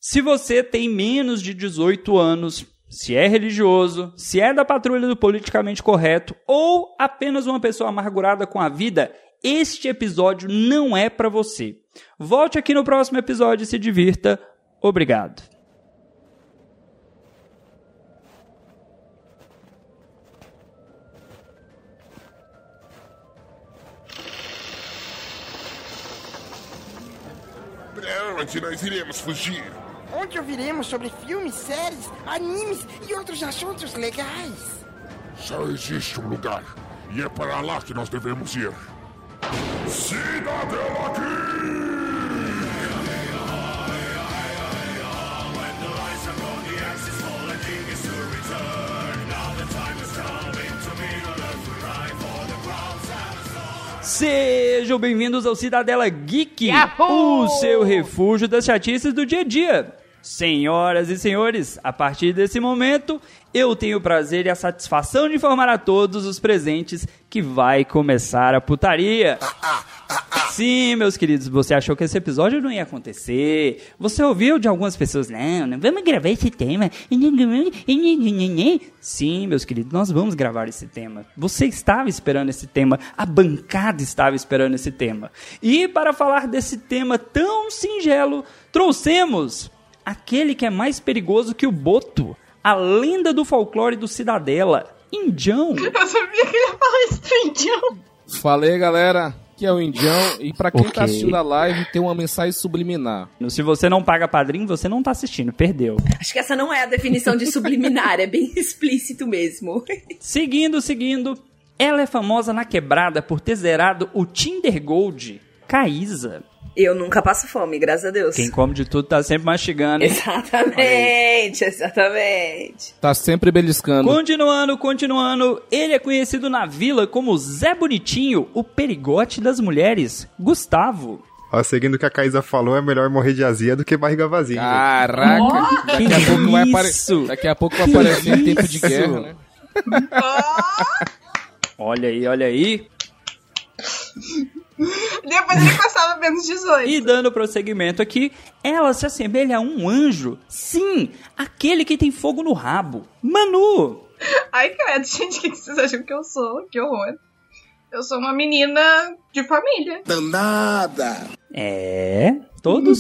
Se você tem menos de 18 anos, se é religioso, se é da patrulha do politicamente correto ou apenas uma pessoa amargurada com a vida, este episódio não é para você. Volte aqui no próximo episódio e se divirta. Obrigado. Pra onde nós iremos fugir? Onde ouviremos sobre filmes, séries, animes e outros assuntos legais. Só existe um lugar, e é para lá que nós devemos ir. Cidadela Geek! Sejam bem-vindos ao Cidadela Geek, o seu refúgio das chatices do dia a dia. Senhoras e senhores, a partir desse momento, eu tenho o prazer e a satisfação de informar a todos os presentes que vai começar a putaria. Sim, meus queridos, você achou que esse episódio não ia acontecer? Você ouviu de algumas pessoas, não vamos gravar esse tema. Sim, meus queridos, nós vamos gravar esse tema. Você estava esperando esse tema, a bancada estava esperando esse tema. E para falar desse tema tão singelo, trouxemos aquele que é mais perigoso que o Boto, a lenda do folclore do Cidadela, Indião. Eu sabia que ele ia falar isso do Indião. Falei, galera, que é o Indião, e pra quem tá assistindo a live, tem uma mensagem subliminar. Se você não paga padrinho, você não tá assistindo, perdeu. Acho que essa não é a definição de subliminar, é bem explícito mesmo. Seguindo, ela é famosa na quebrada por ter zerado o Tinder Gold, Caísa. Eu nunca passo fome, graças a Deus. Quem come de tudo tá sempre mastigando. Exatamente. Tá sempre beliscando. Continuando, ele é conhecido na vila como Zé Bonitinho, o perigote das mulheres, Gustavo. Ó, seguindo o que a Caísa falou, é melhor morrer de azia do que barriga vazia. Caraca, daqui a pouco vai aparecer em tempo de guerra, né? Olha aí. Depois ele passava menos 18. E dando prosseguimento aqui, ela se assemelha a um anjo. Sim, aquele que tem fogo no rabo. Manu! Ai, credo, gente, o que vocês acham que eu sou? Que horror. Eu sou uma menina de família. Danada! Todos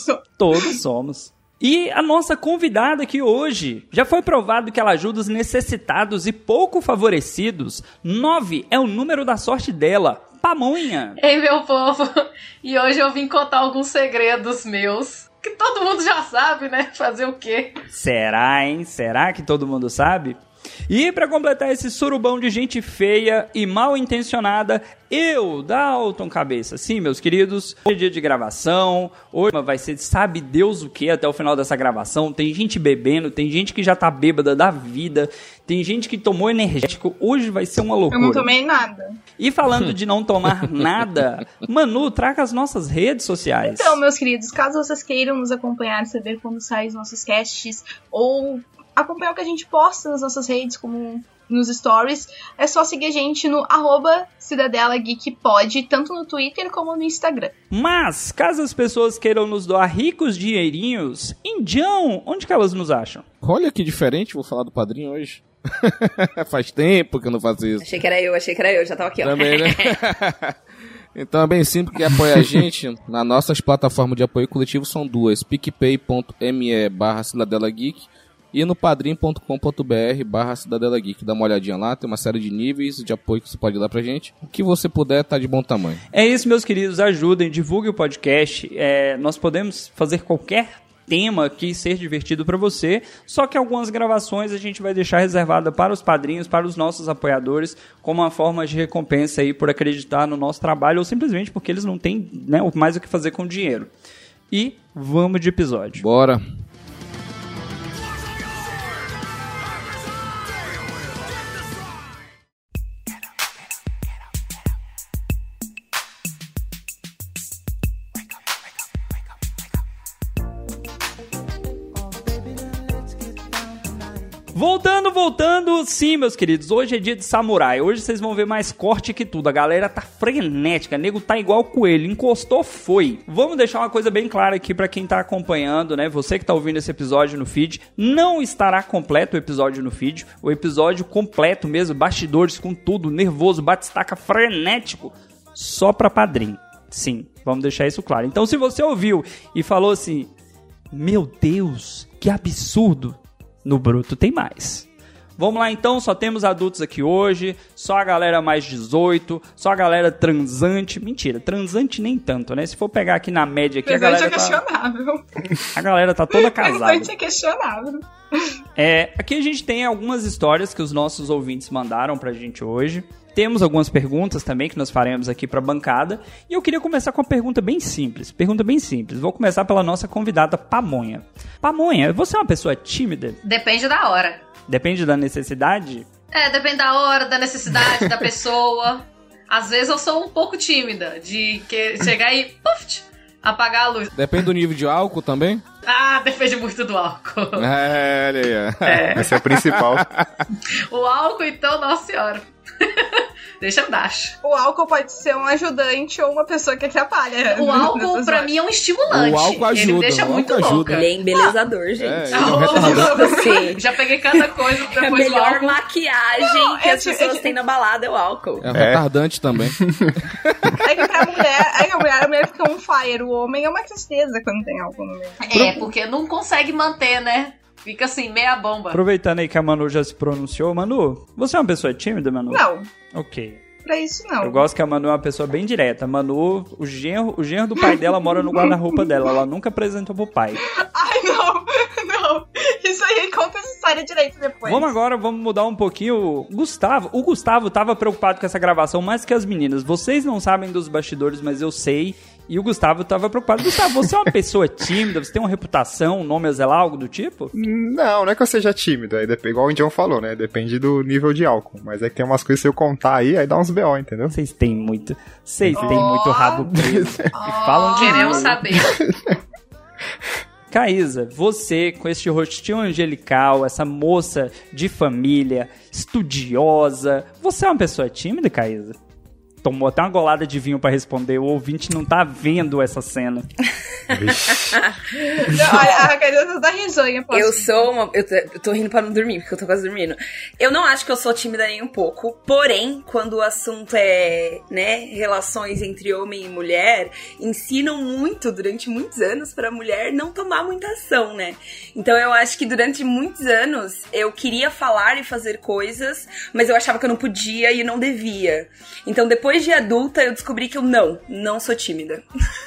somos. E a nossa convidada aqui hoje, já foi provado que ela ajuda os necessitados e pouco favorecidos. 9 é o número da sorte dela. Pamonha. Ei, meu povo, e hoje eu vim contar alguns segredos meus, que todo mundo já sabe, né? Fazer o quê? Será, hein? Será que todo mundo sabe? E pra completar esse surubão de gente feia e mal intencionada, eu, Dalton Cabeça. Sim, meus queridos, hoje é dia de gravação, hoje vai ser sabe Deus o que até o final dessa gravação. Tem gente bebendo, tem gente que já tá bêbada da vida, tem gente que tomou energético, hoje vai ser uma loucura. Eu não tomei nada. E falando de não tomar nada, Manu, traga as nossas redes sociais. Então, meus queridos, caso vocês queiram nos acompanhar e saber quando saem os nossos casts, ou acompanhar o que a gente posta nas nossas redes, como nos stories, é só seguir a gente no @CidadelaGeekPod, tanto no Twitter como no Instagram. Mas, caso as pessoas queiram nos doar ricos dinheirinhos, Indião, onde que elas nos acham? Olha que diferente, vou falar do padrinho hoje. Faz tempo que eu não faço isso. Achei que era eu, já tava aqui, ó. Também, né? Então é bem simples, que apoia a gente nas nossas plataformas de apoio coletivo são duas, picpay.me/CidadelaGeek e no padrim.com.br/Cidadela Geek. Dá uma olhadinha lá, tem uma série de níveis de apoio que você pode dar pra gente. O que você puder tá de bom tamanho. É isso, meus queridos, ajudem, divulguem o podcast. Nós podemos fazer qualquer tema que ser divertido pra você, só que algumas gravações a gente vai deixar reservada para os padrinhos, para os nossos apoiadores, como uma forma de recompensa aí por acreditar no nosso trabalho ou simplesmente porque eles não têm, né, mais o que fazer com o dinheiro. E vamos de episódio. Bora! Voltando, sim, meus queridos, hoje é dia de samurai, hoje vocês vão ver mais corte que tudo, a galera tá frenética, o nego tá igual coelho, encostou, foi. Vamos deixar uma coisa bem clara aqui pra quem tá acompanhando, né, você que tá ouvindo esse episódio no feed, não estará completo o episódio no feed, o episódio completo mesmo, bastidores com tudo, nervoso, bate-estaca frenético, só pra padrinho, sim, vamos deixar isso claro. Então se você ouviu e falou assim, meu Deus, que absurdo, no Bruto tem mais. Vamos lá então, só temos adultos aqui hoje, só a galera mais 18, só a galera transante. Mentira, transante nem tanto, né? Se for pegar aqui na média aqui, transante a galera é questionável. A galera tá toda casada. Transante é questionável. Aqui a gente tem algumas histórias que os nossos ouvintes mandaram pra gente hoje. Temos algumas perguntas também que nós faremos aqui pra bancada. E eu queria começar com uma pergunta bem simples. Vou começar pela nossa convidada, Pamonha. Pamonha, você é uma pessoa tímida? Depende da hora. Depende da necessidade? Depende da hora, da necessidade, da pessoa. Às vezes eu sou um pouco tímida, de chegar e apagar a luz. Depende do nível de álcool também? Depende muito do álcool. Olha aí. Esse é o principal. O álcool, então, nossa senhora. Deixa andar. O álcool pode ser um ajudante ou uma pessoa que atrapalha. O álcool, pra mim, é um estimulante. O álcool ajuda. Ele deixa muito louca. Ele é embelezador, gente. Ele é um retardante. Você. Já peguei cada coisa depois A melhor do álcool. maquiagem que as pessoas têm na balada é o álcool. É um retardante também. É que pra mulher, a mulher fica um fire. O homem é uma tristeza quando tem álcool no meio. Porque não consegue manter, né? Fica assim, meia bomba. Aproveitando aí que a Manu já se pronunciou. Manu, você é uma pessoa tímida, Manu? Não. Ok. Pra isso, não. Eu gosto que a Manu é uma pessoa bem direta. A Manu, o genro do pai dela mora no guarda-roupa dela. Ela nunca apresentou pro pai. Ai, não. Isso aí conta essa história direito depois. Vamos mudar um pouquinho. O Gustavo tava preocupado com essa gravação mais que as meninas. Vocês não sabem dos bastidores, mas eu sei. E o Gustavo tava preocupado. Gustavo, você é uma pessoa tímida? Você tem uma reputação, um nome a zelar, algo do tipo? Não é que eu seja tímido. Aí igual o Indião falou, né? Depende do nível de álcool. Mas é que tem umas coisas, se eu contar aí dá uns BO, entendeu? Vocês têm muito rabo preso. E falam de Queremos mim. saber. Caísa, você com esse rostinho angelical, essa moça de família, estudiosa, você é uma pessoa tímida, Caísa? Tomou até uma golada de vinho pra responder, o ouvinte não tá vendo essa cena. A Caísa tá risonha. Eu tô rindo pra não dormir, porque eu tô quase dormindo. Eu não acho que eu sou tímida nem um pouco, porém, quando o assunto é, né, relações entre homem e mulher, ensinam muito, durante muitos anos, pra mulher não tomar muita ação, né? Então eu acho que durante muitos anos, eu queria falar e fazer coisas, mas eu achava que eu não podia e não devia. Então depois de adulta, eu descobri que eu não sou tímida.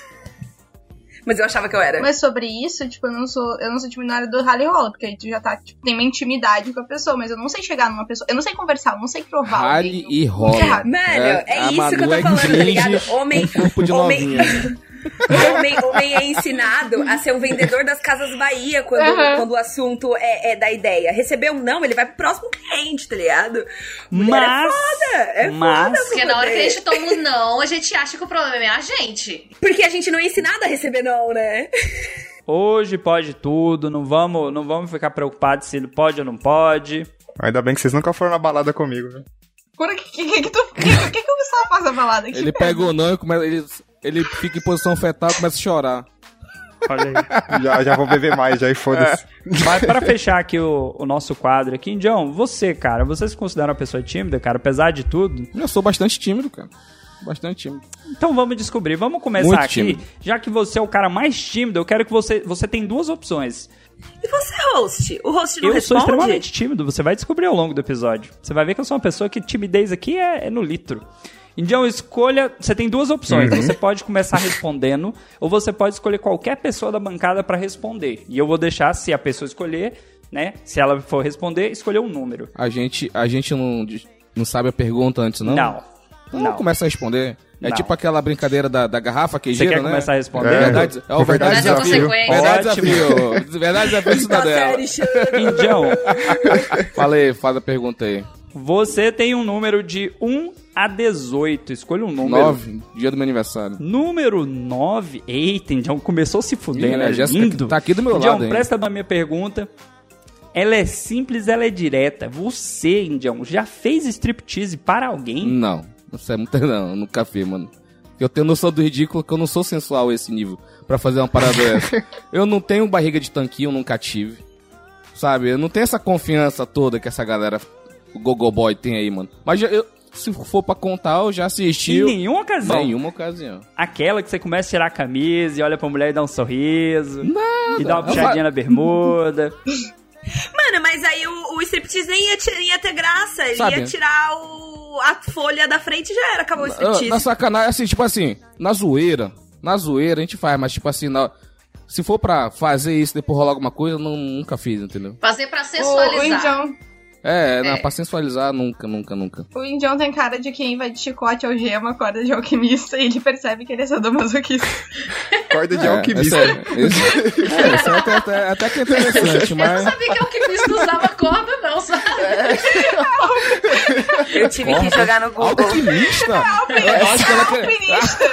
Mas eu achava que eu era. Mas sobre isso, tipo, eu não sou tímida na área do rally rola, porque aí tu já tá, tipo, tem uma intimidade com a pessoa, mas eu não sei chegar numa pessoa, eu não sei conversar, eu não sei provar. Rally e rola. Mano, é isso que eu tô falando, tá ligado? Homem. Corpo de novinha. Homem é ensinado a ser um vendedor das Casas Bahia quando o assunto é da ideia. Receber um não, ele vai pro próximo cliente, tá ligado? Mulher é foda. Porque na hora que a gente toma um não, a gente acha que o problema é a gente. Porque a gente não é ensinado a receber não, né? Hoje pode tudo, não vamos ficar preocupados se pode ou não pode. Ainda bem que vocês nunca foram na balada comigo, né? O que o Gustavo faz na balada? Ele pega o não e ele fica em posição fetal e começa a chorar. Olha aí. Já vou beber mais, já e foda-se. Mas pra fechar aqui o nosso quadro aqui, Indião, você se considera uma pessoa tímida, cara, apesar de tudo? Eu sou bastante tímido, cara. Bastante tímido. Então vamos descobrir, vamos começar muito aqui. Tímido. Já que você é o cara mais tímido, eu quero que você tem duas opções. E você, host? O host não eu responde? Eu sou extremamente tímido, você vai descobrir ao longo do episódio. Você vai ver que eu sou uma pessoa que timidez aqui é no litro. Então, escolha... Você tem duas opções. Você pode começar respondendo, ou você pode escolher qualquer pessoa da bancada pra responder. E eu vou deixar, se a pessoa escolher, né? Se ela for responder, escolher um número. A gente não sabe a pergunta antes, não? Não. Então começa a responder. É Não. tipo aquela brincadeira da garrafa queijeira, né? Você quer começar a responder? Verdade desafio. Verdade desafio. Verdade desafio cidadela. Indião. Fala a pergunta aí. Você tem um número de 1 a 18. Escolha um número. 9, dia do meu aniversário. Número 9. Eita, Indião, começou a se fuder, né? Jéssica Lindo. tá aqui do meu Indião, lado, hein? presta a minha pergunta. ela é simples, ela é direta. Você, Indião, já fez striptease para alguém? Não, isso é muito não, nunca fiz, mano. Eu tenho noção do ridículo que eu não sou sensual a esse nível pra fazer uma parada dessa. Eu não tenho barriga de tanquinho, nunca tive. Sabe, eu não tenho essa confiança toda que essa galera, o Gogo Boy tem aí, mano. Mas se for pra contar, eu já assisti. Em nenhuma ocasião? Nenhuma ocasião. Aquela que você começa a tirar a camisa e olha pra mulher e dá um sorriso. Nada. E dá uma puxadinha na bermuda. Mano, mas aí o striptease nem ia ter graça. Ele ia tirar a folha da frente e já era, acabou o striptease. Na sacanagem, assim, tipo assim, na zoeira a gente faz, mas tipo assim, se for pra fazer isso depois rolar alguma coisa, eu nunca fiz, entendeu? Fazer pra sensualizar. O Indião... pra sensualizar, nunca. O Indião tem cara de quem vai de chicote algema, corda de alquimista, e ele percebe que ele é sadomasoquista. Corda de alquimista. Isso é até que é interessante, mas... Eu não sabia que alquimista usava corda, não, sabe? Eu tive que jogar no Google. Alquimista? É alpinista.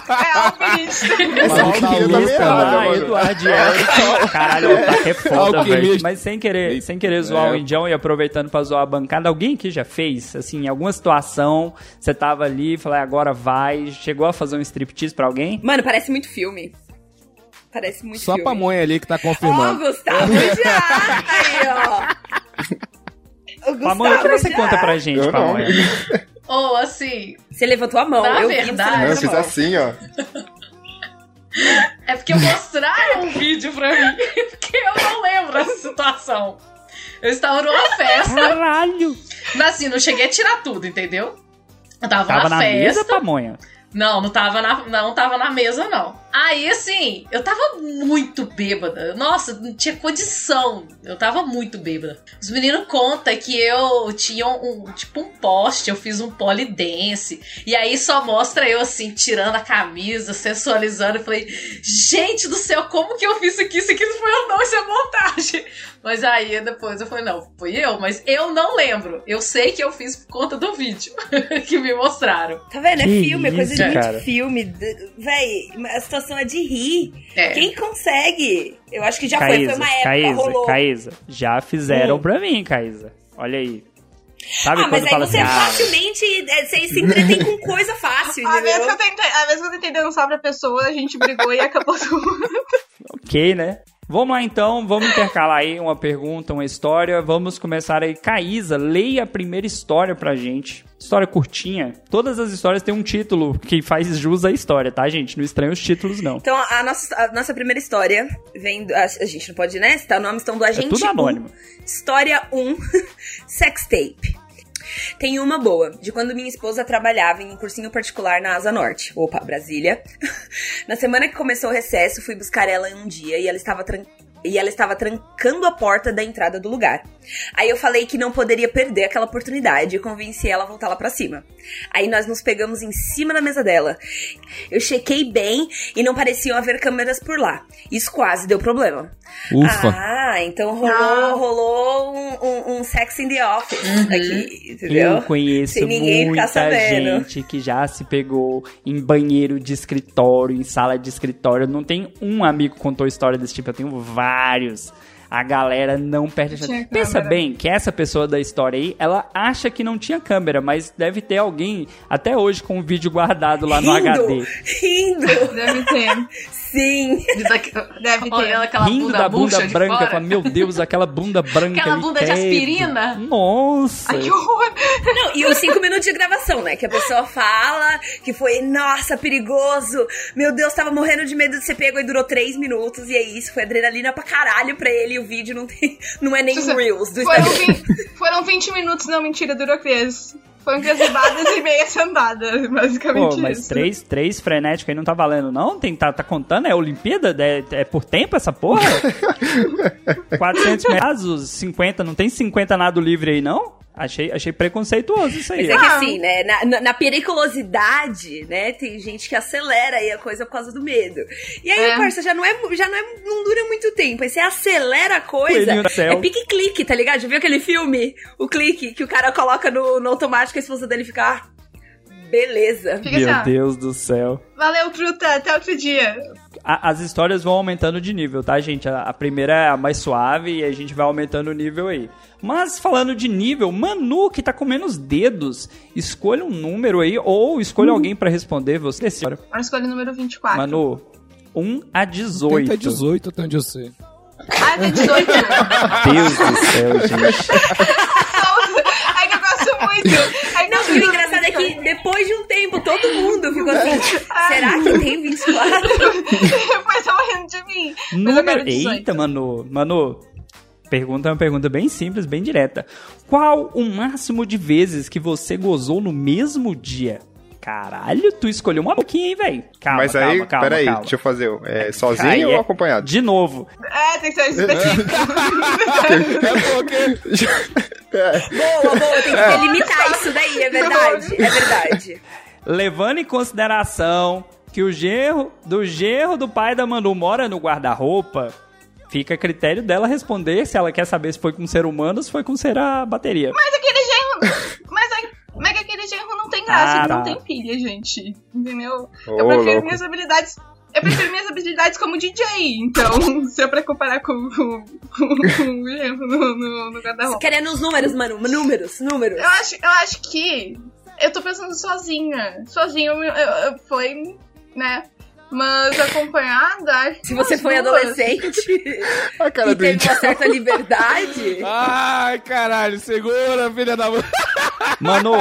Essa alquimia tá meio errada, mano. Eduardo caralho, tá que é foda, velho. Mas sem querer zoar o Indião e aproveitando pra zoar a bancada, alguém aqui já fez, assim, em alguma situação, você tava ali, falou, agora vai, chegou a fazer um striptease pra alguém? Mano, parece muito filme. Parece muito Só filme. a pamonha ali que tá confirmando. Gustavo já! Aí, ó. Pamonha, o que você conta pra gente, Pamonha? Ou assim... Você levantou a mão. Na eu verdade... Eu fiz assim, ó. É porque mostraram um vídeo pra mim, porque eu não lembro essa situação. Eu estava numa festa. Caralho! Mas assim, não cheguei a tirar tudo, entendeu? Eu tava na festa. Mesa, Pamonha? Não tava na mesa, não. Aí, assim, eu tava muito bêbada. Nossa, não tinha condição. Eu tava muito bêbada. Os meninos contam que eu tinha um poste, eu fiz um polidense. E aí só mostra eu, assim, tirando a camisa, sensualizando. Eu falei, gente do céu, como que eu fiz isso aqui? Isso aqui não foi eu não, isso é montagem. Mas aí depois eu falei, não, foi eu. Mas eu não lembro. Eu sei que eu fiz por conta do vídeo que me mostraram. Tá vendo? É Que filme, é coisa de muito cara. filme. Véi, a situação é de rir. Quem consegue? Eu acho que já foi uma época, rolou. Caísa, já fizeram pra mim, Caísa. Olha aí. Sabe mas quando aí fala você assim, facilmente você se entretém com coisa fácil, A entendeu? vez que eu tentei dançar pra pessoa, a gente brigou e acabou tudo. ok, né? Vamos lá então, vamos intercalar aí uma pergunta, uma história. Vamos começar aí. Caísa, leia a primeira história pra gente. História curtinha. Todas as histórias têm um título que faz jus à história, tá, gente? Não estranha os títulos, não. Então, a nossa primeira história vem... A gente não pode, né? Citar nomes, então, do Agente tudo anônimo. História 1, Sextape. Tem uma boa, de quando minha esposa trabalhava em um cursinho particular na Asa Norte. Opa, Brasília. Na semana que começou o recesso, fui buscar ela em um dia e ela estava trancando a porta da entrada do lugar. Aí eu falei que não poderia perder aquela oportunidade e convenci ela a voltar lá pra cima. Aí nós nos pegamos em cima da mesa dela. Eu chequei bem e não pareciam haver câmeras por lá. Isso quase deu problema. Ufa. Então rolou um sex in the office aqui, entendeu? Eu conheço sem ninguém muita ficar sabendo. gente que já se pegou em banheiro de escritório, em sala de escritório. Não tem um amigo que contou história desse tipo, eu tenho vários. A galera não perde a chance. Pensa bem que essa pessoa da história aí, ela acha que não tinha câmera, mas deve ter alguém até hoje com um vídeo guardado lá no HD. Rindo! Deve ter. Sim. Deve ter. Olhando aquela Rindo da bunda murcha de branca, fora. falando, meu Deus, aquela bunda branca. Aquela ali, bunda de credo. aspirina. Nossa. Ai, que horror. Não, e os 5 minutos de gravação, né? Que a pessoa fala que foi, nossa, perigoso. Meu Deus, tava morrendo de medo de ser pego e durou 3 minutos. E é isso, foi adrenalina pra caralho pra ele. E o vídeo não é nem Reels do Instagram. Foram 20 minutos, não, mentira, durou 3. Foram 3 ribadas e meia sentada, basicamente. Pô, mas isso. três frenéticos aí não tá valendo, não? Tá contando? É Olimpíada? É por tempo essa porra? 400 metros, os 50, não tem 50 nado livre aí, não? Achei preconceituoso isso aí. Mas é que assim, né, na periculosidade, né, tem gente que acelera aí a coisa por causa do medo. E aí, parça, não dura muito tempo. Aí você acelera a coisa, é pique-clique, tá ligado? Já viu aquele filme, o clique, que o cara coloca no automático e a esposa dele fica... Beleza. Fica Meu assim, ó. Deus do céu. Valeu, truta. Até outro dia. As histórias vão aumentando de nível, tá, gente? A primeira é a mais suave e a gente vai aumentando o nível aí. Mas falando de nível, Manu, que tá com menos dedos, escolha um número aí ou escolha alguém pra responder. Você decide. Agora escolhe o número 24. Manu, 1 a 18. Tenta 18, até onde eu sei. Ah, tem 18. Deus do céu, gente. É que eu gosto muito. É que Não, porque o engraçado é que depois de um tempo todo mundo ficou assim, será que tem 24? Depois tá morrendo de mim. Mas eu quero Número... 18. Eita, Manu, pergunta uma pergunta bem simples, bem direta. Qual o máximo de vezes que você gozou no mesmo dia? Caralho, tu escolheu uma pouquinho, hein, velho? Calma, Mas aí, calma. peraí, deixa eu fazer. Sozinho Aí ou acompanhado? De novo. É, tem que ser específico. É porque... Boa, tem que delimitar isso daí, é verdade. É verdade. Levando em consideração que o genro do pai da Manu mora no guarda-roupa, fica a critério dela responder se ela quer saber se foi com um ser humano ou se foi com a bateria. Mas aquele genro... Mas que aquele genro não tem graça, ele não tem pilha, gente. Entendeu? Eu prefiro minhas habilidades... Eu prefiro minhas habilidades como DJ, então, se é pra comparar com o genro no guarda-roupa. Querendo os números, mano, números. Eu acho que eu tô pensando sozinha. Sozinho foi, né? Mas acompanhada... Se você foi adolescente A cara e do teve Indião. uma certa liberdade... Ai, caralho, segura, filha da mãe. Manu,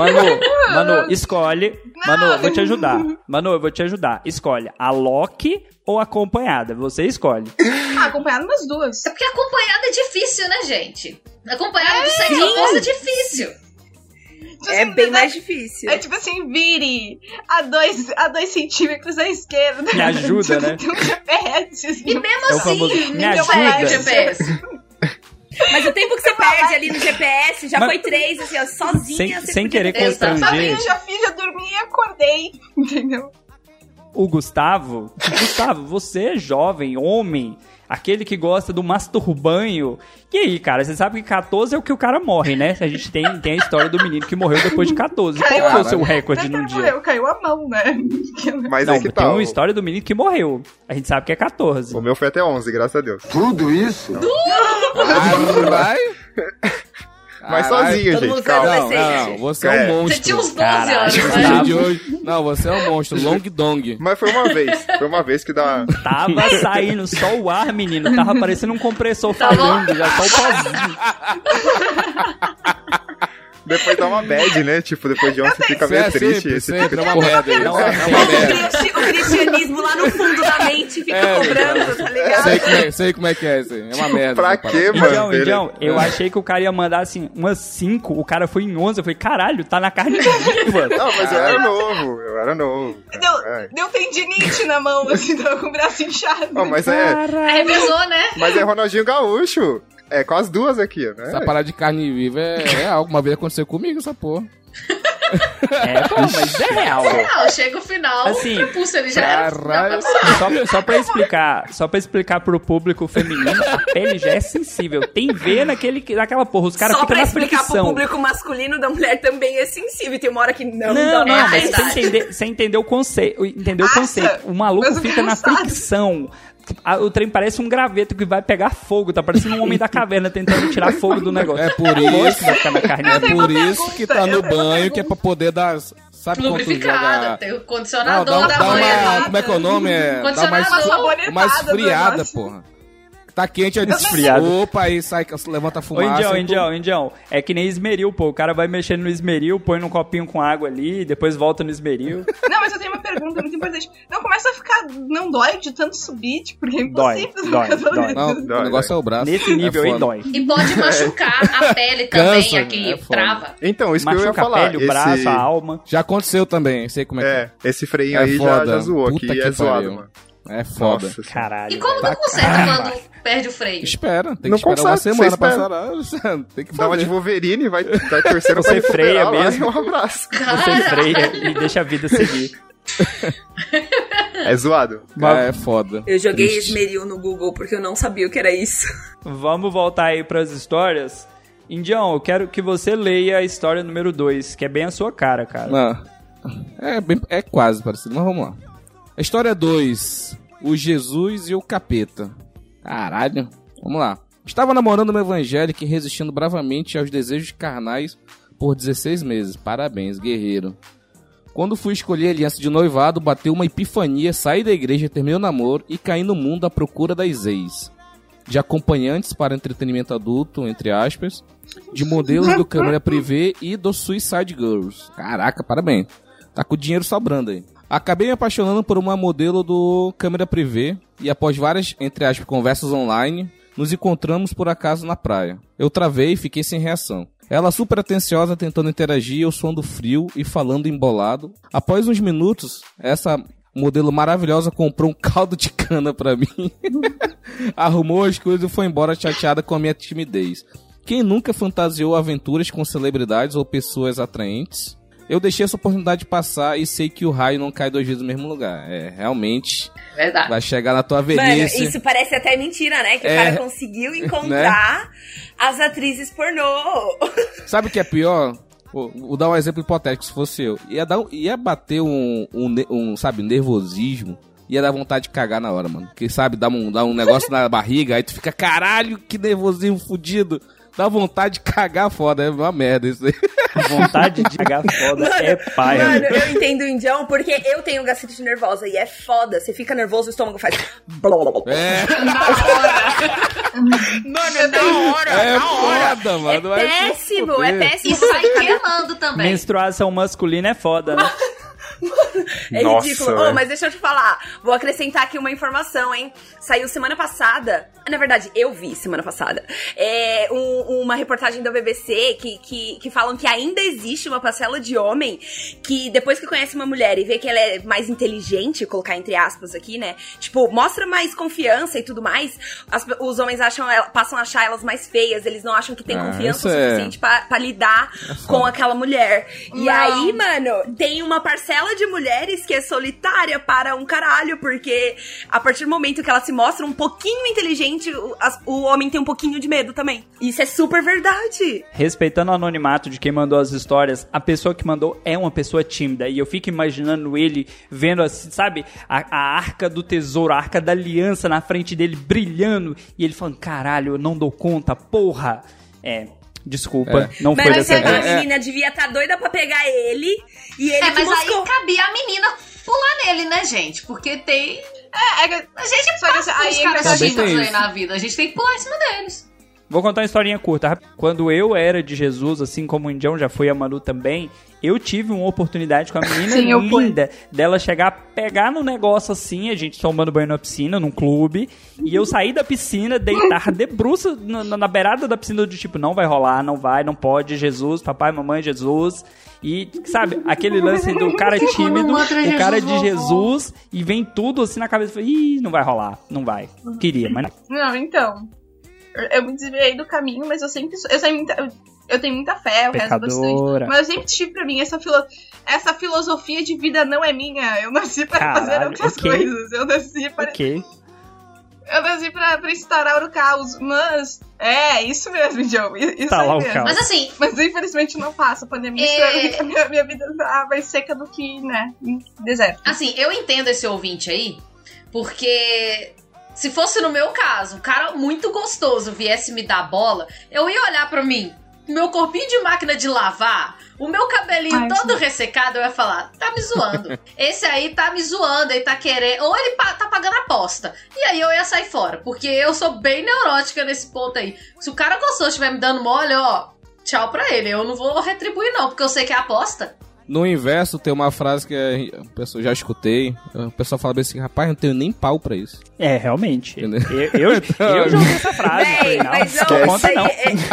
escolhe. Manu, eu vou te ajudar. Manu, eu vou te ajudar. Escolhe a Loki ou acompanhada. Você escolhe. Acompanhada nas duas. É porque acompanhada é difícil, né, gente? Acompanhada do sexo oposto é difícil. Tipo É assim, bem mais difícil. É tipo assim, vire a 2 centímetros à esquerda. Me ajuda, né? Tem um GPS. E mesmo É o assim, famoso, me ninguém ajuda. perde GPS. Mas o tempo que você perde ali no GPS já foi 3, assim, ó, sozinha. você Sem podia querer ter testado. constranger. Sozinha, já fiz, já dormi e acordei. Entendeu? O Gustavo, você é jovem, homem, aquele que gosta do masturbanho. E aí, cara, você sabe que 14 é o que o cara morre, né? A gente tem a história do menino que morreu depois de 14. Qual foi o seu recorde num dia? Morreu, caiu a mão, né? Mas Não, é que tem tal. uma história do menino que morreu. A gente sabe que é 14. O meu foi até 11, graças a Deus. Tudo isso? Caralho. Mas Caralho. sozinho, Todo gente, mundo calma. adolescente. Você é um É. monstro. Você tinha uns 12 Caralho. anos, Você né? de hoje... Não, você é um monstro. Long dong. Mas foi uma vez que dá... Tava saindo só o ar, menino. Tava parecendo um compressor Tá bom. falhando, já só o pozinho. Depois dá uma bad, né? Tipo, depois de 11 você fica meio triste. Esse sempre fica é uma merda. É uma merda. O cristianismo lá no fundo da mente fica cobrando, tá ligado? Sei como é que é isso aí. É uma merda. Pra essa quê, parada. mano? Indião, eu achei que o cara ia mandar assim, umas 5, o cara foi em 11, eu falei, caralho, tá na carne viva. Não, mas eu era novo. É. Deu tendinite na mão, assim, tava com o braço inchado. Não, mas Revezou, né? Mas é Ronaldinho Gaúcho. É com as duas aqui, né? Essa parada de carne viva é algo. Uma vez aconteceu comigo, essa porra. É, pô, mas é real. Não, chega o final, Assim, o prepúcio ele já era... caralho. Só pra explicar pro público feminino, a pele já é sensível. Tem veia naquela porra, os caras Só ficam pra na explicar pro fricção. público masculino da mulher também é sensível. Tem uma hora que não Não, dá mais. mas você entendeu o conceito. Entendeu o conceito. O maluco mas o fica na engraçado. fricção. O trem parece um graveto que vai pegar fogo. Tá parecendo um homem da caverna tentando tirar fogo do negócio. É por Lógico isso. que vai ficar na carne. É tenho por uma isso que pergunta, tá eu no tenho uma banho, que é pra poder dar. Sabe quando tu Lubrificada, joga. tem o Não, condicionador da manhã. como é que é o nome? Dá mais, Condicionador. mais Sabonetada do esfriada, negócio. porra. Tá quente, é Esfriado. Opa, aí sai, levanta a Ô, fumaça. Indião. É que nem esmeril, pô. O cara vai mexendo no esmeril, põe num copinho com água ali, depois volta no esmeril. Não, mas eu tenho uma pergunta muito importante. Não começa a ficar... Não dói de tanto subir, tipo, porque é Dói, impossível. dói, ficar dói. Não, Dói, o negócio é o braço. Nesse nível aí foda. dói. E pode machucar a pele também, Cansa, aqui, é foda. trava. Então, isso que eu ia Machuca a falar. pele, o braço, a alma. Já aconteceu também, sei como é que Esse freinho é. aí já zoou, Puta que é zoado, pariu. mano. É foda. Nossa, Caralho. E como velho. não conserta quando perde o freio? Espera, tem Não que esperar uma consegue, semana você pra espera. sarar. Tem que Dá uma de fazer. Wolverine, vai torcendo Você pra freia recuperar lá, mesmo? e um abraço. Você freia e deixa a vida seguir. É zoado. É foda. Eu joguei Triste. esmeril no Google porque eu não sabia o que era isso. Vamos voltar aí pras histórias. Indião, eu quero que você leia a história número 2, que é bem a sua cara, cara. Não. É quase parecido, mas vamos lá. A história 2. O Jesus e o Capeta. Caralho. Vamos lá. Estava namorando uma evangélica e resistindo bravamente aos desejos carnais por 16 meses. Parabéns, guerreiro. Quando fui escolher a aliança de noivado, bateu uma epifania, saí da igreja, terminei o namoro e caí no mundo à procura das ex. De acompanhantes para entretenimento adulto, entre aspas, de modelos do câmera privê e do Suicide Girls. Caraca, parabéns. Tá com o dinheiro sobrando aí. Acabei me apaixonando por uma modelo do câmera privê e após várias, entre aspas, conversas online, nos encontramos por acaso na praia. Eu travei e fiquei sem reação. Ela super atenciosa tentando interagir, eu suando frio e falando embolado. Após uns minutos, essa modelo maravilhosa comprou um caldo de cana pra mim. Arrumou as coisas e foi embora chateada com a minha timidez. Quem nunca fantasiou aventuras com celebridades ou pessoas atraentes? Eu deixei essa oportunidade passar e sei que o raio não cai 2 vezes no mesmo lugar. Realmente. Verdade. Vai chegar na tua velhice. Mano, isso parece até mentira, né? Que o cara conseguiu encontrar as atrizes pornô. Sabe o que é pior? Vou dar um exemplo hipotético, se fosse eu. Ia bater sabe, nervosismo. Ia dar vontade de cagar na hora, mano. Porque, sabe, dá um negócio na barriga, aí tu fica, caralho, que nervosismo fudido. Dá vontade de cagar foda, é uma merda isso aí. Vontade de cagar foda é paia. Mano, eu entendo o Indião porque eu tenho gastrite nervosa e é foda. Você fica nervoso, o estômago faz... Mano, é da hora. É foda, mano. É péssimo, é péssimo. E sai queimando também. Menstruação masculina é foda, né? É Nossa, ridículo. Mas deixa eu te falar. Vou acrescentar aqui uma informação, hein? Saiu semana passada. Na verdade, eu vi semana passada. Uma reportagem da BBC que falam que ainda existe uma parcela de homem que depois que conhece uma mulher e vê que ela é mais inteligente, colocar entre aspas aqui, né? Tipo, mostra mais confiança e tudo mais. Os homens passam a achar elas mais feias. Eles não acham que tem confiança o suficiente pra lidar com aquela mulher. Não. E aí, mano, tem uma parcela de mulheres que é solitária para um caralho, porque a partir do momento que ela se mostra um pouquinho inteligente, o homem tem um pouquinho de medo também. Isso é super verdade. Respeitando o anonimato de quem mandou as histórias, a pessoa que mandou é uma pessoa tímida, e eu fico imaginando ele vendo assim, sabe, a arca do tesouro, a arca da aliança na frente dele brilhando, e ele falando, caralho, eu não dou conta, porra. Desculpa, não foi dessa vez. Mas a menina devia estar doida pra pegar ele, e ele mas aí cabia a menina pular nele, né, gente? Porque tem... a gente passa com os caras tímidos aí na vida. A gente tem que pular em cima deles. Vou contar uma historinha curta. Quando eu era de Jesus, assim como o Indião já foi, a Manu também, eu tive uma oportunidade com a menina linda dela chegar, pegar no negócio assim, a gente tomando banho na piscina, num clube, e eu sair da piscina, deitar de bruços na beirada da piscina, do tipo, não vai rolar, não vai, não pode, Jesus, papai, mamãe, Jesus. E, sabe, aquele lance do cara tímido, o cara de Jesus, e vem tudo assim na cabeça, ih, não vai rolar, não vai. Queria, mas não. Não, então... Eu me desviei do caminho, mas eu tenho muita fé, eu rezo bastante. Mas eu sempre tive pra mim essa filosofia de vida não é minha. Eu nasci para fazer outras coisas. Eu nasci para... Eu nasci pra instaurar o caos. Mas isso mesmo, Joe. Isso tá lá mesmo. O caos. Mas assim... Mas infelizmente não faço. A pandemia a minha vida tá mais seca do que, né, deserto. Assim, eu entendo esse ouvinte aí, porque... Se fosse no meu caso, um cara muito gostoso viesse me dar bola, eu ia olhar pra mim, meu corpinho de máquina de lavar, o meu cabelinho todo ressecado, eu ia falar, tá me zoando. Esse aí tá me zoando, ele tá querendo... Ou ele tá pagando aposta. E aí eu ia sair fora, porque eu sou bem neurótica nesse ponto aí. Se o cara gostoso estiver me dando mole, tchau pra ele. Eu não vou retribuir não, porque eu sei que é aposta. No inverso, tem uma frase que eu já escutei. O pessoal fala bem assim, rapaz, não tenho nem pau pra isso. Realmente. Eu já ouvi essa frase. Não conta não.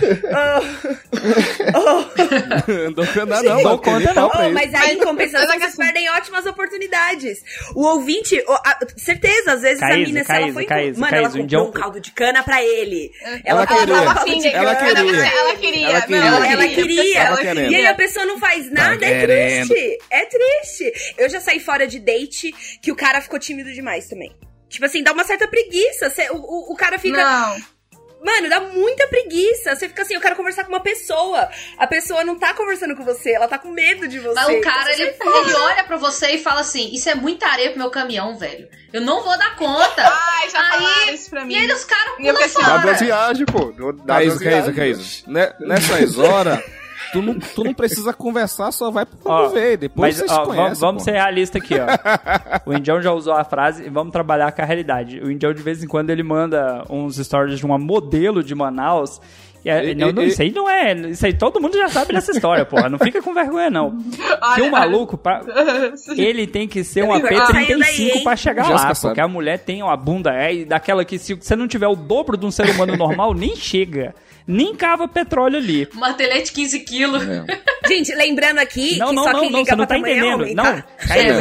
Não dou conta não. Não conta não. Mas aí, em compensação, vocês perdem ótimas oportunidades. O ouvinte, certeza, às vezes a mina, se ela foi... Mano, ela comprou um caldo de cana pra ele. Ela queria. E aí a pessoa não faz nada, É triste. Eu já saí fora de date que o cara ficou tímido demais também. Tipo assim, dá uma certa preguiça. O cara fica... Mano, dá muita preguiça. Você fica assim, eu quero conversar com uma pessoa. A pessoa não tá conversando com você, ela tá com medo de você. Mas o cara, então, ele olha pra você e fala assim, isso é muita areia pro meu caminhão, velho. Eu não vou dar conta. Ai, já falaram isso pra mim. E aí os caras E eu pulam fiquei Dá fora. 2 viagens, pô. Dá 2 viagens. Caísa. Nessas horas, tu não precisa conversar, só vai pro ver. Depois Mas você se conhece. vamos ser realistas aqui, ó. O Indião já usou a frase e vamos trabalhar com a realidade. O Indião, de vez em quando, ele manda uns stories de uma modelo de Manaus. Isso aí não é. Isso aí todo mundo já sabe dessa história, porra. Não fica com vergonha, não. Que o maluco, ele tem que ser uma P35 pra chegar lá. Porque a mulher tem uma bunda daquela que, se você não tiver o dobro de um ser humano normal, nem chega. Nem cava petróleo ali. Martelete 15 quilos. Gente, lembrando aqui não, que não, só não, quem não, liga você não pra tá tamanho é entendendo. homem, Não, tá?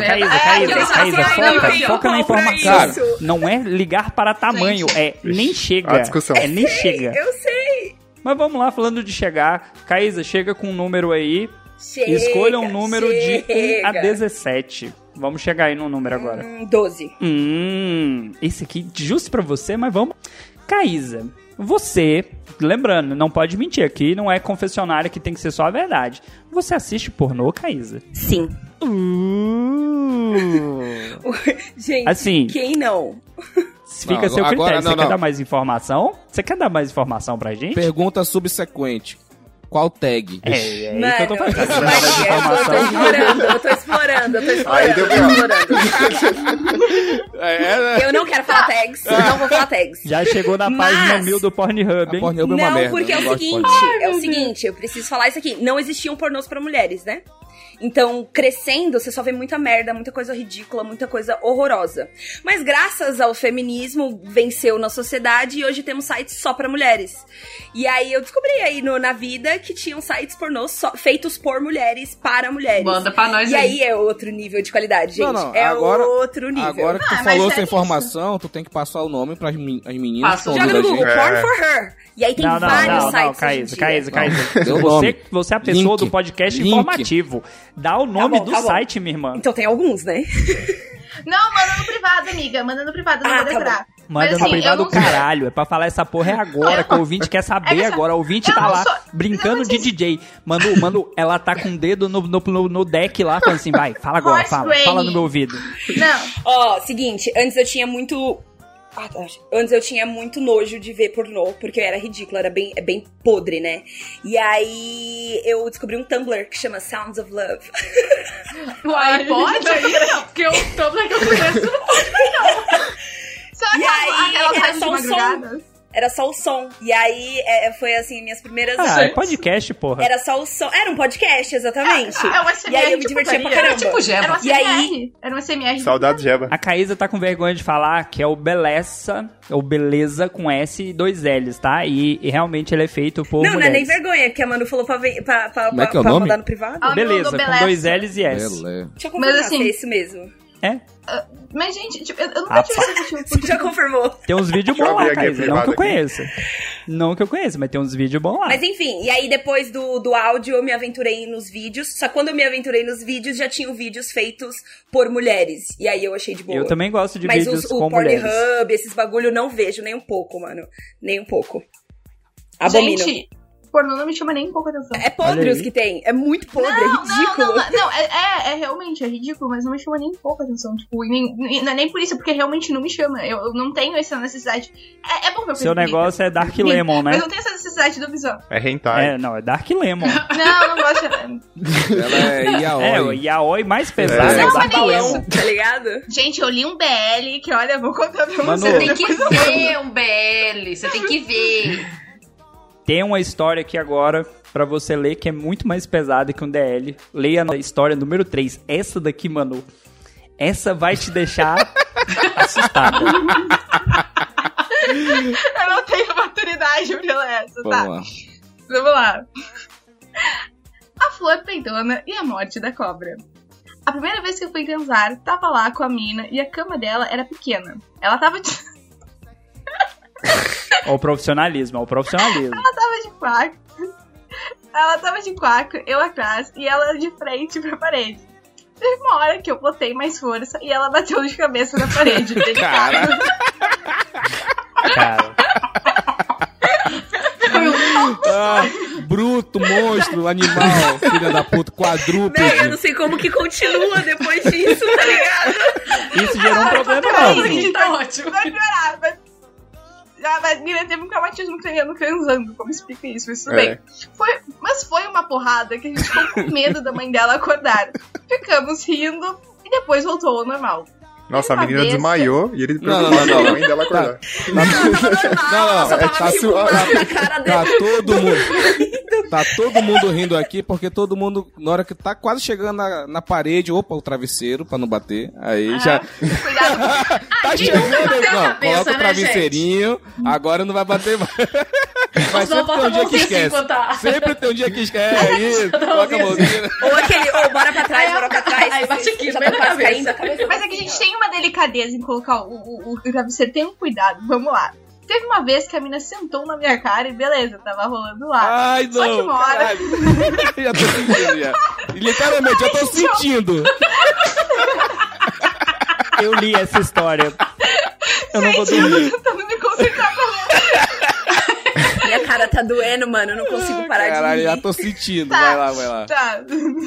Caísa, foca na informação. isso. Não é ligar para tamanho, é nem chega. A discussão. É nem chega. Eu sei. Mas vamos lá, falando de chegar. Caísa, chega com um número aí. Chega, Escolha um número de 1 chega. a 17. Vamos chegar aí no número agora. 12. Esse aqui, justo pra você, mas vamos. Caísa, você, lembrando, não pode mentir aqui, não é confessionário que tem que ser só a verdade. Você assiste pornô, Caísa? Sim. Gente, assim, quem não? Fica a seu critério. Você quer dar mais informação? Você quer dar mais informação pra gente? Pergunta subsequente. Qual tag? É aí que eu tô fazendo. Eu tô explorando. Aí deu Eu não quero falar tags, eu não vou falar tags. Já chegou na página 1000 do Pornhub, hein? Pornhub é uma merda. Porque é o seguinte, eu preciso falar isso aqui. Não existiam pornôs pra mulheres, né? Então, crescendo, você só vê muita merda, muita coisa ridícula, muita coisa horrorosa. Mas graças ao feminismo, venceu na sociedade e hoje temos sites só pra mulheres. E aí eu descobri aí na vida que tinham sites pornôs feitos por mulheres para mulheres. Manda pra nós e aí é outro nível de qualidade, gente. Não, é outro nível. Agora que tu falou essa informação, tu tem que passar o nome pras meninas. Joga no Google, Porn for Her. E aí tem vários sites. Caísa. Você é a pessoa Link. do podcast informativo. Dá o nome do bom. site, minha irmã. Então tem alguns, né? Não, manda no privado, amiga. Manda no privado, não vou decorar. Manda no privado, caralho. É pra falar essa porra agora, que o ouvinte quer saber agora. O ouvinte tá lá brincando de DJ. Manu, ela tá com o dedo no deck lá, falando assim, vai, fala agora, fala no meu ouvido. Não. Ó, seguinte, antes eu tinha muito nojo de ver pornô, porque eu era ridícula, era bem podre, né? E aí eu descobri um Tumblr que chama Sounds of Love. Uai, pode aí? Não, porque o Tumblr que eu conheço não pode ver, não. E aí era só o som. Era só o som. E aí foi assim, minhas primeiras... é podcast, porra. Era só o som. Era um podcast, exatamente. É um SMR. E aí eu me divertia pra caramba. Tipo Gema. Era um SMR. Era um SMR. Saudade Gema. A Caísa tá com vergonha de falar que é o Beleza, ou Beleza com S e 2 L's, tá? E realmente ele é feito por mulheres. Não é nem vergonha, que a Manu falou pra mandar no privado. Beleza, com 2 L's e S. Deixa eu confirmar se é isso mesmo. É? Mas, gente, tipo, eu nunca tive esse motivo. Você já confirmou. Tem uns vídeos bons lá, Caísa. Não que eu conheça. Não que eu conheça, mas tem uns vídeos bons lá. Mas enfim, e aí depois do áudio eu me aventurei nos vídeos. Só que quando eu me aventurei nos vídeos, já tinham vídeos feitos por mulheres. E aí eu achei de boa. Eu também gosto de vídeos com mulheres. Mas o Pornhub, esses bagulho, não vejo nem um pouco, mano. Nem um pouco. Abomino. Gente, pornô não me chama nem um pouco atenção. É podre os que tem. É muito podre, é ridículo. Não, é realmente, é ridículo, mas não me chama nem um pouco atenção. Tipo, não é nem por isso, porque realmente não me chama. Eu não tenho essa necessidade. É bom ver o seu negócio é Dark Lemon, né? Mas não tenho essa necessidade do visual. É hentai. Não, é Dark Lemon. Não gosto. Ela é yaoi. O yaoi mais pesado é o Dark Lemon. Tá ligado? Gente, eu li um BL que, olha, eu vou contar pra Manu, vocês. Você tem que ver um BL, você tem que ver. Tem uma história aqui agora pra você ler que é muito mais pesada que um DL. Leia a história número 3. Essa daqui, Manu, essa vai te deixar assustada. Eu não tenho maturidade pra ler essa, tá? Vamos lá. A flor peidona e a morte da cobra. A primeira vez que eu fui transar, tava lá com a mina e a cama dela era pequena. Ela tava Ó o profissionalismo. Ela tava de quaco, eu atrás e ela de frente pra parede. Teve uma hora que eu botei mais força e ela bateu de cabeça na parede. Cara. Bruto, monstro, animal, filha da puta, quadrúpede. Eu não sei como que continua depois disso, tá ligado? Isso gerou um problema, não. Tá ótimo. Vai piorar, mas Miriam teve um traumatismo craniano transando, como explica isso, mas tudo bem. Mas foi uma porrada que a gente ficou com medo da mãe dela acordar. Ficamos rindo e depois voltou ao normal. Nossa, a menina desmaiou e ele Não. a mãe dela acordar. Tá todo mundo rindo aqui, porque todo mundo, na hora que tá quase chegando na parede, opa, o travesseiro, pra não bater, aí já... Cuidado. Tá chegando, não, coloca o travesseirinho, agora não vai bater mais. Mas sempre tem um dia que esquece. Sempre tem um dia que esquece. Isso, coloca a mãozinha. Ou bora pra trás. Aí bate aqui, já bem tá na quase cabeça. caindo. Mas é que a gente tem uma delicadeza em colocar o travesseiro. Tem um cuidado, vamos lá. Teve uma vez que a mina sentou na minha cara e beleza, tava rolando lá. Ai, não. Só que uma hora... Já tô sentindo, já. Literalmente, já tô sentindo. Eu li essa história. Eu não vou Gente, eu dormir. tô tentando me concentrar pra ler. Minha cara tá doendo, mano. Eu não consigo parar Caralho, de rir. já tô sentindo. Tá, Vai lá. Tá.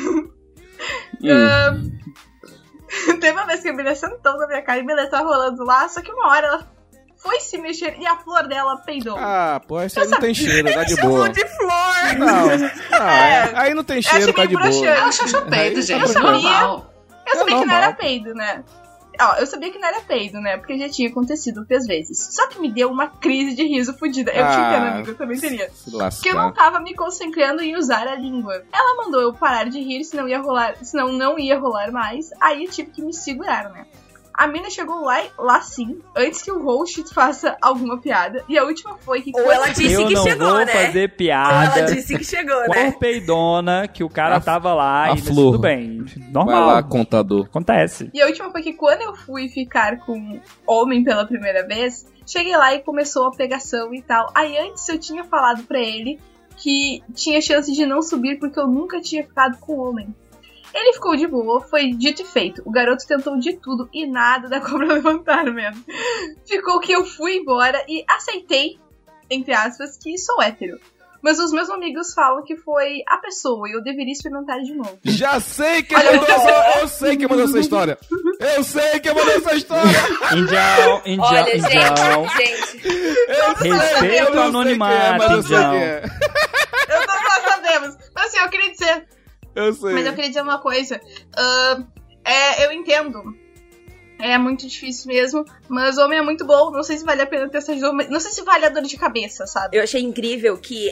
Teve uma vez que a menina sentou na minha cara e beleza, tava rolando lá, só que uma hora ela foi se mexer e a flor dela peidou. Ah, pô, isso aí não tem cheiro, tá de boa. de flor. Não, aí não tem cheiro, tá de boa. É o xoxopeito, gente. Eu sabia, Normal. eu sabia que não normal. era peido, né? Ó, eu sabia que não era peido, né? Porque já tinha acontecido outras vezes. Só que me deu uma crise de riso fodida. Eu te entendo, amiga, eu também teria. Se Porque eu não lascar. tava me concentrando em usar a língua. Ela mandou eu parar de rir, senão não ia rolar mais. Aí eu tive que me segurar, né? A mina chegou lá sim, antes que o host faça alguma piada. E a última foi que... Ou ela disse Eu que não chegou, vou né? fazer Ou piada. ela disse que chegou, Qual né? peidona que o cara tava lá a e flor. tudo bem. Vai Normal. lá, contador. Acontece. E a última foi que quando eu fui ficar com homem pela primeira vez, cheguei lá e começou a pegação e tal. Aí antes eu tinha falado pra ele que tinha chance de não subir porque eu nunca tinha ficado com homem. Ele ficou de boa, foi dito e feito. O garoto tentou de tudo e nada da cobra levantar mesmo. Ficou que eu fui embora e aceitei, entre aspas, que sou hétero. Mas os meus amigos falam que foi a pessoa e eu deveria experimentar de novo. Já sei quem mandou essa... Eu sei quem mandou essa história. Eu sei quem mandou essa história. Indião. Olha, gente. Respeita o anonimato, Eu sei Indião. quem é. Nós sabemos. Mas assim, eu queria dizer... Eu sei. Mas eu queria dizer uma coisa. Eu entendo. É muito difícil mesmo. Mas homem é muito bom. Não sei se vale a pena ter essas dores. Não sei se vale a dor de cabeça, sabe? Eu achei incrível que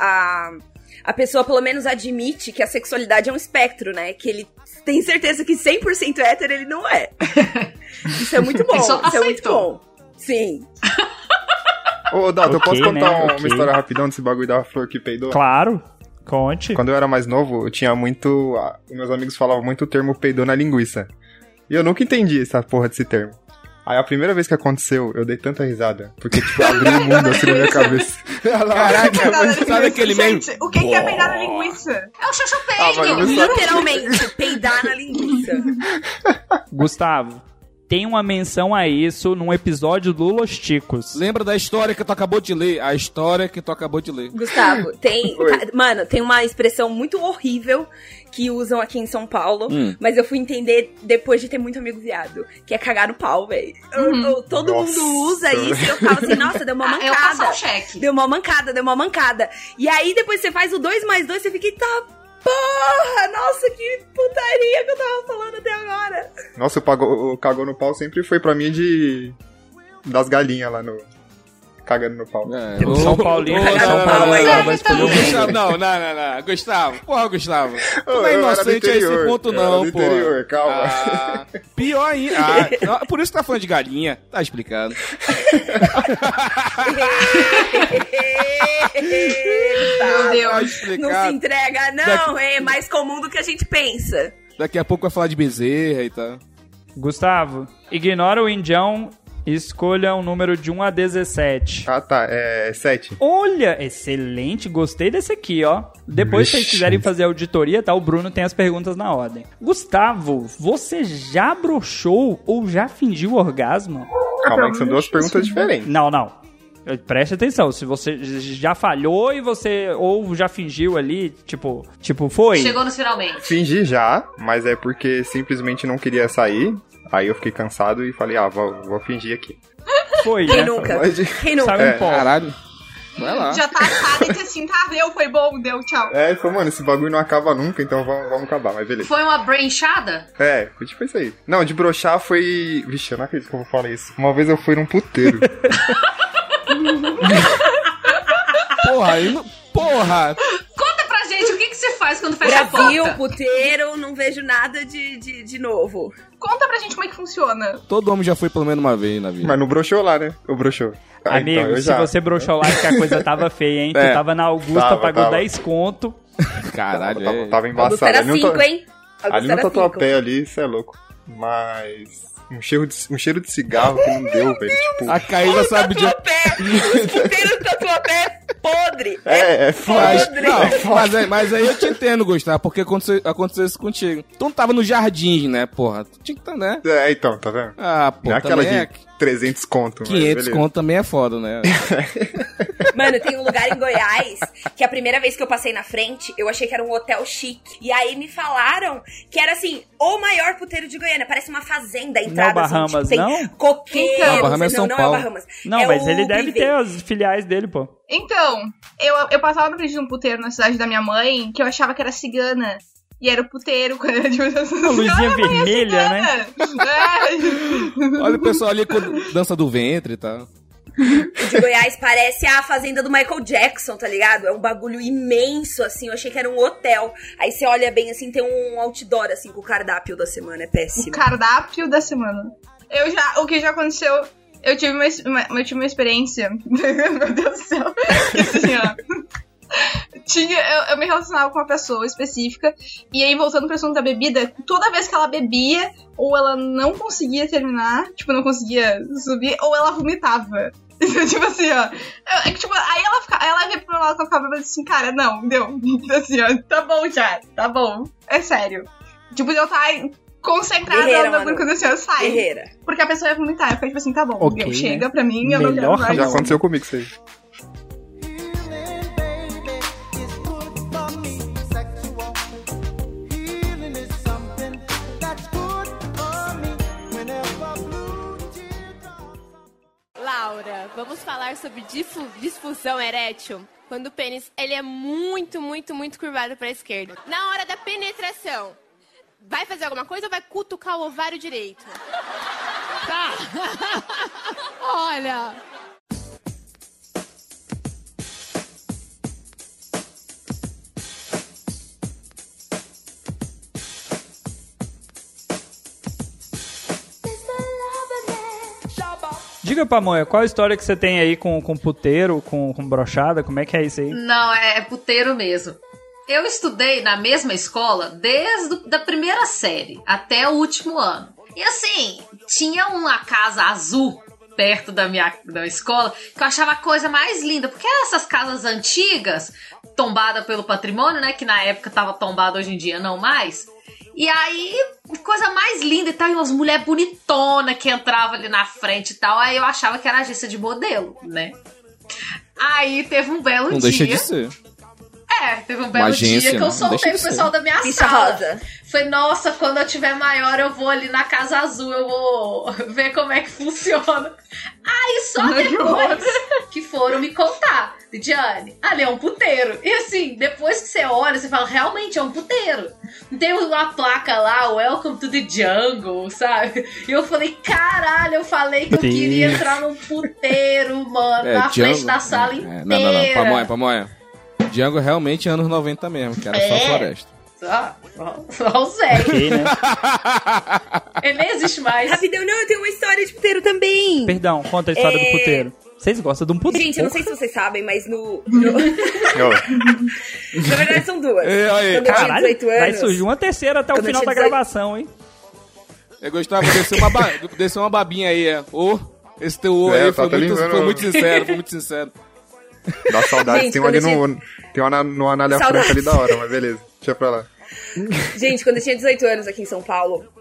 a pessoa pelo menos admite que a sexualidade é um espectro, né? Que ele tem certeza que 100% hétero ele não é. Isso é muito bom. Ele só Isso é muito aceitou. bom. Sim. Ô, Dato, eu posso Ok, contar né? uma Ok. história rapidão desse bagulho da flor que peidou? Claro. Conte. Quando eu era mais novo, eu tinha muito... Meus amigos falavam muito o termo peidou na linguiça. E eu nunca entendi essa porra desse termo. Aí a primeira vez que aconteceu, eu dei tanta risada. Porque, tipo, abriu o mundo assim na minha cabeça. Caraca, sabe aquele meme? Gente, o que é peidar na linguiça? É o xoxopeito. Ah, mas eu só- Literalmente, peidar na linguiça. Gustavo, tem uma menção a isso num episódio do Los Ticos. Lembra da história que tu acabou de ler? A história que tu acabou de ler. Gustavo, mano, tem uma expressão muito horrível que usam aqui em São Paulo, mas eu fui entender depois de ter muito amigo viado, que é cagar no pau, velho. Todo Nossa. mundo usa isso e eu falo assim, nossa, deu uma Eu passo mancada. o cheque. Deu uma mancada. E aí depois você faz o 2 mais 2, você fica, tá porra, nossa, que putaria que eu tava falando até agora. Nossa, o cagou no pau sempre foi pra mim das galinhas lá no... Cagando no pau. São Paulino, Ô, São não, Paulo não, aí, não, vai escolher o Gustavo, não. Gustavo. Porra, Gustavo. Tu não é Eu era do inocente a esse interior, ponto, eu era não, do pô. interior, calma. Ah, pior ainda. Ah, por isso que tá falando de galinha. Tá explicado. Meu Deus. Tá não explicado. se entrega, não. É mais comum do que a gente pensa. Daqui a pouco vai falar de bezerra e tal. Gustavo, ignora o Indião e escolha um número de 1 a 17. Ah, tá. É 7. Olha, excelente, gostei desse aqui, ó. Depois, se vocês quiserem fazer a auditoria, tá? O Bruno tem as perguntas na ordem. Gustavo, você já broxou ou já fingiu orgasmo? Calma aí que são duas perguntas diferentes. Não. Preste atenção, se você já falhou e você ou já fingiu ali, tipo, foi. Chegou nos finalmente. Fingi já, mas é porque simplesmente não queria sair. Aí eu fiquei cansado e falei, vou fingir aqui. Foi, Quem né? nunca? Quem Saiu nunca? um pó. Caralho. Vai lá. Já tá assado e disse assim, tá, foi bom, deu, tchau. Ele falou, mano, esse bagulho não acaba nunca, então vamos acabar, mas beleza. Foi uma branchada? Foi tipo isso aí. Não, de broxar foi... Vixe, eu não acredito que eu vou falar isso. Uma vez eu fui num puteiro. Porra! Conta pra gente, o que você faz quando fecha a Brasil, porta? puteiro, não vejo nada de novo. Conta pra gente como é que funciona. Todo homem já foi pelo menos uma vez na vida. Mas não broxou lá, né? Eu broxou. Amigo, então eu se já. você broxou lá, que a coisa tava feia, hein? Tu tava na Augusta, Tava, pagou tava. 10 conto. Caralho, Tava Augusto embaçado. era Ali no 5, hein? Ali Augusto no era 5. Tatuapé ali, isso é louco. Mas... Um cheiro de cigarro que não deu, velho. Tipo... A Caíla sabe de... Os puteiros do Tatuapé podre. É Mas, podre. não, mas aí eu te entendo, Gustavo, porque aconteceu isso contigo. Tu não tava no jardim, né, porra? Tu tinha que estar, né? Então, tá vendo? Ah, pô, Não é aquela também de 300 conto. mas 500 beleza. conto também é foda, né? Mano, tem um lugar em Goiás que a primeira vez que eu passei na frente, eu achei que era um hotel chique. E aí me falaram que era, assim, o maior puteiro de Goiânia. Parece uma fazenda, a entrada, Bahamas, assim, tipo, tem não? coqueiros. Não, Bahamas é São não Paulo. é Bahamas. Não, é mas o ele deve Privé. ter as filiais dele, pô. Então, eu passava na frente de um puteiro na cidade da minha mãe, que eu achava que era cigana. E era o puteiro quando era tipo... A luzinha vermelha, né? Olha o pessoal ali com dança do ventre e tal. O de Goiás parece a fazenda do Michael Jackson, tá ligado? É um bagulho imenso, assim. Eu achei que era um hotel. Aí você olha bem, assim, tem um outdoor, assim, com o cardápio da semana. É péssimo. O cardápio da semana. O que já aconteceu... Eu tive uma experiência... Meu Deus do céu. Assim, ó... Eu me relacionava com uma pessoa específica. E aí, voltando pro assunto da bebida, toda vez que ela bebia, ou ela não conseguia terminar, tipo, não conseguia subir, ou ela vomitava. Tipo assim, ó. Aí ela veio pro meu lado com a cabra e disse assim, cara, não, deu. Assim, ó, tá bom já, tá bom. É sério. Tipo, eu tava concentrada Guerreira, no bagulho quando assim, ó, sai. Guerreira. Porque a pessoa ia vomitar. Eu fiquei tipo assim, tá bom, Ok, deu, né? chega pra mim, eu não quero Melhor mais. Já aconteceu comigo isso aí. Laura, vamos falar sobre disfunção erétil. Quando o pênis ele é muito, muito, muito curvado para a esquerda. Na hora da penetração, vai fazer alguma coisa ou vai cutucar o ovário direito? Tá. Olha. Diga, Pamonha, qual a história que você tem aí com puteiro, com brochada? Como é que é isso aí? Não, é puteiro mesmo. Eu estudei na mesma escola desde a primeira série até o último ano. E assim, tinha uma casa azul perto da escola que eu achava a coisa mais linda. Porque essas casas antigas, tombadas pelo patrimônio, né? Que na época tava tombada, hoje em dia não mais. E aí, coisa mais linda e tal, e umas mulheres bonitonas que entravam ali na frente e tal. Aí eu achava que era agência de modelo, né? Aí teve um belo dia. Não deixa de ser. Teve um belo dia que eu soltei o pessoal da minha Pista sala. rosa. Falei, nossa, quando eu tiver maior eu vou ali na Casa Azul, eu vou ver como é que funciona. Aí só depois que foram me contar. Diane, ali é um puteiro. E assim, depois que você olha, você fala, realmente é um puteiro. Tem uma placa lá, Welcome to the Jungle, sabe? E eu falei, caralho, eu falei que eu queria entrar num puteiro, mano, na frente da sala inteira. Não, Pamonha. Django realmente anos 90 mesmo, que era só floresta. Só o Zé. Ok, né? Ele nem existe mais. Rapidão, não, eu tenho uma história de puteiro também. Perdão, conta a história do puteiro. Vocês gostam de um puteiro? Gente, eu não sei se vocês sabem, mas na verdade são duas. Quando eu tinha Caralho, 18 anos... vai surgir uma terceira até o Quando eu final da tinha 18 gravação, hein? Eu gostava de descer uma babinha aí, esse teu O aí foi muito sincero, Dá saudade. Gente, tem um ali tem no Anália Franca ali da hora, mas beleza. Deixa pra lá. Gente, quando eu tinha 18 anos aqui em São Paulo,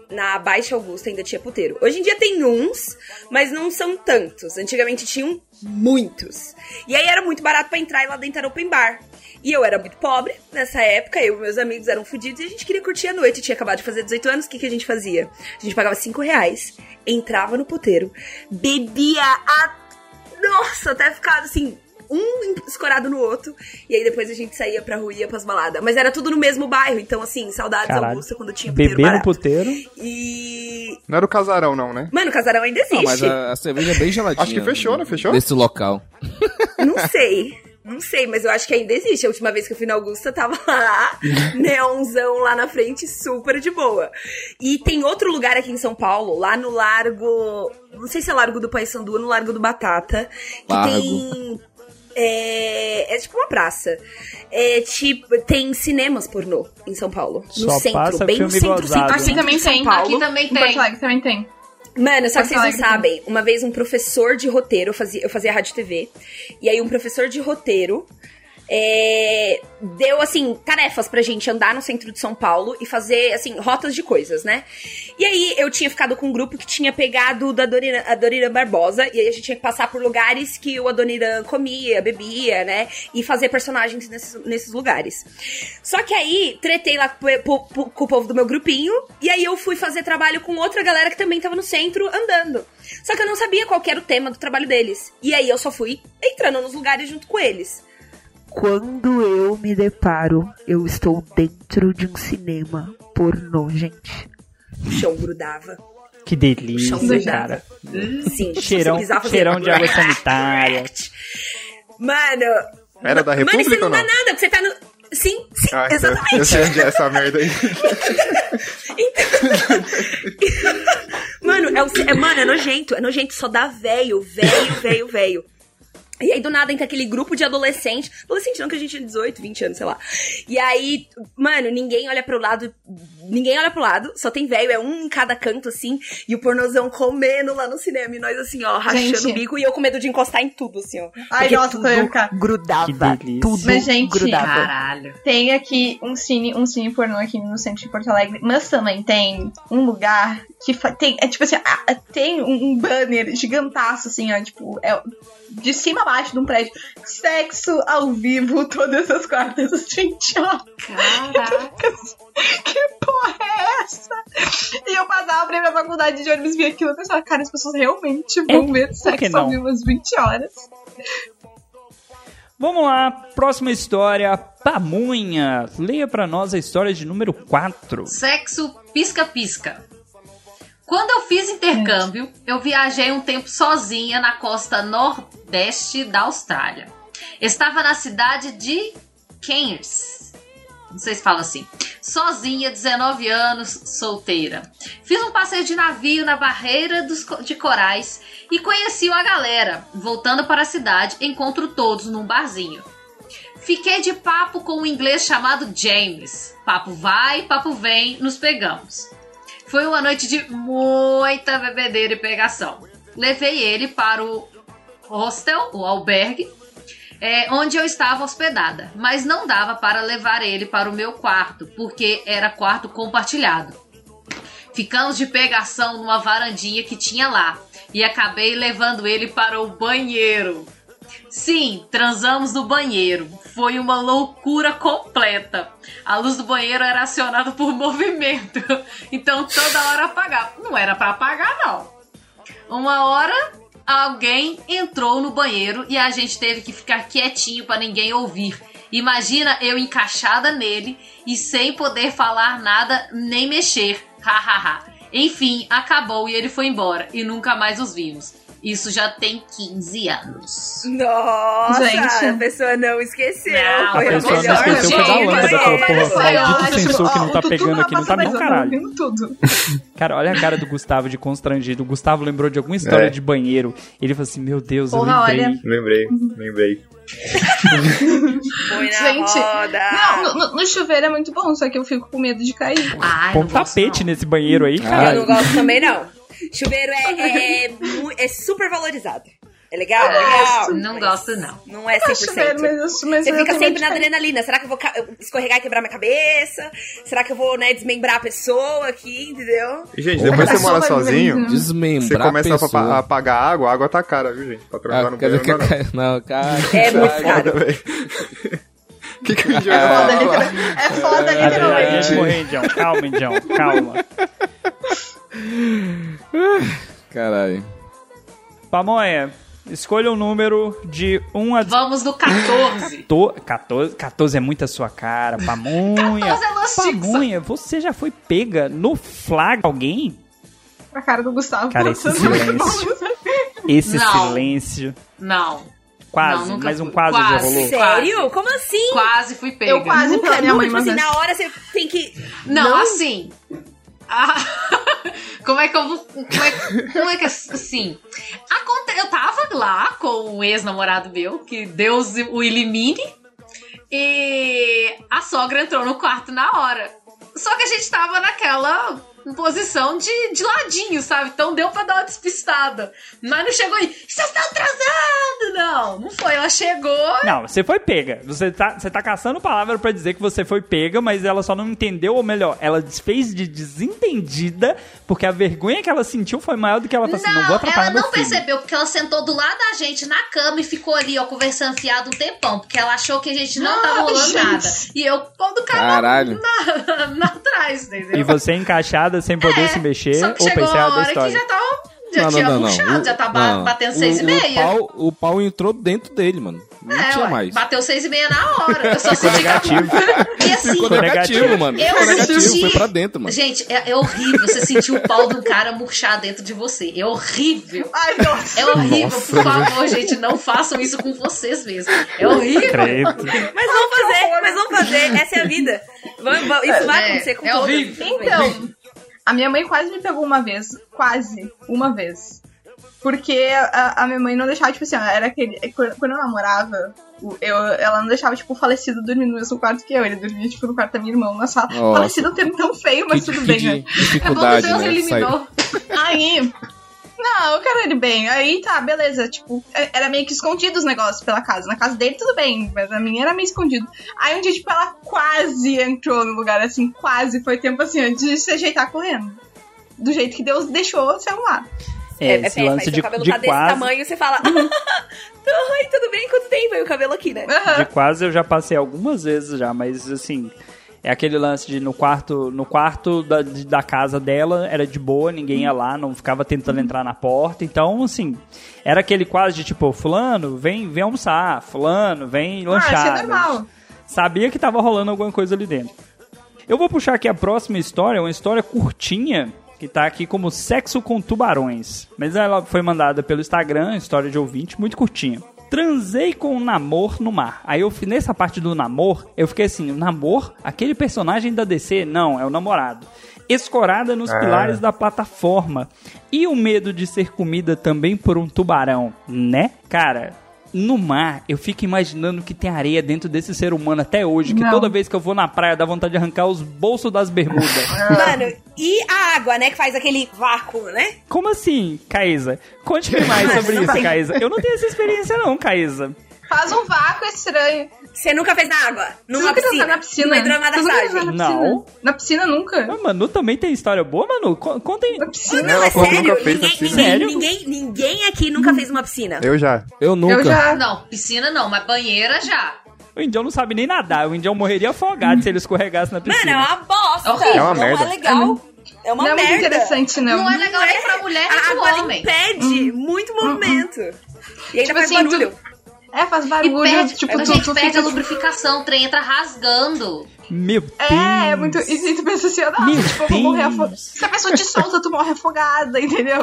na Baixa Augusta ainda tinha puteiro. Hoje em dia tem uns, mas não são tantos. Antigamente tinham muitos. E aí era muito barato pra entrar e lá dentro era open bar. E eu era muito pobre nessa época, eu e meus amigos eram fodidos e a gente queria curtir a noite. Tinha acabado de fazer 18 anos, o que a gente fazia? A gente pagava R$5, entrava no puteiro, bebia nossa, até ficar assim, um escorado no outro, e aí depois a gente saía pra rua e ia pras baladas. Mas era tudo no mesmo bairro, então assim, saudades Augusta quando tinha puteiro beber barato. no puteiro. E... Não era o Casarão, não, né? Mano, o Casarão ainda existe. Não, mas a cerveja é bem geladinha. Acho que fechou, né? Fechou? Desse local. Não sei, mas eu acho que ainda existe. A última vez que eu fui na Augusta, tava lá, neonzão lá na frente, super de boa. E tem outro lugar aqui em São Paulo, lá no Largo... Não sei se é Largo do Paissandu ou no Largo do Batata. Que tem... É tipo uma praça. Tem cinemas pornô em São Paulo. No Só centro, bem no centro. Aqui também tem. Aqui também tem. Porto Alegre também tem. Mano, só que vocês não sabem. Uma vez um professor de roteiro, eu fazia rádio e TV, e aí um professor de roteiro deu, assim, tarefas pra gente andar no centro de São Paulo e fazer, assim, rotas de coisas, né? E aí eu tinha ficado com um grupo que tinha pegado da Adoniran Barbosa, e aí a gente tinha que passar por lugares que o Adoniran comia, bebia, né? E fazer personagens nesses lugares. Só que aí, tretei lá com o povo do meu grupinho, e aí eu fui fazer trabalho com outra galera que também tava no centro andando. Só que eu não sabia qual que era o tema do trabalho deles. E aí eu só fui entrando nos lugares junto com eles. Quando eu me deparo, eu estou dentro de um cinema pornô, gente. O chão grudava. Que delícia, cara. Sim, cheirão de água sanitária. Mano... Era da República mano, isso não ou não? dá nada, porque você tá no... Sim, exatamente. Eu sei onde é essa merda aí. Mano, é nojento, só dá velho. E aí, do nada, entra aquele grupo de adolescente não, que a gente tinha 18, 20 anos, sei lá. E aí, mano, ninguém olha pro lado, só tem velho, é um em cada canto, assim, e o pornozão comendo lá no cinema, e nós, assim, ó, rachando o bico, e eu com medo de encostar em tudo, assim, ó. Ai, nossa, tudo grudava, tudo mas, gente, grudava. Caralho. Tem aqui um cine pornô aqui no centro de Porto Alegre, mas também tem um lugar que tem, tipo assim, tem um banner gigantaço, assim, ó, tipo, de cima a baixo de um prédio, sexo ao vivo todas as quartas às 20 horas. Caraca. Que porra é essa? E eu passava pra minha faculdade de ônibus, via aquilo e pensava, cara, as pessoas realmente vão ver sexo ao vivo às 20 horas. Vamos lá, próxima história, Pamonha. Leia pra nós a história de número 4. Sexo pisca-pisca. Quando eu fiz intercâmbio, eu viajei um tempo sozinha na costa nordeste da Austrália. Estava na cidade de Cairns. Não sei se fala assim. Sozinha, 19 anos, solteira. Fiz um passeio de navio na barreira de corais e conheci uma galera. Voltando para a cidade, encontro todos num barzinho. Fiquei de papo com um inglês chamado James. Papo vai, papo vem, nos pegamos. Foi uma noite de muita bebedeira e pegação. Levei ele para o hostel, o albergue, onde eu estava hospedada. Mas não dava para levar ele para o meu quarto, porque era quarto compartilhado. Ficamos de pegação numa varandinha que tinha lá. E acabei levando ele para o banheiro. Sim, transamos no banheiro. Foi uma loucura completa. A luz do banheiro era acionada por movimento. Então toda hora apagava. Não era pra apagar, não. Uma hora, alguém entrou no banheiro e a gente teve que ficar quietinho pra ninguém ouvir. Imagina eu encaixada nele e sem poder falar nada nem mexer. Hahaha. Enfim, acabou e ele foi embora. E nunca mais os vimos. Isso já tem 15 anos. Nossa, gente, a pessoa não esqueceu. Não, A pessoa não esqueceu, foi da lâmpada. Falou, porra, maldito sensor que não tá pegando aqui, não tá não, caralho. Tudo. Cara, olha a cara do Gustavo de constrangido. O Gustavo lembrou de alguma história de banheiro. Ele falou assim, meu Deus, porra, eu lembrei. Lembrei. Foi na roda. Não, no chuveiro é muito bom, só que eu fico com medo de cair. Ai, Põe um tapete nesse banheiro aí, Eu cara. não gosto também, não. Chuveiro é super valorizado. É legal? Legal. Não gosto, não. Não é 100%. Você fica sempre na adrenalina. Será que eu vou escorregar e quebrar minha cabeça? Será que eu vou, né, desmembrar a pessoa aqui, entendeu? E, gente, depois você mora sozinho, desmembrar você começa a pagar água, a água tá cara, viu, gente? Pra trocar no banheiro, não, cara. É muito caro. Que a gente vai falar? É foda, literalmente. Calma, Indião, calma. Caralho. Pamonha, escolha um número de 1 a... Vamos no 14. 14 é muito a sua cara, Pamonha. 14 é lastigos. Pamonha, você já foi pega no flag alguém? A cara do Gustavo. Cara, esse silêncio. Esse Não. silêncio. Não. Quase, Não, mas um fui. quase já rolou. Sério? Como assim? Quase fui pega. Eu quase pela minha mãe tipo uma assim, vez. na hora você tem que... Não, assim... Como é que eu vou... Como é que assim... Eu tava lá com o ex-namorado meu, que Deus o elimine, e a sogra entrou no quarto na hora. Só que a gente tava naquela posição de ladinho, sabe? Então deu pra dar uma despistada. Mas não chegou aí, vocês estão atrasando! Não foi, ela chegou... Não, você foi pega. Você tá caçando palavra pra dizer que você foi pega, mas ela só não entendeu, ou melhor, ela fez de desentendida, porque a vergonha que ela sentiu foi maior do que ela falou assim, não vou atrapalhar ela meu não filho. percebeu, porque ela sentou do lado da gente na cama e ficou ali, ó, conversando fiado um tempão, porque ela achou que a gente não tava rolando nada. E eu pondo o cara na trás, entendeu? E você encaixada, sem poder se mexer, Só que ou chegou pensar uma da hora história. que já tinha puxado, já tava batendo 6,5. O pau entrou dentro dele, mano. Não tinha mais. Bateu 6,5 na hora. Eu só Ficou senti negativo. E assim, Ficou negativo, mano. Eu Ficou negativo, senti... foi pra dentro, mano. Gente, é horrível você sentir o pau do cara murchar dentro de você. É horrível. Ai, nossa. É horrível. Nossa, por favor, gente, não façam isso com vocês mesmo. É horrível. Credo. Mas vamos fazer. Essa é a vida. Isso vai acontecer com todos. Horrível. Então, a minha mãe quase me pegou uma vez. Quase. Uma vez. Porque a minha mãe não deixava, tipo assim, era aquele... Quando eu namorava, ela não deixava, tipo, o falecido dormir no mesmo quarto que eu. Ele dormia, tipo, no quarto da minha irmã, na sala. Nossa. Falecido é um termo tão feio, mas tudo bem, né? Dificuldade, Deus né? eliminou. Aí... Não, eu quero ele bem. Aí tá, beleza. Tipo, era meio que escondido os negócios pela casa. Na casa dele, tudo bem, mas a minha era meio escondido. Aí um dia, tipo, ela quase entrou no lugar, assim, quase. Foi tempo, assim, de se ajeitar correndo. Do jeito que Deus deixou se arrumar. Esse lance mas de o cabelo de tá desse quase... tamanho, você fala... Oi, tudo bem? Quanto tempo? E o cabelo aqui, né? De quase eu já passei algumas vezes já, mas assim... É aquele lance de no quarto da casa dela, era de boa, ninguém ia lá, não ficava tentando entrar na porta. Então, assim, era aquele quase de tipo, fulano, vem almoçar, fulano, vem lanchar. Isso é normal. Sabia que tava rolando alguma coisa ali dentro. Eu vou puxar aqui a próxima história, uma história curtinha, que tá aqui como Sexo com Tubarões. Mas ela foi mandada pelo Instagram, história de ouvinte, muito curtinha. Transei com um namor no mar. Aí nessa parte do namor, eu fiquei assim, o namor? Aquele personagem da DC? Não, é o namorado. Escorada nos pilares da plataforma. E o medo de ser comida também por um tubarão, né? Cara, no mar, eu fico imaginando que tem areia dentro desse ser humano até hoje, que toda vez que eu vou na praia dá vontade de arrancar os bolsos das bermudas. Mano, e a água, né, que faz aquele vácuo, né? Como assim, Caísa? Conte-me mais sobre isso, Caísa. Eu não tenho essa experiência não, Caísa. Faz um vácuo estranho. Você nunca fez na água? Numa Nunca piscina? na piscina. Numa hidromassagem? Não. Na piscina nunca. Ah, Manu também tem história boa, Manu? Conta aí. Na piscina. Não, é falou que sério. nunca fez na piscina. Sério? Ninguém aqui nunca fez uma piscina. Eu já. Eu nunca. Eu já. Não, piscina não, mas banheira já. O Indião não sabe nem nadar. O Indião morreria afogado se ele escorregasse na piscina. Mano, é uma bosta. Horrível. É uma não merda. é legal. É uma Não é merda. muito interessante, não. Não é legal nem pra mulher nem A pro água homem. impede muito movimento. E ainda Tipo faz assim, barulho. Faz E barulho. perde, Tipo, a gente tu perde fica... a lubrificação, o trem entra rasgando. Meu Deus. É muito... E tu pensa assim, nossa, Meu tipo, eu vou morrer Deus. afogada. Se a pessoa te solta, tu morre afogada, entendeu?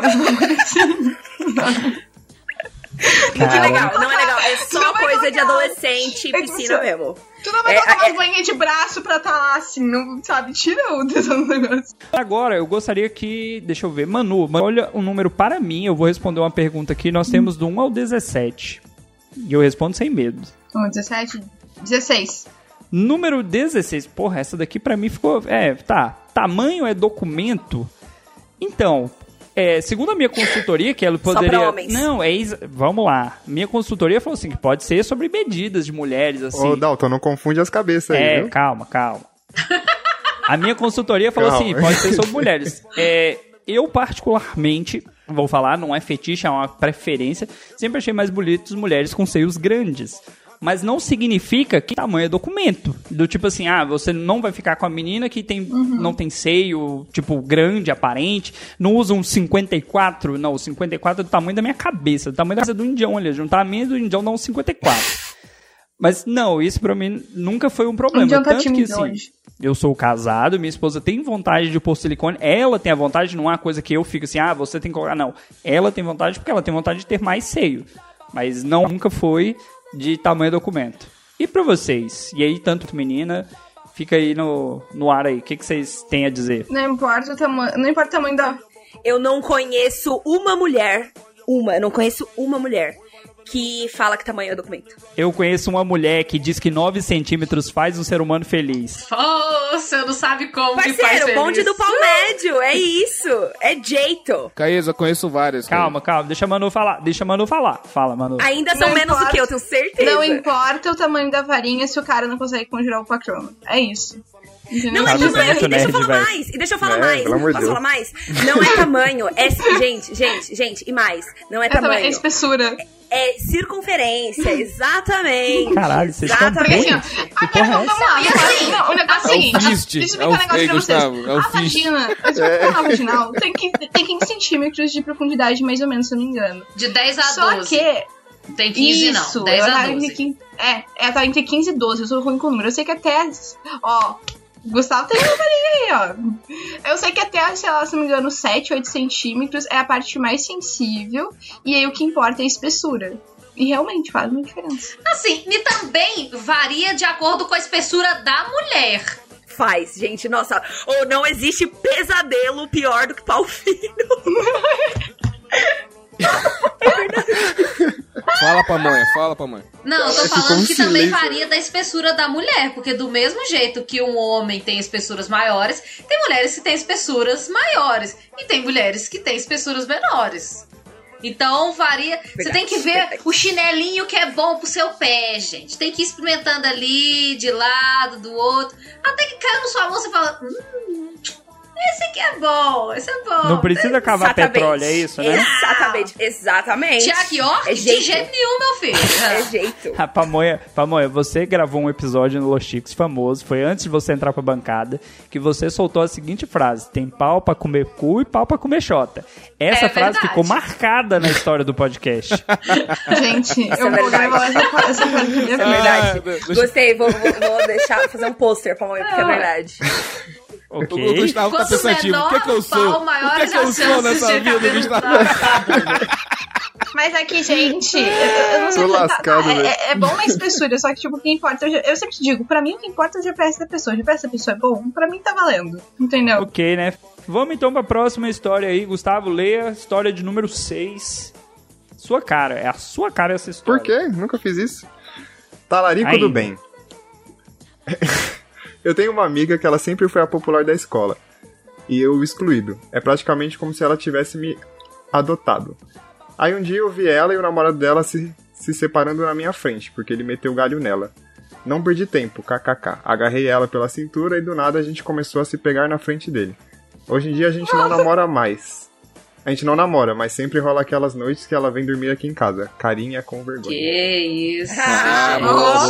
Não é legal, não é legal. É Tu só não vai coisa de colocar. adolescente, piscina mesmo. Tu não vai colocar umas banhinhas de braço pra tá lá, assim, não sabe? Tira o tesão do negócio. Agora, eu gostaria que... Deixa eu ver. Manu, olha um número para mim. Eu vou responder uma pergunta aqui. Nós temos do 1 ao 17. E eu respondo sem medo. 17, 16. Número 16. Porra, essa daqui pra mim ficou... Tá. Tamanho é documento? Então, segundo a minha consultoria, que ela poderia... Só pra homens. Não, vamos lá. Minha consultoria falou assim, que pode ser sobre medidas de mulheres, assim. Ô, Dalton, não confunde as cabeças aí, viu? Calma. A minha consultoria falou assim, pode ser sobre mulheres. Eu, particularmente, vou falar, não é fetiche, é uma preferência, sempre achei mais bonitas mulheres com seios grandes. Mas não significa que tamanho é documento. Do tipo assim, você não vai ficar com a menina que não tem seio, tipo, grande, aparente. Não usa um 54. Não, o 54 é do tamanho da minha cabeça. Do tamanho da cabeça do indião ali. Juntar a minha e do indião dá um 54. Mas não, isso pra mim nunca foi um problema. Tanto que, assim, eu sou casado, minha esposa tem vontade de pôr silicone. Ela tem a vontade, não é uma coisa que eu fico assim, você tem que colocar. Não, ela tem vontade porque ela tem vontade de ter mais seio. Mas nunca foi de tamanho documento. E pra vocês? E aí, tanto menina, fica aí no ar aí. O que vocês têm a dizer? Não importa o tamanho da... Eu não conheço uma mulher, que fala que tamanho é documento. Eu conheço uma mulher que diz que 9 centímetros faz um ser humano feliz. Você não sabe como que faz Parceiro, feliz. bonde do pau médio, é isso. É jeito. Caísa, eu conheço várias. Calma, deixa a Manu falar. Fala, Manu. Ainda são menos do que eu, tenho certeza. Não importa o tamanho da varinha se o cara não consegue conjurar o pacroma. É isso. Não é tamanho, e deixa eu falar mais. Posso falar mais? Não é tamanho, gente, e mais. Não é tamanho. É espessura. É circunferência, exatamente. Caralho, vocês estão vamos lá. E assim, o negócio é o seguinte. Deixa eu explicar um negócio pra vocês. A vaginal tem 15 centímetros de profundidade, mais ou menos, se eu não me engano. De 10 a 12. Só que... Tem 15 isso, não, 10 a 12. Ela tá entre 15 e 12, eu sou ruim com o número. Eu sei que até... Gustavo tem uma varinha aí, Eu sei que até, sei lá, se não me engano, 7, 8 centímetros é a parte mais sensível. E aí o que importa é a espessura. E realmente faz uma diferença. Assim, e também varia de acordo com a espessura da mulher. Faz, gente, nossa. Não existe pesadelo pior do que pau fino. É verdade. Fala pra mãe. Não, eu tô falando que também varia da espessura da mulher, porque do mesmo jeito que um homem tem espessuras maiores, tem mulheres que têm espessuras maiores, e tem mulheres que têm espessuras menores. Então varia, você tem que ver o chinelinho que é bom pro seu pé, gente. Tem que ir experimentando ali, de lado, do outro, até que cai na sua mão e você fala... Esse aqui é bom, esse é bom. Não precisa cavar petróleo, é isso, né? Exatamente. Tiago York, de jeito nenhum, meu filho. É jeito. Pamonha, você gravou um episódio no Los Chicos famoso, foi antes de você entrar pra bancada, que você soltou a seguinte frase: tem pau pra comer cu e pau pra comer xota. Essa frase ficou marcada na história do podcast. Gente, eu vou gravar essa frase. É verdade. Gostei, vou fazer um pôster pra Pamonha, porque é verdade. Okay. O Gustavo tá pensativo. O que eu sou? O que eu sou nessa vida, Gustavo? Mas aqui, gente, eu não sei. Tô lascado, é bom na espessura, só que, tipo, o que importa... Eu sempre digo, pra mim o que importa é o GPS da pessoa. O GPS da pessoa é bom, pra mim tá valendo. Entendeu? Ok, né? Vamos então pra próxima história aí. Gustavo, leia a história de número 6. Sua cara, é a sua cara essa história. Por quê? Nunca fiz isso. Talarico do bem. Eu tenho uma amiga que ela sempre foi a popular da escola. E eu o excluído. É praticamente como se ela tivesse me adotado. Aí um dia eu vi ela e o namorado dela se separando na minha frente, porque ele meteu o galho nela. Não perdi tempo, kkk. Agarrei ela pela cintura e do nada a gente começou a se pegar na frente dele. Hoje em dia a gente não namora mais. A gente não namora, mas sempre rola aquelas noites que ela vem dormir aqui em casa. Carinha com vergonha. Que isso. Boa.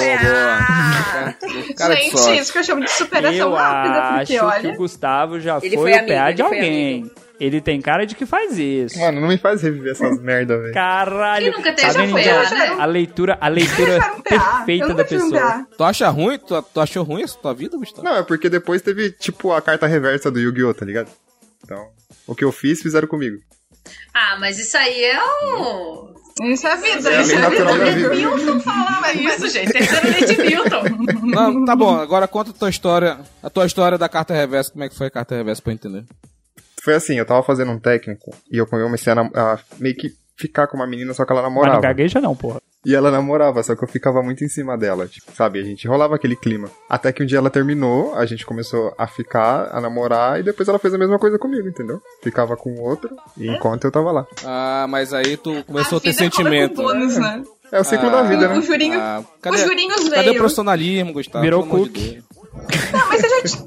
Gente, isso que eu chamo de superação rápida, porque olha... olha... Eu acho que o Gustavo já foi o PA de alguém. Ele tem cara de que faz isso. Mano, não me faz reviver essas merda, velho. Caralho. Quem nunca teve PA, né? A leitura perfeita da pessoa. Tu acha ruim? Tu achou ruim essa tua vida, Gustavo? Não, é porque depois teve, tipo, a carta reversa do Yu-Gi-Oh!, tá ligado? Então, o que eu fiz, fizeram comigo. Ah, mas isso aí é o... Isso é a vida, É isso é a vida. Milton falava isso, gente. Terceira lei de Milton. Não, tá bom, agora conta a tua história da carta reversa. Como é que foi a carta reversa pra eu entender? Foi assim, eu tava fazendo um técnico e eu comecei a meio que ficar com uma menina, só que ela namorava. Mas não gagueja não, porra. E ela namorava, só que eu ficava muito em cima dela, tipo, sabe? A gente rolava aquele clima. Até que um dia ela terminou, a gente começou a ficar, a namorar, e depois ela fez a mesma coisa comigo, entendeu? Ficava com outro, enquanto eu tava lá. Ah, mas aí tu começou a ter sentimento. Bônus, né? É o ciclo da vida, né? Os jurinhos veio. Cadê o profissionalismo, Gustavo? Virou cookie. Não, mas você já...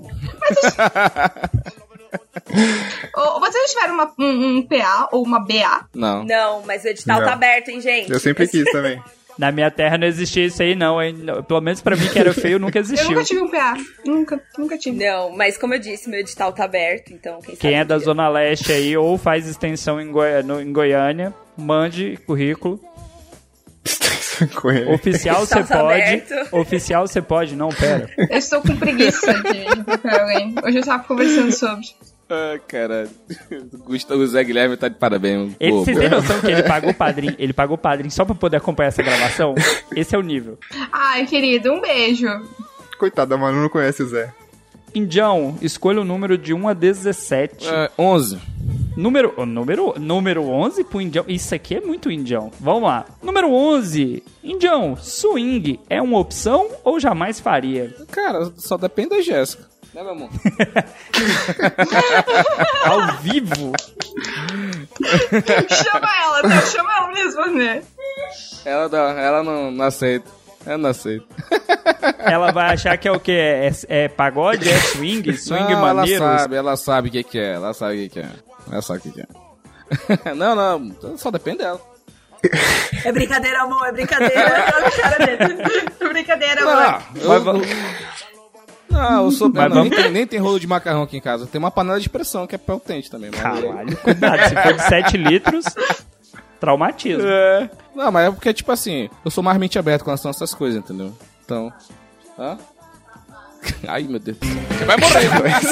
Vocês tiveram um PA ou uma BA? Não. Não, mas o edital tá aberto, hein, gente? Eu sempre quis também. Na minha terra não existia isso aí, não, hein? Pelo menos pra mim que era feio, nunca existiu. Eu nunca tive um PA. Nunca tive. Não, mas como eu disse, meu edital tá aberto, então quem é da Zona Leste aí, ou faz extensão em Goiânia, mande currículo. Oficial você pode. Oficial você pode, não, pera. Eu estou com preguiça de procurar alguém. Hoje eu tava conversando sobre. Ah, caralho. O Zé Guilherme tá de parabéns. Vocês têm noção que ele pagou o padrinho só pra poder acompanhar essa gravação? Esse é o nível. Ai, querido, um beijo. Coitada, a Manu não conhece o Zé. Indião, escolha o número de 1 a 17. 11. Número 11 pro Indião. Isso aqui é muito Indião. Vamos lá. Número 11. Indião, swing é uma opção ou jamais faria? Cara, só depende da Jéssica. Né, meu amor? Ao vivo? Chama ela mesmo, né? Ela não aceita. Eu não aceito. Ela vai achar que é o quê? É pagode? É swing? Swing não, maneiro? Ela sabe o que é. Ela sabe o que é. Não, só depende dela. É brincadeira, amor, é brincadeira. É brincadeira, amor. Não, eu sou nem tem rolo de macarrão aqui em casa. Tem uma panela de pressão que é potente também. Mas... Caralho, cuidado. Se for de 7 litros, traumatismo. É. Não, mas é porque, tipo assim, eu sou mais mente aberta com relação a essas coisas, entendeu? Então... Ai, meu Deus do céu. Você vai morrer,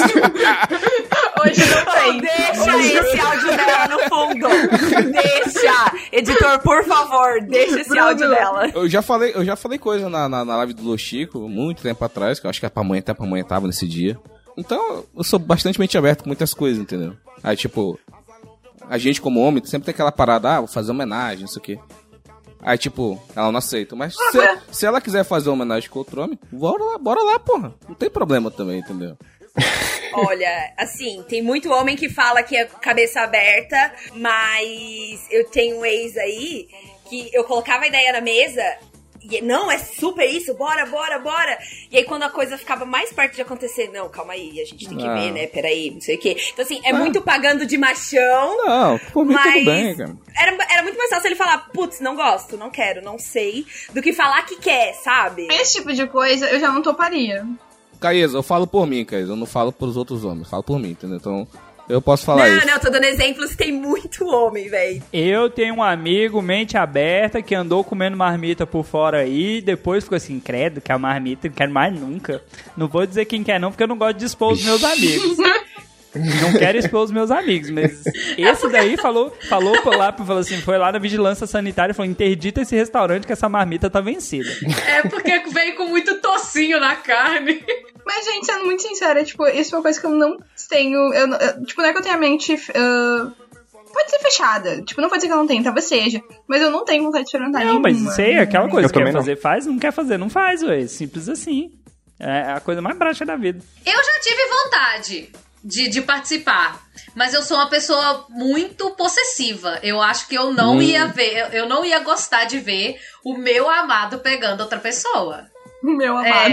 Hoje não tem. Deixa esse áudio dela no fundo. Deixa. Editor, por favor, deixa esse áudio dela. Eu já falei coisa na live do Lo Chico, muito tempo atrás, que eu acho que até a pamonha tava nesse dia. Então, eu sou bastante mente aberta com muitas coisas, entendeu? Aí, tipo, a gente como homem sempre tem aquela parada, vou fazer homenagem, não sei o quê. Aí, tipo, ela não aceita. Mas se ela quiser fazer uma homenagem com outro homem, bora lá, porra. Não tem problema também, entendeu? Olha, assim, tem muito homem que fala que é cabeça aberta, mas eu tenho um ex aí que eu colocava a ideia na mesa e não, é super isso, bora. E aí quando a coisa ficava mais perto de acontecer, não, calma aí, a gente tem que ver, né, peraí, não sei o quê. Então assim, é muito pagando de machão. Não, por mim tudo bem, cara. Era muito mais fácil ele falar, putz, não gosto, não quero, não sei, do que falar que quer, sabe? Esse tipo de coisa eu já não toparia. Caísa, eu falo por mim, Caísa, eu não falo pros outros homens, eu falo por mim, entendeu? Então... eu posso falar isso. Não, tô dando exemplos, tem muito homem, velho. Eu tenho um amigo, mente aberta, que andou comendo marmita por fora aí, depois ficou assim, credo, que a marmita, não quero mais nunca. Não vou dizer quem quer não, porque eu não gosto de expor os meus amigos. Não quero expor os meus amigos, mas esse daí falou assim, foi lá na vigilância sanitária e falou, interdita esse restaurante que essa marmita tá vencida. É porque veio com muito tocinho na carne. Mas, gente, sendo muito sincera, tipo, isso é uma coisa que eu não tenho... tipo, não é que eu tenha a mente... pode ser fechada. Tipo, não pode ser que eu não tenha, talvez seja. Mas eu não tenho vontade de experimentar nenhuma. Não, mas sei, aquela coisa, quer fazer, faz, não quer fazer, não faz, ué. Simples assim. É a coisa mais prática da vida. Eu já tive vontade de participar, mas eu sou uma pessoa muito possessiva. Eu acho que eu não ia ver, eu não ia gostar de ver o meu amado pegando outra pessoa. O meu amado.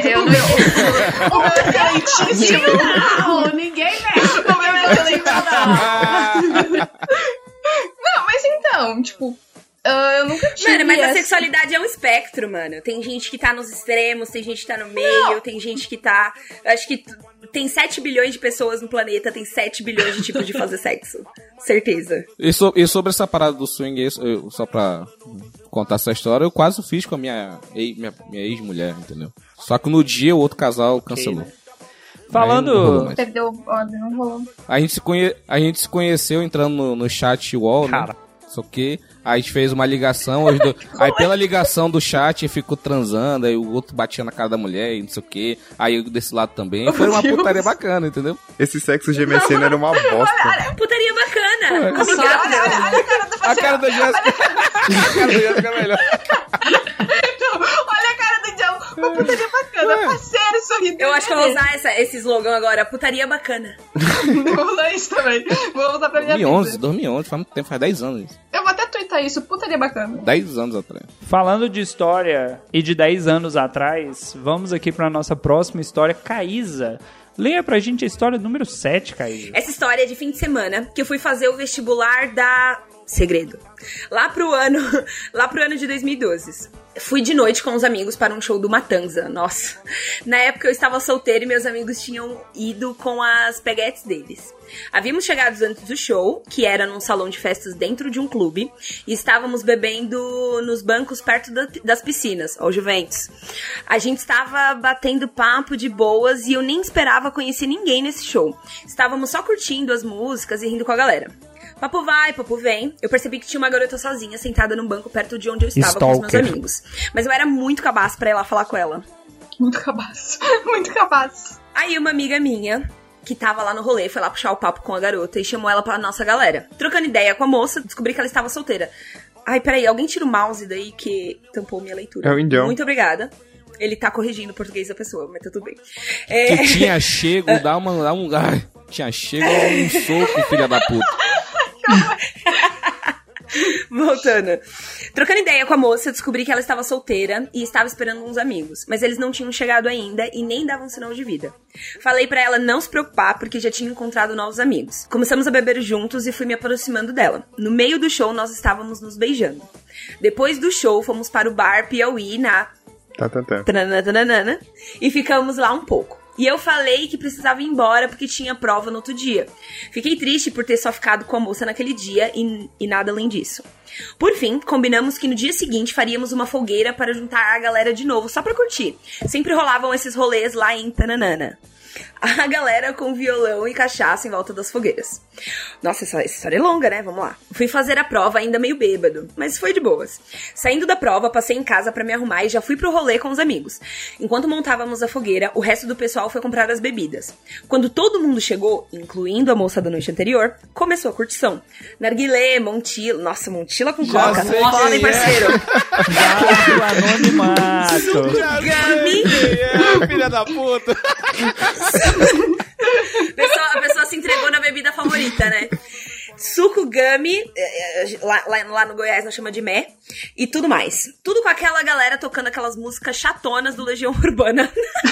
O meu queridíssimo. Não, ninguém mexe com o meu queridíssimo, não. Não, mas então, tipo... eu nunca tive. Mano, mas a sexualidade é um espectro, mano. Tem gente que tá nos extremos, tem gente que tá no meio, tem gente que tá... Eu acho que tem 7 bilhões de pessoas no planeta, tem 7 bilhões de tipos de fazer sexo. Certeza. E sobre essa parada do swing, só pra contar essa história, eu quase fiz com a minha ex-mulher, entendeu? Só que no dia o outro casal cancelou. Falando... Perdeu ordem, não rolou. A gente se conheceu entrando no chat wall, né? Só que aí a gente fez uma ligação, aí pela ligação do chat ficou transando, aí o outro batia na cara da mulher e não sei o que, aí eu desse lado também, foi uma putaria bacana, entendeu? Esse sexo gemecendo era uma bosta. Olha, putaria bacana. Olha a cara do A cara da Jéssica. A cara da Jéssica é melhor. uma putaria bacana. Parceiro, sorrindo. Eu acho que eu vou usar esse slogan agora. Putaria bacana. Vou usar isso também. Vou usar pra minha 2011, faz muito tempo, faz 10 anos isso. Eu vou até twittar isso, putaria bacana. 10 anos atrás. Falando de história e de 10 anos atrás, vamos aqui pra nossa próxima história, Caísa. Leia pra gente a história número 7, Caísa. Essa história é de fim de semana, que eu fui fazer o vestibular da... Segredo. Lá pro ano de 2012. Fui de noite com os amigos para um show do Matanza. Nossa. Na época eu estava solteira e meus amigos tinham ido com as peguetes deles. Havíamos chegado antes do show, que era num salão de festas dentro de um clube, e estávamos bebendo nos bancos perto das piscinas, ó, Juventus. A gente estava batendo papo de boas e eu nem esperava conhecer ninguém nesse show. Estávamos só curtindo as músicas e rindo com a galera. Papo vai, papo vem. Eu percebi que tinha uma garota sozinha, sentada num banco perto de onde eu estava com os meus amigos. Mas eu era muito cabaço pra ir lá falar com ela. Muito cabaço. Muito cabaço. Aí uma amiga minha, que tava lá no rolê, foi lá puxar o papo com a garota e chamou ela pra nossa galera. Trocando ideia com a moça, descobri que ela estava solteira. Ai, peraí, alguém tira o mouse daí que tampou minha leitura. É o Indião. Muito obrigada. Ele tá corrigindo o português da pessoa, mas tá tudo bem. Que tinha chego, dá um... Ai, tinha chego, um soco, filha da puta. Voltando. Trocando ideia com a moça, descobri que ela estava solteira e estava esperando uns amigos, mas eles não tinham chegado ainda e nem davam sinal de vida. Falei pra ela não se preocupar porque já tinha encontrado novos amigos. Começamos a beber juntos e fui me aproximando dela. No meio do show nós estávamos nos beijando. Depois do show fomos para o bar Piauí na... E ficamos lá um pouco. E eu falei que precisava ir embora porque tinha prova no outro dia. Fiquei triste por ter só ficado com a moça naquele dia e nada além disso. Por fim, combinamos que no dia seguinte faríamos uma fogueira para juntar a galera de novo, só pra curtir. Sempre rolavam esses rolês lá em Tananana. A galera com violão e cachaça em volta das fogueiras. Nossa, essa história é longa, né? Vamos lá. Fui fazer a prova ainda meio bêbado, mas foi de boas. Saindo da prova, passei em casa pra me arrumar e já fui pro rolê com os amigos. Enquanto montávamos a fogueira, o resto do pessoal foi comprar as bebidas. Quando todo mundo chegou, incluindo a moça da noite anterior, começou a curtição. Narguilé, Montila... Nossa, Montila com coca. Foda, hein, parceiro? Anonimato. Gami. Filha da puta. A pessoa se entregou na bebida favorita, né? Suco Gami, lá no Goiás nós chama de mé, e tudo mais. Tudo com aquela galera tocando aquelas músicas chatonas do Legião Urbana.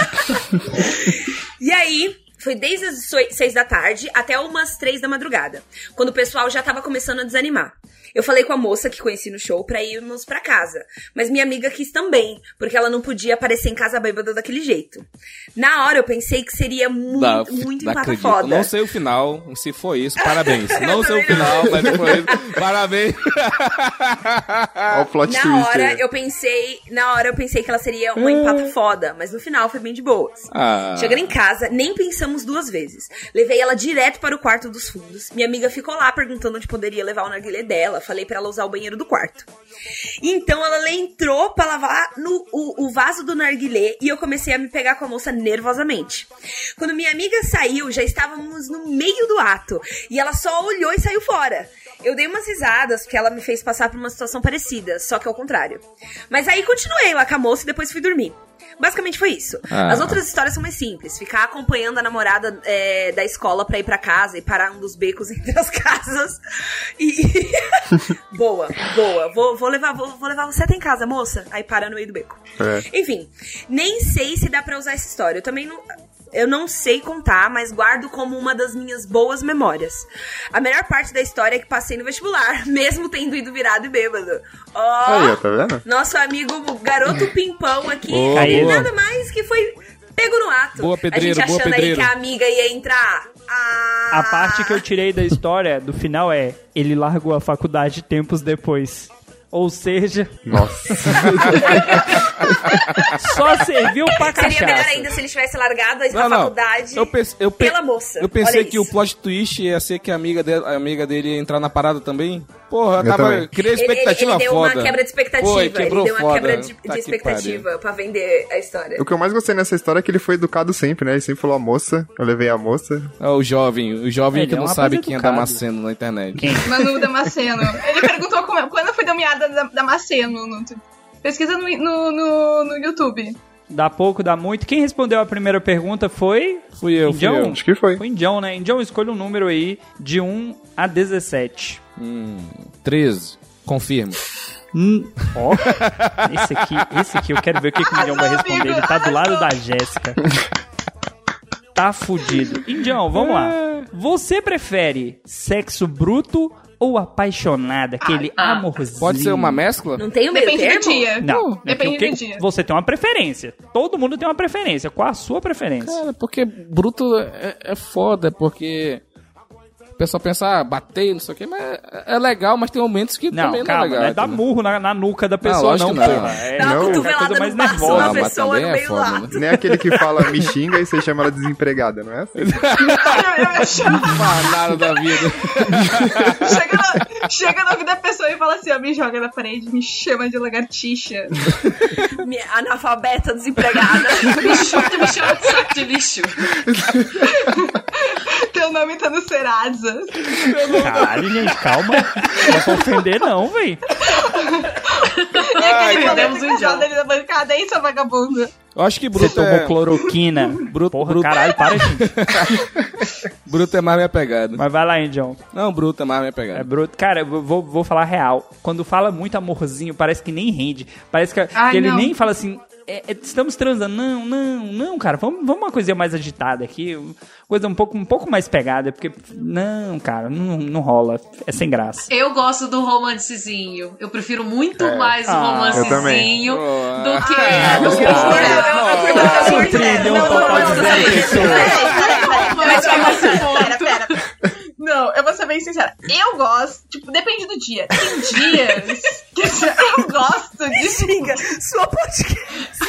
E aí... Foi desde as 6 da tarde até umas 3 da madrugada, quando o pessoal já tava começando a desanimar. Eu falei com a moça que conheci no show pra irmos pra casa, mas minha amiga quis também, porque ela não podia aparecer em casa bêbada daquele jeito. Na hora eu pensei que seria muito empata foda. Não sei o final, se foi isso, parabéns. Não sei o final, mas se foi isso, parabéns. Olha o plot twist. Na hora eu pensei que ela seria uma empata foda, mas no final foi bem de boas. Chegando em casa, nem pensamos 2 vezes. Levei ela direto para o quarto dos fundos. Minha amiga ficou lá perguntando onde poderia levar o narguilé dela. Falei pra ela usar o banheiro do quarto. Então ela entrou pra lavar o vaso do narguilé e eu comecei a me pegar com a moça nervosamente. Quando minha amiga saiu, já estávamos no meio do ato e ela só olhou e saiu fora. Eu dei umas risadas porque ela me fez passar por uma situação parecida, só que ao contrário. Mas aí continuei lá com a moça e depois fui dormir. Basicamente foi isso. As outras histórias são mais simples. Ficar acompanhando a namorada da escola pra ir pra casa e parar um dos becos entre as casas. E... boa. Vou levar você até em casa, moça. Aí para no meio do beco. Enfim, nem sei se dá pra usar essa história. Eu não sei contar, mas guardo como uma das minhas boas memórias. A melhor parte da história é que passei no vestibular, mesmo tendo ido virado e bêbado. Aí, tá vendo? Nosso amigo garoto pimpão aqui, nada mais que foi pego no ato. Boa, pedreiro, a gente achando aí que a amiga ia entrar. A parte que eu tirei da história, do final, é ele largou a faculdade tempos depois. Ou seja... Nossa. Só serviu pra cachaça. Seria melhor ainda se ele tivesse largado a faculdade pela moça. Eu pensei que o plot twist ia ser que a amiga dele ia entrar na parada também. Porra, criei expectativa ele deu foda. Uma quebra de expectativa. Foi, quebrou ele deu uma quebra de tá expectativa pra vender a história. O que eu mais gostei nessa história é que ele foi educado sempre, né? Ele sempre falou a moça, eu levei a moça. O jovem que não sabe quem é Damasceno na internet. Manu Damasceno. Ele perguntou quando foi nomeada Damasceno. Pesquisa no YouTube. Dá pouco, dá muito. Quem respondeu a primeira pergunta foi... Fui eu. Acho que foi. Foi Indião, né? Indião, escolha um número aí de 1 a 17. 13. Confirmo. Ó, esse aqui eu quero ver o que o Indião vai responder. Ele tá do lado da Jéssica. Tá fudido. Indião, vamos lá. Você prefere sexo bruto ou apaixonada? Aquele amorzinho? Pode ser uma mescla? Não tem o meio Depende termo? do dia. Não. Depende do dia. Você tem uma preferência. Todo mundo tem uma preferência. Qual a sua preferência? Cara, porque bruto é foda, porque... O pessoal pensa, bater, não sei o que, mas é legal, mas tem momentos que também calma, não é legal. não é dar murro na nuca da pessoa, lógico não, que não. porra. Dá uma cotovelada no baço da mas pessoa também no é meio foda, lá. né? Nem aquele que fala me xinga e você chama ela de desempregada, não é assim? Não faz nada da vida. Chega no ouvido da pessoa e fala assim, ó, me joga na parede, me chama de lagartixa. Analfabeta desempregada. Me chama de saco de lixo. Teu nome tá no Serasa. Caralho, gente, calma. Não é pra ofender, não, véi. E aquele perdemos boleto o Indião. casado ali na bancada, hein, sua vagabunda? Eu acho que Você bruto tomou cloroquina. Porra, caralho, para, gente. Bruto é mais minha pegada. Mas vai lá, Indião. Não, bruto é mais minha É pegada. bruto. Cara, eu vou falar real. Quando fala muito amorzinho, parece que nem rende. Parece que Ai, ele não. nem fala assim... estamos transando. Não, cara. Vamos uma coisinha mais agitada aqui. Coisa um pouco mais pegada. Porque, não, cara, não rola. É sem graça. Eu gosto do romancezinho. Eu prefiro muito mais o eu romancezinho também. do que... Surpreendeu um total de 0 pessoas. Pera. Não, eu vou ser bem sincera. Eu gosto, tipo, depende do dia. Tem dias que eu gosto de... Xinga, sua podcast.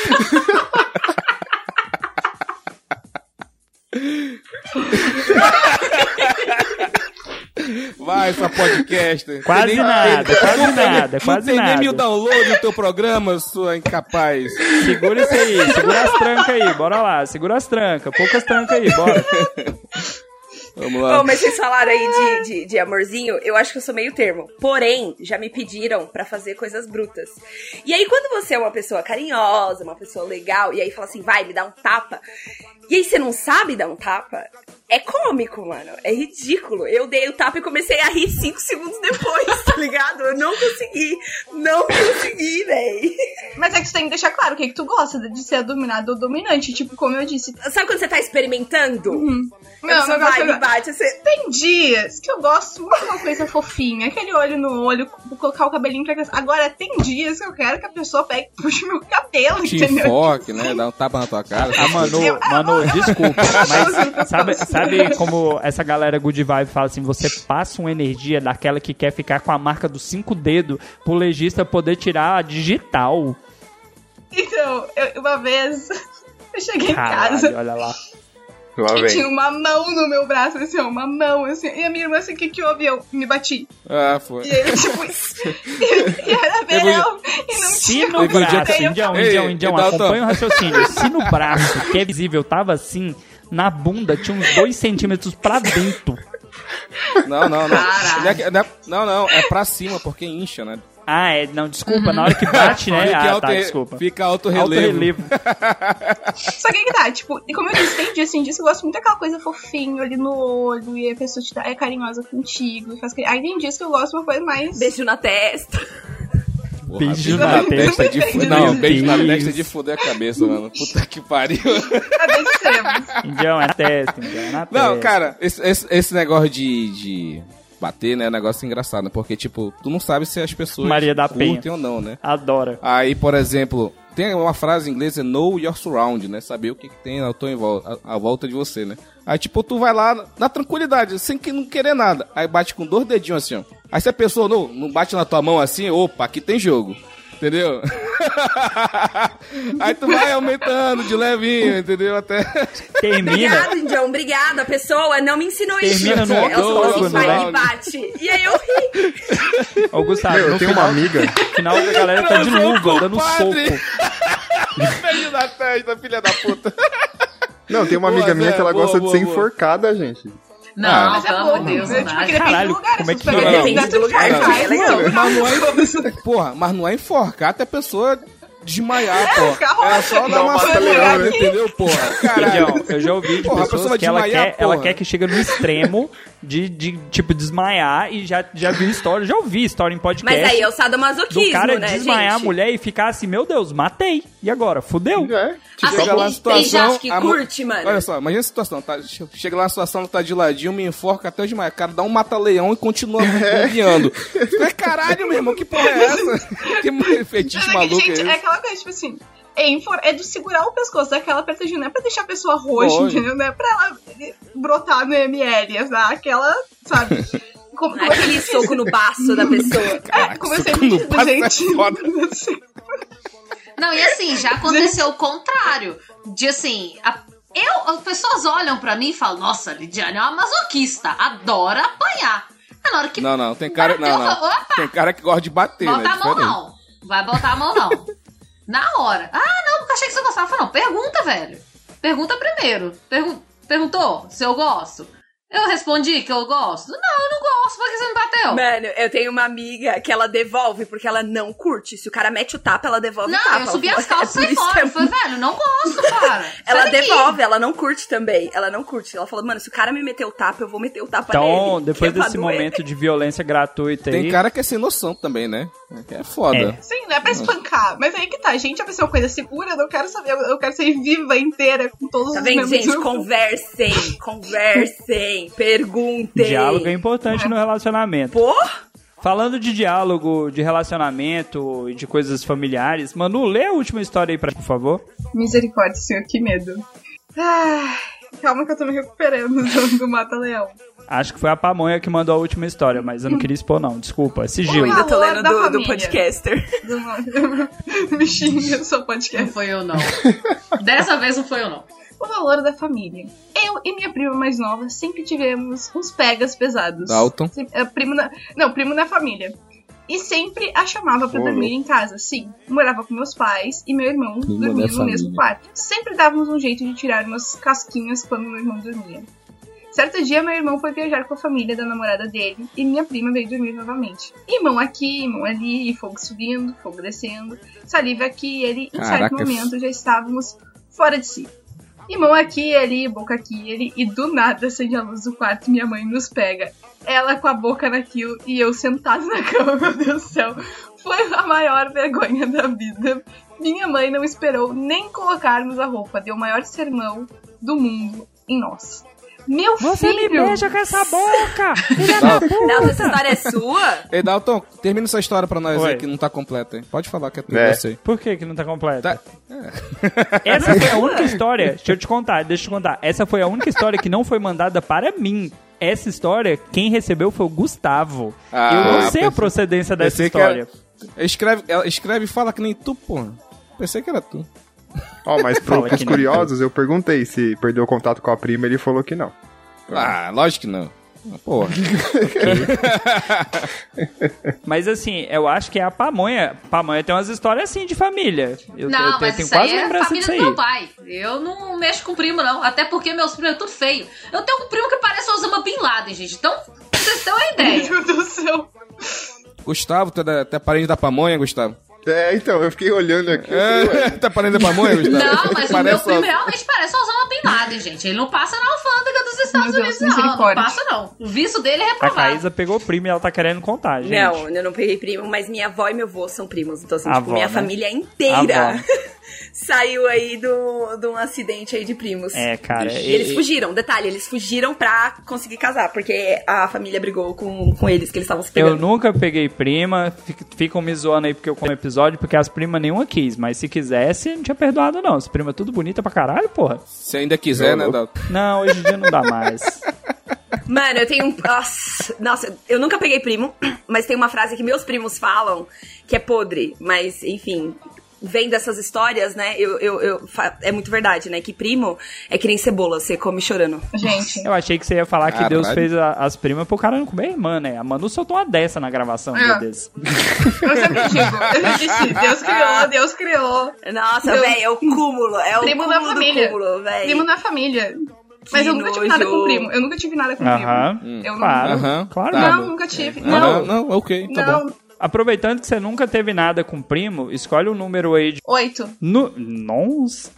Vai, sua podcast. Quase nada. Não tem nem mil downloads do teu programa, sua incapaz. Segura isso aí. Segura as trancas aí. Bora lá. Segura as trancas. Poucas trancas aí. Bora. Vamos lá. Oh, mas vocês falaram aí de amorzinho, eu acho que eu sou meio termo. Porém, já me pediram pra fazer coisas brutas. E aí, quando você é uma pessoa carinhosa, uma pessoa legal, e aí fala assim, vai, me dá um tapa. E aí você não sabe dar um tapa, é cômico, mano. É ridículo. Eu dei o tapa e comecei a rir 5 segundos depois, tá ligado? Eu não consegui, véi. Mas é que você tem que deixar claro o que tu gosta de ser dominado ou dominante. Tipo, como eu disse. Sabe quando você tá experimentando? Não, Você vai, me bate, você... Tem dias que eu gosto muito de uma coisa fofinha. Aquele olho no olho, colocar o cabelinho pra crescer. Agora, tem dias que eu quero que a pessoa pegue e puxe meu cabelo, Te entendeu? enfoque, né? Dá um tapa na tua cara. Mano, desculpa, mas sabe como essa galera good vibe fala assim, você passa uma energia daquela que quer ficar com a marca dos 5 dedos pro legista poder tirar a digital. Então, uma vez, eu cheguei Caralho, em casa olha lá. Lá e vem. tinha uma mão no meu braço, assim, ó, uma mão, assim. E a minha irmã, assim, o que houve? Eu me bati. Ah, foi. E ele, tipo, e era verão, e não Se tinha no como braço, fazer. Indião, Dalton. acompanha o raciocínio. Se no braço, que é visível, tava assim, na bunda tinha uns 2 centímetros pra dentro. Não. Não, é pra cima, porque incha, né? Ah, não, desculpa, na hora que bate, né? Desculpa. Fica alto relevo. Só que tá, tipo, e como eu disse, tem dias que eu gosto muito daquela coisa fofinha ali no olho, e a pessoa é carinhosa contigo, faz carinho. Aí tem dias que eu gosto de uma coisa mais... Beijo na testa. Beijo na testa de fuder. Não, beijo na testa é de fuder a cabeça, mano. Puta que pariu. Indião, é na testa, Indião, é na testa. Não, cara, esse negócio de bater, né, é um negócio engraçado, porque, tipo, tu não sabe se as pessoas Maria da Penha curtem ou não, né? Adora. Aí, por exemplo, tem uma frase em inglês, é know your surround, né? Saber o que tem à volta de você, né? Aí, tipo, tu vai lá na tranquilidade, sem não querer nada. Aí bate com 2 dedinhos assim, ó. Aí se a pessoa não bate na tua mão assim, opa, aqui tem jogo. Entendeu? Aí tu vai aumentando de levinho, entendeu? Até... Termina. Obrigado, Indião, obrigado. A pessoa não me ensinou isso. Termina no Ela falou assim, octógono, vai né? e bate. E aí eu ri. Ô, Gustavo, Eu no tenho final, uma amiga. no final a galera tá de luva, dando soco. Beijo na testa, filha da puta. Não, tem uma Boa, amiga minha Zé, que ela boa, gosta boa, de ser boa. enforcada, gente. Não, Mas é pelo bom, amor de Deus, né? não Tipo, dá. que depende Caralho, do lugar. como é que Super é? depende Depende do lugar, Ai, é legal. Mas não é... Porra, mas não é enforcar até a pessoa desmaiar, pô. É só dar uma acelerada, entendeu, porra? Caralho. Eu já ouvi de pessoas que ela quer que chega no extremo de tipo, desmaiar e já vi história, já ouvi história em podcast. Mas aí é o sadomasoquismo, do cara né, desmaiar gente? a mulher e ficar assim, meu Deus, matei. E agora? Fudeu. Chega lá na situação... Tem gente que curte, mano. Olha só, imagina a situação, tá? Chega lá na situação, ela tá de ladinho, me enforca até o desmaiar. O cara dá um mata-leão e continua bombeando. Caralho, meu irmão, que porra é essa? Que fetiche maluco gente, é esse? é aquela coisa, tipo assim... É de segurar o pescoço daquela apertadinha, não é pra deixar a pessoa roxa, entendeu? Não é pra ela brotar no ML, é aquela, sabe? Aquele soco no baço da pessoa. Caraca, como eu sempre digo, gente. Não, e assim, já aconteceu o contrário. De assim, as pessoas olham pra mim e falam, nossa, Lidiane é uma masoquista, adora apanhar. Na hora que não, tem cara, tem cara que gosta de bater, bota né? a mão não, vai botar a mão não. Na hora. Não, porque achei que você gostava. Eu falei, não, pergunta, velho. Pergunta primeiro. Perguntou se eu gosto. Eu respondi que eu gosto. Não, eu não gosto. Por que você me bateu? Mano, eu tenho uma amiga que ela devolve porque ela não curte. Se o cara mete o tapa, ela devolve o tapa. Não, eu subi as calças e saí fora. Eu falei, velho, não gosto, cara. Ela devolve, ela não curte também. Ela não curte. Ela falou, mano, se o cara me meter o tapa, eu vou meter o tapa nele. Então, depois desse momento de violência gratuita aí... Tem cara que é sem noção também, né? É foda. Sim, não é pra espancar. Mas aí que tá, gente, a pessoa é uma coisa segura, eu não quero saber. Eu quero ser viva inteira com todos os membros. Gente, conversem, perguntem. Diálogo é importante no relacionamento. Pô? Falando de diálogo, de relacionamento e de coisas familiares, Manu, lê a última história aí pra, por favor. Misericórdia, senhor, que medo. Calma que eu tô me recuperando do Mata-Leão. Acho que foi a Pamonha que mandou a última história, mas eu não queria expor não, desculpa, é sigilo. Eu tô lendo do podcaster. Me xinga, sou podcaster. Não foi eu não. Dessa vez não foi eu não. O valor da família. Eu e minha prima mais nova sempre tivemos uns pegas pesados. Dalton? Primo da família. E sempre a chamava pra dormir em casa. Sim, morava com meus pais e meu irmão dormia no mesmo quarto. Sempre dávamos um jeito de tirar umas casquinhas quando meu irmão dormia. Certo dia, meu irmão foi viajar com a família da namorada dele e minha prima veio dormir novamente. Irmão aqui, irmão ali, e fogo subindo, fogo descendo, saliva aqui e ele, em certo momento, já estávamos fora de si. Irmão aqui, ali, boca aqui, ele, e do nada acende a luz do quarto e minha mãe nos pega. Ela com a boca naquilo e eu sentado na cama, meu Deus do céu. Foi a maior vergonha da vida. Minha mãe não esperou nem colocarmos a roupa, deu o maior sermão do mundo em nós. Meu Você filho! me beija com essa boca! Filha da puta! Dalton, essa história é sua? Ei, Dalton, termina essa história pra nós aí que não tá completa, hein? Pode falar que é tudo você. Por que não tá completa? Essa foi a única história, deixa eu te contar. Essa foi a única história que não foi mandada para mim. Essa história, quem recebeu foi o Gustavo. Eu não sei a procedência dessa história. Escreve e fala que nem tu, porra. Pensei que era tu. Mas pros curiosos, eu perguntei se perdeu o contato com a prima, ele falou que não. Lógico que não. Porra. Mas assim, eu acho que é a Pamonha. Pamonha tem umas histórias assim de família. Eu mas tenho isso quase aí é lembrança família disso do aí. meu pai. Eu não mexo com primo, não. Até porque meus primos é tudo feio. Eu tenho um primo que parece Osama Bin Laden, gente. Então, vocês têm uma ideia. Meu Deus do céu. Gustavo, tu é parente da Pamonha, Gustavo? Então, eu fiquei olhando aqui. Tá parente da Pamonha, Gustavo? Não, mas o meu primo realmente parece Osama Bin Laden, gente. Ele não passa na alfândega dos Estados Unidos, não. Não passa, não. O visto dele é reprovado. A Caísa pegou primo e ela tá querendo contar, gente. Não, eu não peguei primo, mas minha avó e meu avô são primos. Então, assim, minha né? família inteira saiu aí de um acidente aí de primos. Cara. E eles fugiram, detalhe, eles fugiram pra conseguir casar, porque a família brigou com eles, que eles estavam se pegando. Eu nunca peguei prima, ficam me zoando aí porque eu como episódio, porque as primas nenhuma quis, mas se quisesse, não tinha perdoado não. As primas tudo bonita pra caralho, porra. Se ainda quiser, né, Dalton? Não, hoje em dia não dá mais. Mano, eu tenho Nossa, eu nunca peguei primo, mas tem uma frase que meus primos falam que é podre, mas enfim, vem dessas histórias, né? É muito verdade, né? Que primo é que nem cebola, você come chorando. Gente. Eu achei que você ia falar que Deus fez as primas pro cara não comer a irmã, né? A Manu soltou uma dessa na gravação um dia desse. Eu sempre digo, Deus criou. Nossa, velho, é o cúmulo. É o primo cúmulo da família. Cúmulo, primo da família. Mas eu nunca tive nada com primo. Eu nunca tive nada com primo. Eu claro. Não, nunca tive. Não, ok, tá bom. aproveitando que você nunca teve nada com primo, escolhe um número aí de... 8. Nossa.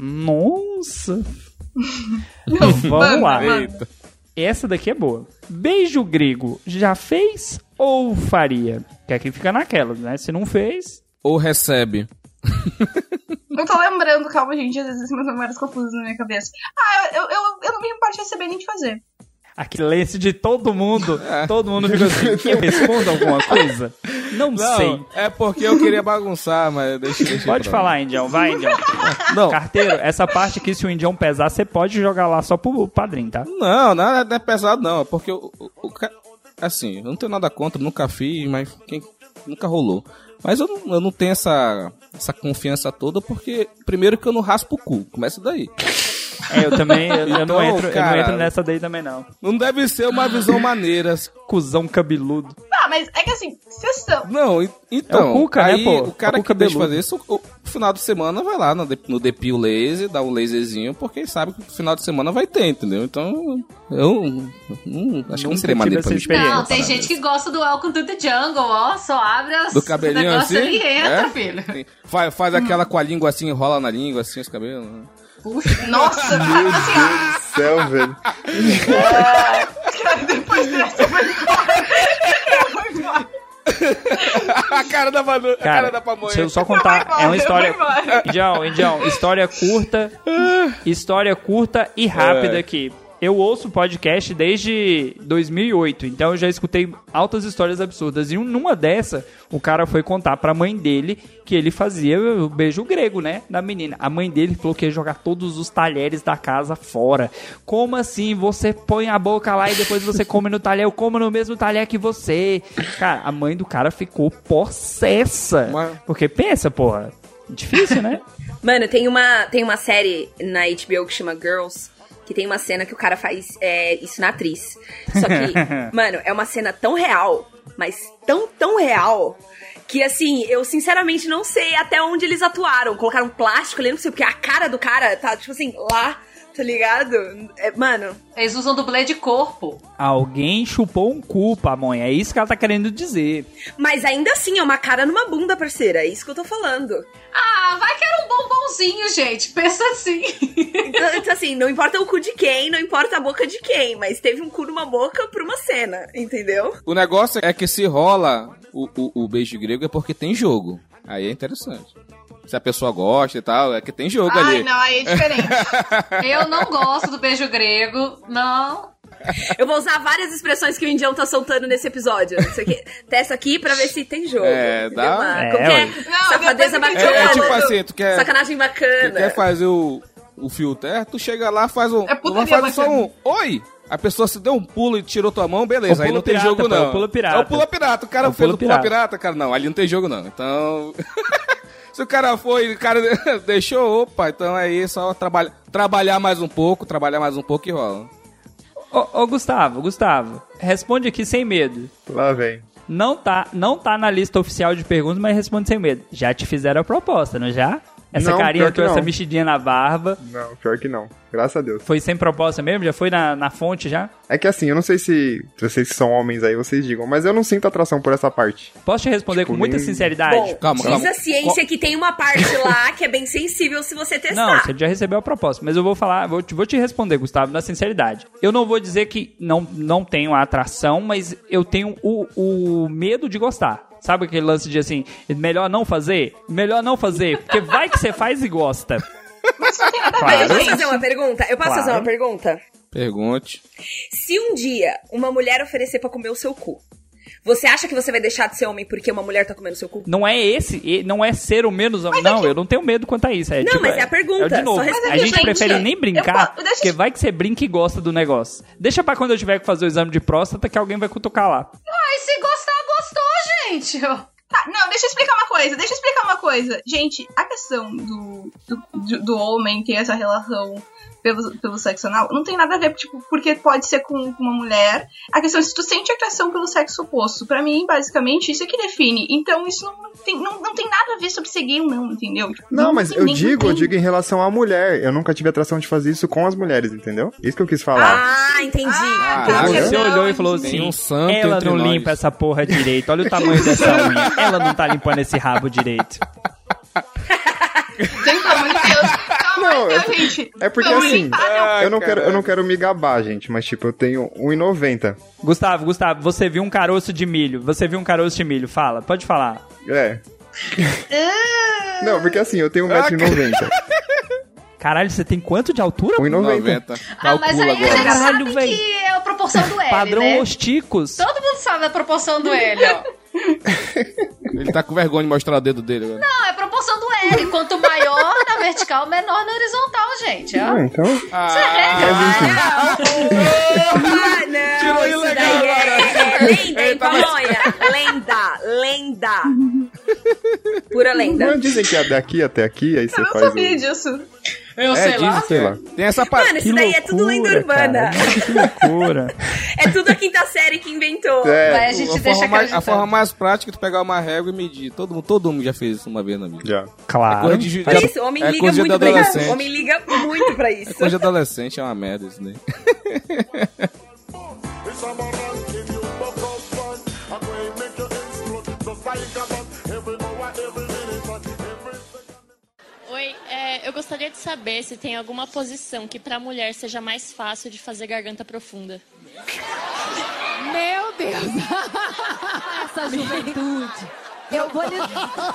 Vamos lá. Eita. Essa daqui é boa. Beijo grego, já fez ou faria? Que aqui fica naquela, né? Se não fez... Ou recebe. Eu tô lembrando, calma, gente, às vezes meus memórias confusas na minha cabeça. Eu não me importo de receber nem de fazer. Aquele lance de todo mundo fica assim, eu respondo alguma coisa? Não sei. É porque eu queria bagunçar, mas deixa Pode falar, Indião, vai, Indião. Não. Carteiro, essa parte aqui, se o Indião pesar, você pode jogar lá só pro padrinho, tá? Não é pesado não, é porque assim, eu não tenho nada contra, nunca fiz, mas nunca rolou. Mas eu não tenho essa confiança toda, porque primeiro que eu não raspo o cu, começa daí. Eu também, eu não entro nessa daí também, não. Não deve ser uma visão maneira. Cusão cabeludo. Não, mas é que assim, vocês estão... Não, então, é o Cuca, aí, né, pô? O cara que deixa fazer isso, o final de semana vai lá no Depil Laser, dá um laserzinho, porque sabe que no final de semana vai ter, entendeu? Então, eu acho que não seria maneiro pra mim. Não, tem gente que gosta do Welcome to the Jungle, ó, só abre do cabelinho o negócio assim, ali e entra, filho. Faz aquela com a língua assim, enrola na língua, assim, os cabelos. Puxa, nossa, Meu Deus do céu, velho. Cara, depois dessa foi embora. A cara da pamonha. Deixa eu só contar, é uma história... Indião, história curta e rápida aqui. Eu ouço podcast desde 2008, então eu já escutei altas histórias absurdas. E numa dessa, o cara foi contar pra mãe dele que ele fazia o beijo grego, né, da menina. A mãe dele falou que ia jogar todos os talheres da casa fora. Como assim? Você põe a boca lá e depois você come no talher, eu como no mesmo talher que você. Cara, a mãe do cara ficou possessa. Porque pensa, porra, difícil, né? Mano, tem uma série na HBO que chama Girls, que tem uma cena que o cara faz isso na atriz. Só que, mano, é uma cena tão real, mas tão real, que assim, eu sinceramente não sei até onde eles atuaram. Colocaram plástico ali, não sei, porque a cara do cara tá, tipo assim, lá, tá ligado? Mano... Eles usam dublê de corpo. Alguém chupou um cu, pamonha. É isso que ela tá querendo dizer. Mas ainda assim, é uma cara numa bunda, parceira. É isso que eu tô falando. Ah, vai que era um bombonzinho, gente. Pensa assim. Então, assim, não importa o cu de quem, não importa a boca de quem, mas teve um cu numa boca pra uma cena, entendeu? O negócio é que se rola o beijo grego é porque tem jogo. Aí é interessante. Se a pessoa gosta e tal, é que tem jogo ali. Ai, não, aí é diferente. Eu não gosto do beijo grego, não. Eu vou usar várias expressões que o Indião tá soltando nesse episódio. Isso aqui, testa aqui pra ver se tem jogo. Dá. Safadeza bacana. Tipo assim, tu quer... Sacanagem bacana. Tu quer fazer o filter, tu chega lá, faz um... faz só um... Oi! A pessoa se deu um pulo e tirou tua mão, beleza, aí não tem jogo não. É o pulo pirata. É o pulo pirata. O cara fez o pulo pirata, cara, não, ali não tem jogo não. Então... Se o cara foi, o cara deixou, opa, então aí só trabalhar mais um pouco e rola. Ô Gustavo, responde aqui sem medo. Lá vem. Não tá na lista oficial de perguntas, mas responde sem medo. Já te fizeram a proposta, não já? Essa não, carinha com essa mexidinha na barba. Não, pior que não. Graças a Deus. Foi sem proposta mesmo? Já foi na fonte já? É que assim, eu não sei se vocês que são homens aí, vocês digam, mas eu não sinto atração por essa parte. Posso te responder com muita sinceridade? Bom, calma. Diz a ciência que tem uma parte lá que é bem sensível se você testar. Não, você já recebeu a proposta, mas eu vou falar, vou te responder, Gustavo, na sinceridade. Eu não vou dizer que não tenho a atração, mas eu tenho o medo de gostar. Sabe aquele lance de assim, melhor não fazer? Melhor não fazer, porque vai que você faz e gosta. Mas não tem nada a ver, Eu posso gente. fazer uma pergunta? fazer uma pergunta? Pergunte. Se um dia uma mulher oferecer pra comer o seu cu, você acha que você vai deixar de ser homem porque uma mulher tá comendo o seu cu? Não é ser o menos homem. Não, eu não tenho medo quanto a isso. Mas é a pergunta. De novo, a gente prefere nem brincar, porque vai que você brinca e gosta do negócio. Deixa pra quando eu tiver que fazer o exame de próstata que alguém vai cutucar lá. Ai, se gostar, gostou, gente. Tá, não, deixa eu explicar uma coisa. Gente, a questão do homem ter essa relação pelo sexo anal, não tem nada a ver, tipo, porque pode ser com uma mulher. A questão é se tu sente atração pelo sexo oposto. Pra mim, basicamente, isso é que define. Então, isso não tem nada a ver sobre ser gay ou não, entendeu? Tipo, não, mas eu digo em relação à mulher. Eu nunca tive atração de fazer isso com as mulheres, entendeu? Isso que eu quis falar. Ah, entendi. Você olhou e falou assim, ela não limpa essa porra direito. Olha o tamanho dessa unha. Ela não tá limpando esse rabo direito. Gente, pelo amor de Deus. Não, gente. É porque assim, eu não quero me gabar, gente, mas tipo, eu tenho 1,90. Gustavo, você viu um caroço de milho. Fala, pode falar. Não, porque assim, eu tenho 1,90m. Caralho, você tem quanto de altura? 1,90. Mas aí agora. você Caralho, sabe véio. que é a proporção do L, Padrão né? Osticos. Todo mundo sabe a proporção do L, ó. Ele tá com vergonha de mostrar o dedo dele agora. Não, é a proporção do L. Quanto maior na vertical, menor na horizontal, gente. Ó. Então... Isso é regra. Não. Tirou Isso ilegal daí agora. Lenda, hein, pamonha? Lenda. Pura lenda. Não dizem que é daqui até aqui, aí você Eu não faz sabia disso. Eu sei lá. sei lá. Tem essa parte. Mano, isso daí é tudo lenda urbana. Que loucura. É tudo a quinta série que inventou. Mas a gente deixa acreditar. A forma mais prática é tu pegar uma régua e medir. Todo mundo já fez isso uma vez na vida. Já. Claro. É coisa Por isso, homem liga coisa de muito pra isso. adolescente. Homem liga muito pra isso. É coisa de adolescente, é uma merda isso daí. Oi, eu gostaria de saber se tem alguma posição que pra mulher seja mais fácil de fazer garganta profunda. Meu Deus! Essa juventude! Eu vou lhe...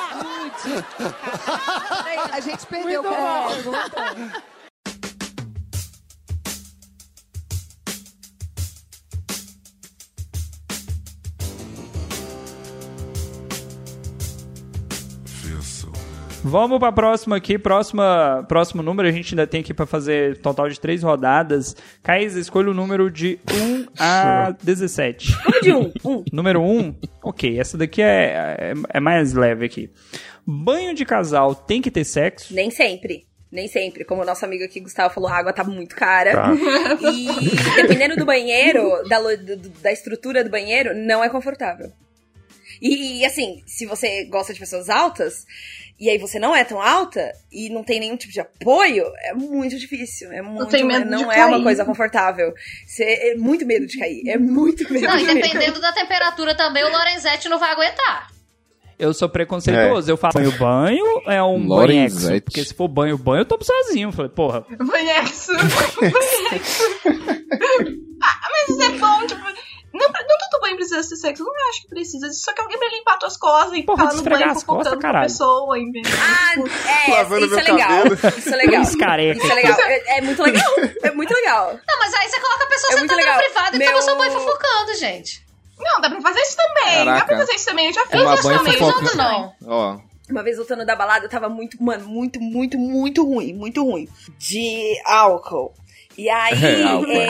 A gente perdeu com a pergunta. Vamos pra próxima aqui, próximo número, a gente ainda tem aqui pra fazer total de 3 rodadas. Caís, escolha o número de 1 a 17. Número de 1. Número 1? Ok, essa daqui é mais leve aqui. Banho de casal tem que ter sexo? Nem sempre. Como o nosso amigo aqui, Gustavo, falou, a água tá muito cara. Tá. E dependendo do banheiro, da estrutura do banheiro, não é confortável. E assim, se você gosta de pessoas altas, e aí você não é tão alta, e não tem nenhum tipo de apoio, é muito difícil. Não é uma coisa confortável. Você é muito medo de cair. É muito medo de cair. Não, e dependendo da temperatura também, o Lorenzetti não vai aguentar. Eu sou preconceituoso. Eu falo, banho é um banhexo. Porque se for banho, eu tomo sozinho. Eu falei, porra. Banhexo. Mas isso é bom, tipo... Não todo banho precisa ser sexo. Eu não acho que precisa. Só que alguém pra limpar tuas costas e ficar no banho fofocando com a pessoa, entendeu? Isso é legal. Isso é legal. Isso é legal. É muito legal. É muito legal. Não, mas aí você coloca a pessoa sentada na privada e toma seu banho fofocando, gente. Não, dá pra fazer isso também. Caraca. Dá pra fazer isso também. Eu já fiz isso também. Não. Ó. Uma vez voltando da balada, eu tava muito ruim. De álcool. E aí...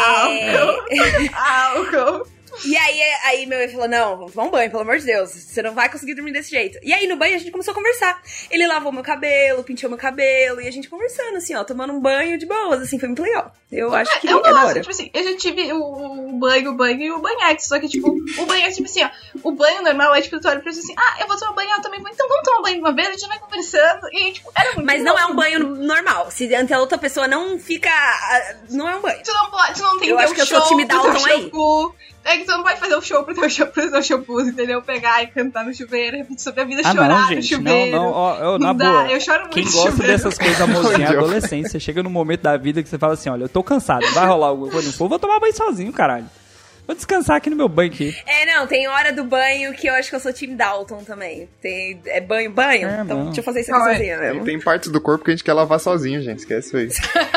Álcool. E aí meu ex falou, não, vamos um banho, pelo amor de Deus, você não vai conseguir dormir desse jeito. E aí no banho a gente começou a conversar. Ele lavou meu cabelo, penteou meu cabelo, e a gente conversando, assim, ó, tomando um banho de boas, assim, foi muito legal. Eu acho que eu da gosto, hora. Tipo assim, eu já tive o banho e o banhete, só que, tipo, o banhete, tipo assim, ó, o banho normal é, tipo, tu olha pra você assim, eu vou tomar banho, eu também vou, então vamos tomar banho de uma vez, a gente vai conversando, e, tipo, era muito Mas não é um banho normal, se ante a outra pessoa não fica, não é um banho. Tu não tem eu acho que eu sou time Dalton aí. É que tu não pode fazer o show pro teu shampoo, entendeu? Pegar e cantar no chuveiro, repetir sobre a vida, chorar não, no gente, chuveiro. Na boa. Eu choro muito. Quem gosta dessas coisas amorzinhas é adolescência. Chega num momento da vida que você fala assim, olha, eu tô cansado, vai rolar alguma coisa no fogo, vou tomar banho sozinho, caralho. Vou descansar aqui no meu banho aqui. Tem hora do banho que eu acho que eu sou time Dalton também. É banho. Então deixa eu fazer isso aqui sozinha mesmo. Tem partes do corpo que a gente quer lavar sozinho, gente. Esquece isso aí.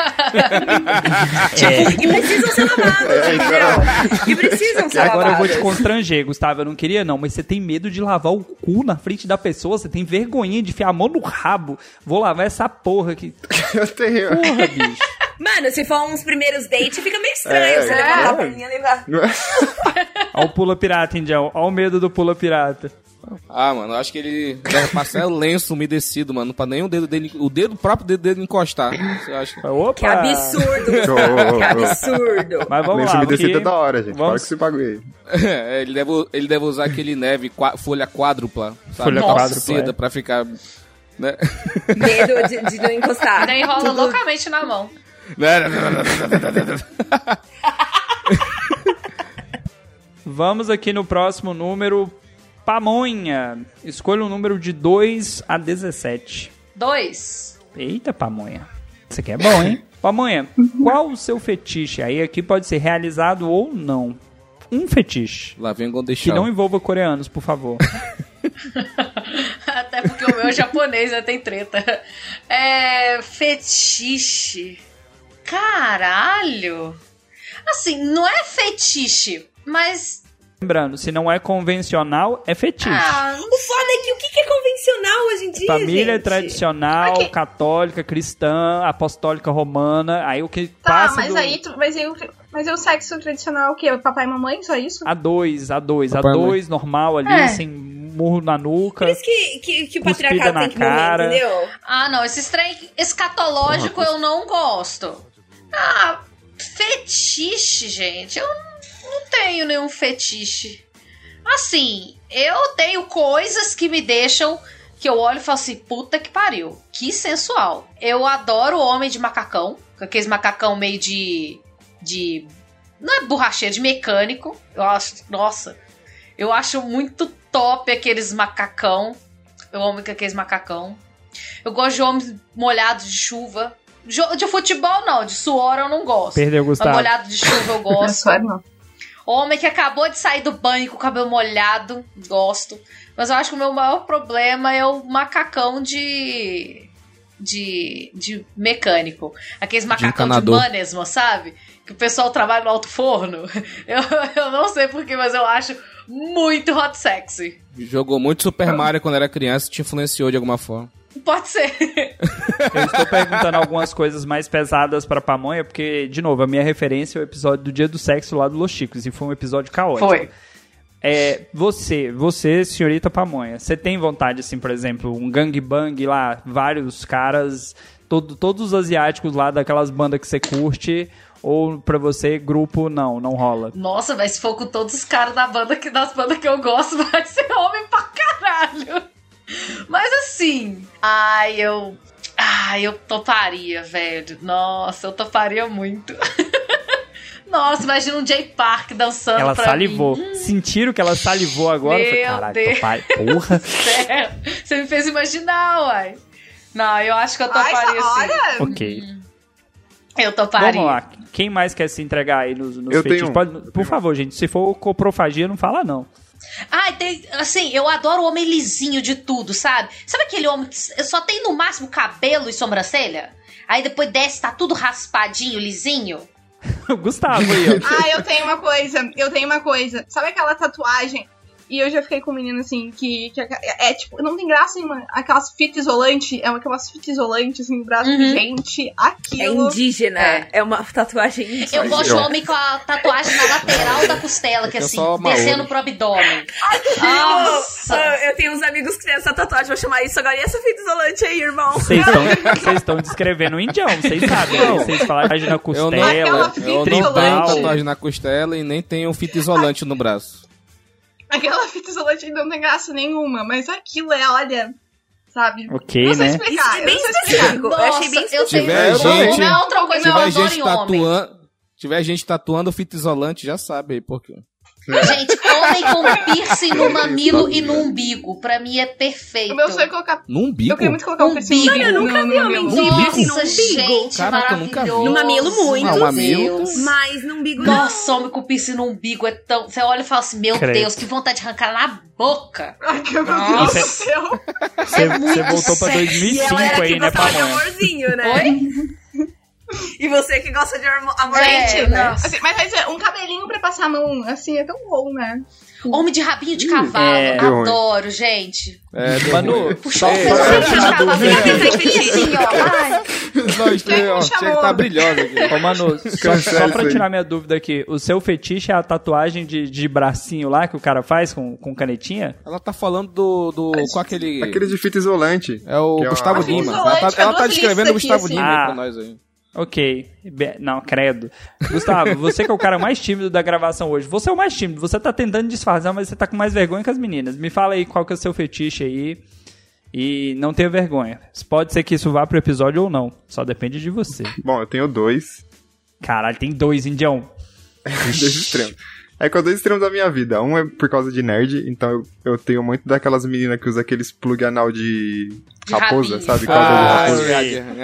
E precisam ser lavados, entendeu? E precisam ser lavados. Agora eu vou te constranger, Gustavo. Eu não queria não, mas você tem medo de lavar o cu na frente da pessoa? Você tem vergonhinha de enfiar a mão no rabo? Vou lavar essa porra aqui. Eu tenho. Porra, bicho. Mano, se for uns primeiros dates, fica meio estranho você levantar a perninha e levar. Olha o pula pirata, Indião. Olha o medo do pula pirata. Ah, mano, eu acho que ele deve passar o lenço umedecido, mano, pra nem o dedo, o próprio dedo dele encostar. Você acha? Opa! Que absurdo! Que absurdo! Mas vamos lenço lá. umedecido é da hora, gente. Vamos... Para que esse bagulho aí. Ele deve usar aquele neve, folha quádrupla, sabe? Folha quádrupla, seda pra ficar... Né? Medo de não encostar. Ainda enrola loucamente na mão. Vamos aqui no próximo número. Pamonha. Escolha um número de 2 a 17. 2. Eita, Pamonha. Isso aqui é bom, hein? Pamonha, qual o seu fetiche? Aí aqui pode ser realizado ou não. Um fetiche. Lá vem Golden Que não envolva coreanos, por favor. Até porque o meu é japonês, né? Tem treta. Fetiche. Caralho. Assim, não é fetiche, mas... Lembrando, se não é convencional, é fetiche. O foda é que o que é convencional hoje em dia, Família gente? tradicional, católica, cristã, apostólica romana. Aí o que passa mas do... aí, mas o sexo tradicional é o quê? Papai e mamãe, só isso? A2, normal ali, sem murro na nuca. Por isso que o cuspida patriarcado na tem que cara. morrer, entendeu? Ah, não, esse trem escatológico eu não gosto. Fetiche, gente, eu não tenho nenhum fetiche. Assim, eu tenho coisas que me deixam, que eu olho e falo assim, puta que pariu, que sensual. Eu adoro o homem de macacão, com aqueles macacão meio de não é borracheiro, de mecânico. Eu acho, nossa, eu acho muito top aqueles macacão. Eu amo aqueles macacão. Eu gosto de homens molhados de chuva. De futebol não, de suor eu não gosto. Perdeu, Gustavo. Mas molhado de chuva eu gosto. Não. Homem que acabou de sair do banho com o cabelo molhado, gosto. Mas eu acho que o meu maior problema é o macacão de mecânico. Aqueles macacão de manesmo, sabe? Que o pessoal trabalha no alto forno. Eu não sei porquê, mas eu acho muito hot sexy. Jogou muito Super Mario quando era criança e te influenciou de alguma forma. Pode ser. Eu estou perguntando algumas coisas mais pesadas pra Pamonha, porque, de novo, a minha referência é o episódio do Dia do Sexo lá do Los Chicos, e foi um episódio caótico. Foi. Você, senhorita Pamonha, você tem vontade, assim, por exemplo, um gangbang lá, vários caras, todos os asiáticos lá daquelas bandas que você curte, ou pra você, grupo, não rola? Nossa, mas se for com todos os caras das bandas que eu gosto, vai ser homem pra caralho. Mas assim, eu toparia, velho. Nossa, eu toparia muito. Nossa, imagina um Jay Park dançando ela pra salivou. mim. Sentiram que ela salivou agora? Meu Falei, caralho, Deus. topai, porra. Sério, você me fez imaginar, uai. Não, eu acho que eu toparia sim. Ok. Eu toparia. Vamos lá, quem mais quer se entregar aí nos Eu fetiches? tenho Por favor, gente, se for coprofagia, não fala não. Assim, eu adoro o homem lisinho de tudo, sabe? Sabe aquele homem que só tem no máximo cabelo e sobrancelha? Aí depois desce, tá tudo raspadinho, lisinho? O Gustavo aí, ó. Eu tenho uma coisa. Sabe aquela tatuagem? E eu já fiquei com um menino assim, que é tipo, não tem graça nenhuma. Aquelas fita isolante, aquelas fita isolante assim no braço de gente, aquilo. É indígena, é uma tatuagem indígena. Eu gosto de homem com a tatuagem na lateral da costela, que assim, descendo pro abdômen. Nossa! Eu tenho uns amigos que têm essa tatuagem, vou chamar isso agora. E essa fita isolante aí, irmão? Vocês estão descrevendo o indião, vocês sabem. Vocês falaram tatuagem na costela, eu não tenho tribal. tatuagem na costela e nem tenho fita isolante no braço. Aquela fita isolante não tem graça nenhuma, mas aquilo olha, sabe? Ok, não sei né? explicar, Isso é bem específico. Nossa, eu achei bem específico. Não, outra coisa, eu adoro em homem. Tiver gente tatuando fita isolante, já sabe aí por quê. Gente, homem com piercing no mamilo e no umbigo. Pra mim é perfeito. O meu sonho é colocar... No umbigo? Eu queria muito colocar um piercing no umbigo. Eu nunca vi homem com piercing no umbigo. Gente, caraca, eu nunca vi. No mamilo muito. No mamilo. Mas no umbigo não. Nossa, homem com piercing no umbigo é tão... Você olha e fala assim, meu Deus, que vontade de arrancar na boca. Ai, meu Deus do céu. Você voltou pra 2005 aí, né, Pamonha? Amorzinho, né? Oi? E você que gosta de amor, Gente, né? assim, mas um cabelinho pra passar a mão, assim, é tão bom, né? Homem de rabinho de cavalo. Adoro, gente. Manu, puxou o fetiche de cavalo. Tinha que estar brilhosa aqui. Ô, Manu, só pra tirar minha dúvida aqui, o seu fetiche é a tatuagem de bracinho lá que o cara faz com canetinha? Ela tá falando do com aquele... Aquele de fita isolante. É o Gustavo Lima. Ela tá descrevendo o Gustavo Lima aí pra nós aí. Ok. Não, credo. Gustavo, você que é o cara mais tímido da gravação hoje. Você é o mais tímido. Você tá tentando disfarçar, mas você tá com mais vergonha que as meninas. Me fala aí qual que é o seu fetiche aí. E não tenha vergonha. Pode ser que isso vá pro episódio ou não. Só depende de você. Bom, eu tenho 2. Caralho, tem 2, Indião. 2 extremos. É que é 2 extremos da minha vida. Um é por causa de nerd, então eu tenho muito daquelas meninas que usam aqueles plug anal de raposa, sabe? Cauda de raposa.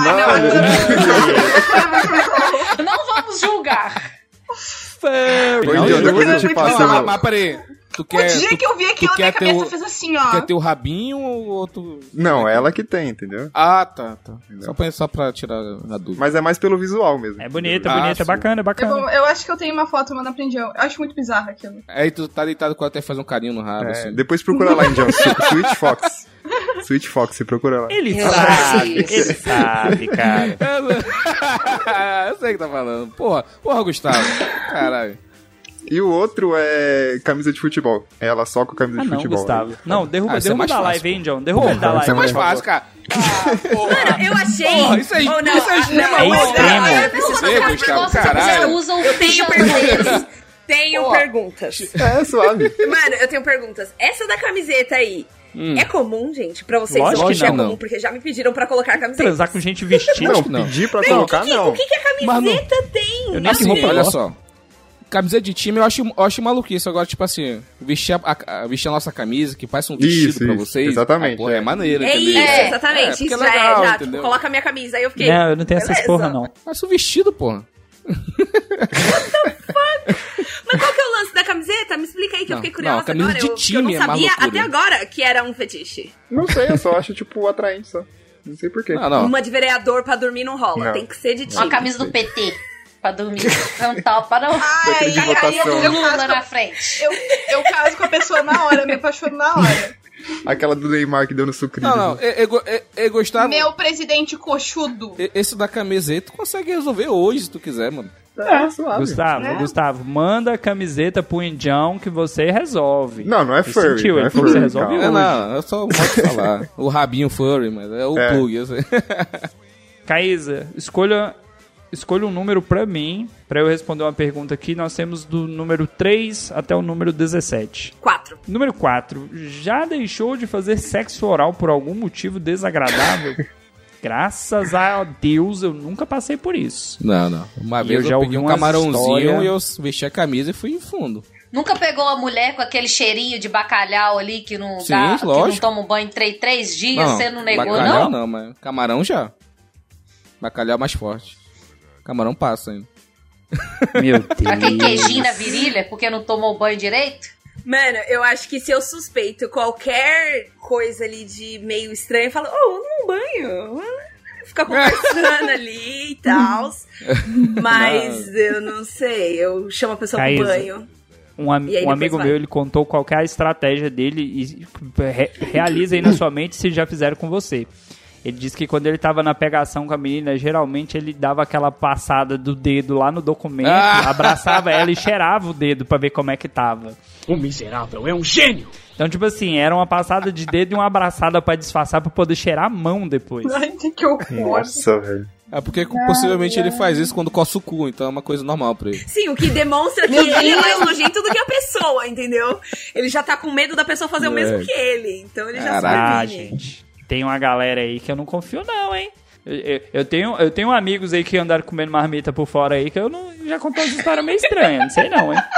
Não vamos julgar. Depois eu te passo. Mas peraí. O dia que eu vi aquilo, minha cabeça fez assim, ó. Quer ter o rabinho ou outro... Não, ela que tem, entendeu? Ah, tá. Só pra tirar a dúvida. Mas é mais pelo visual mesmo. É bonito, é bacana. Eu acho que eu tenho uma foto, mano, pra Indião. Eu acho muito bizarro aquilo. Aí tu tá deitado com ela até fazer um carinho no rabo, assim. Depois procura lá, Indião. Sweet Fox. Sweet Fox, você procura lá. Ele sabe, cara. Eu sei o que tá falando. Porra, Gustavo. Caralho. E o outro é camisa de futebol. Ela só com camisa de futebol. Gustavo. Não, derruba da live, hein, John? Derruba da live. Isso é mais fácil, cara. Mano, eu achei... Isso aí, é extremo. Caralho. Eu tenho perguntas. Perguntas. É, suave. Mano, eu tenho perguntas. Essa da camiseta aí, é comum, gente? Pra vocês? Lógico que não. É comum, porque já me pediram pra colocar a camiseta. Transar com gente vestida? Não, pedir pra colocar, não. O que a camiseta tem? Eu nem sei roupa, olha só. Camiseta de time eu acho maluquice. Agora, tipo assim, vestir a nossa camisa, que faz um vestido pra vocês. Exatamente. Porra, é maneiro, é entendeu? Isso, exatamente. Isso legal, já, tipo, coloca a minha camisa. Aí eu fiquei. Não, eu não tenho essas porra, não. Faz um vestido, porra. Mas qual que é o lance da camiseta? Me explica aí que eu fiquei curiosa camisa agora. De time eu não sabia é até agora que era um fetiche. Não sei, eu só acho, tipo, atraente só. Não sei porquê. Uma de vereador pra dormir não rola. Não. Tem que ser de time. Uma camisa do PT. Pra dormir. Não topa, não. Eu Lula na frente. Eu caso com a pessoa na hora, me apaixono na hora. Aquela do Neymar que deu no sucrilho. Não, eu gostava... Meu presidente coxudo. Esse da camiseta tu consegue resolver hoje, se tu quiser, mano. Suave. Gustavo, manda a camiseta pro Indião que você resolve. Não é furry. Sentiu, não é você furry, resolve hoje. Não, eu só posso falar. O rabinho furry, mas é o plug, eu sei. Caísa, escolha um número pra mim, pra eu responder uma pergunta aqui. Nós temos do número 3 até o número 17. 4. Número 4. Já deixou de fazer sexo oral por algum motivo desagradável? Graças a Deus, eu nunca passei por isso. Não. Uma vez eu peguei um camarãozinho e eu vesti a camisa e fui em fundo. Nunca pegou a mulher com aquele cheirinho de bacalhau ali que não Sim, dá, lógico. que não toma um banho em 3 dias, você não negou, bacalhau não? Não, mas camarão já. Bacalhau mais forte. Camarão passa ainda. Meu Deus. Aquele queijinho na virilha porque não tomou banho direito? Mano, eu acho que se eu suspeito qualquer coisa ali de meio estranho, eu falo, num banho. Fica conversando ali e tal. Mas eu não sei, eu chamo a pessoa pro banho. Um amigo meu, ele contou qual que é a estratégia dele e realiza aí na sua mente se já fizeram com você. Ele disse que quando ele tava na pegação com a menina, geralmente ele dava aquela passada do dedo lá no documento, abraçava ela e cheirava o dedo pra ver como é que tava. O miserável é um gênio! Então, tipo assim, era uma passada de dedo e uma abraçada pra disfarçar, pra poder cheirar a mão depois. Ai, que horror. Nossa, velho. É porque possivelmente ele faz isso quando coça o cu, então é uma coisa normal pra ele. Sim, o que demonstra que ele é mais nojento do que a pessoa, entendeu? Ele já tá com medo da pessoa fazer o mesmo que ele, então ele já se previne. Gente, tem uma galera aí que eu não confio não, hein? Eu tenho amigos aí que andaram comendo marmita por fora aí, que eu não, já contei umas histórias meio estranhas, não sei não, hein?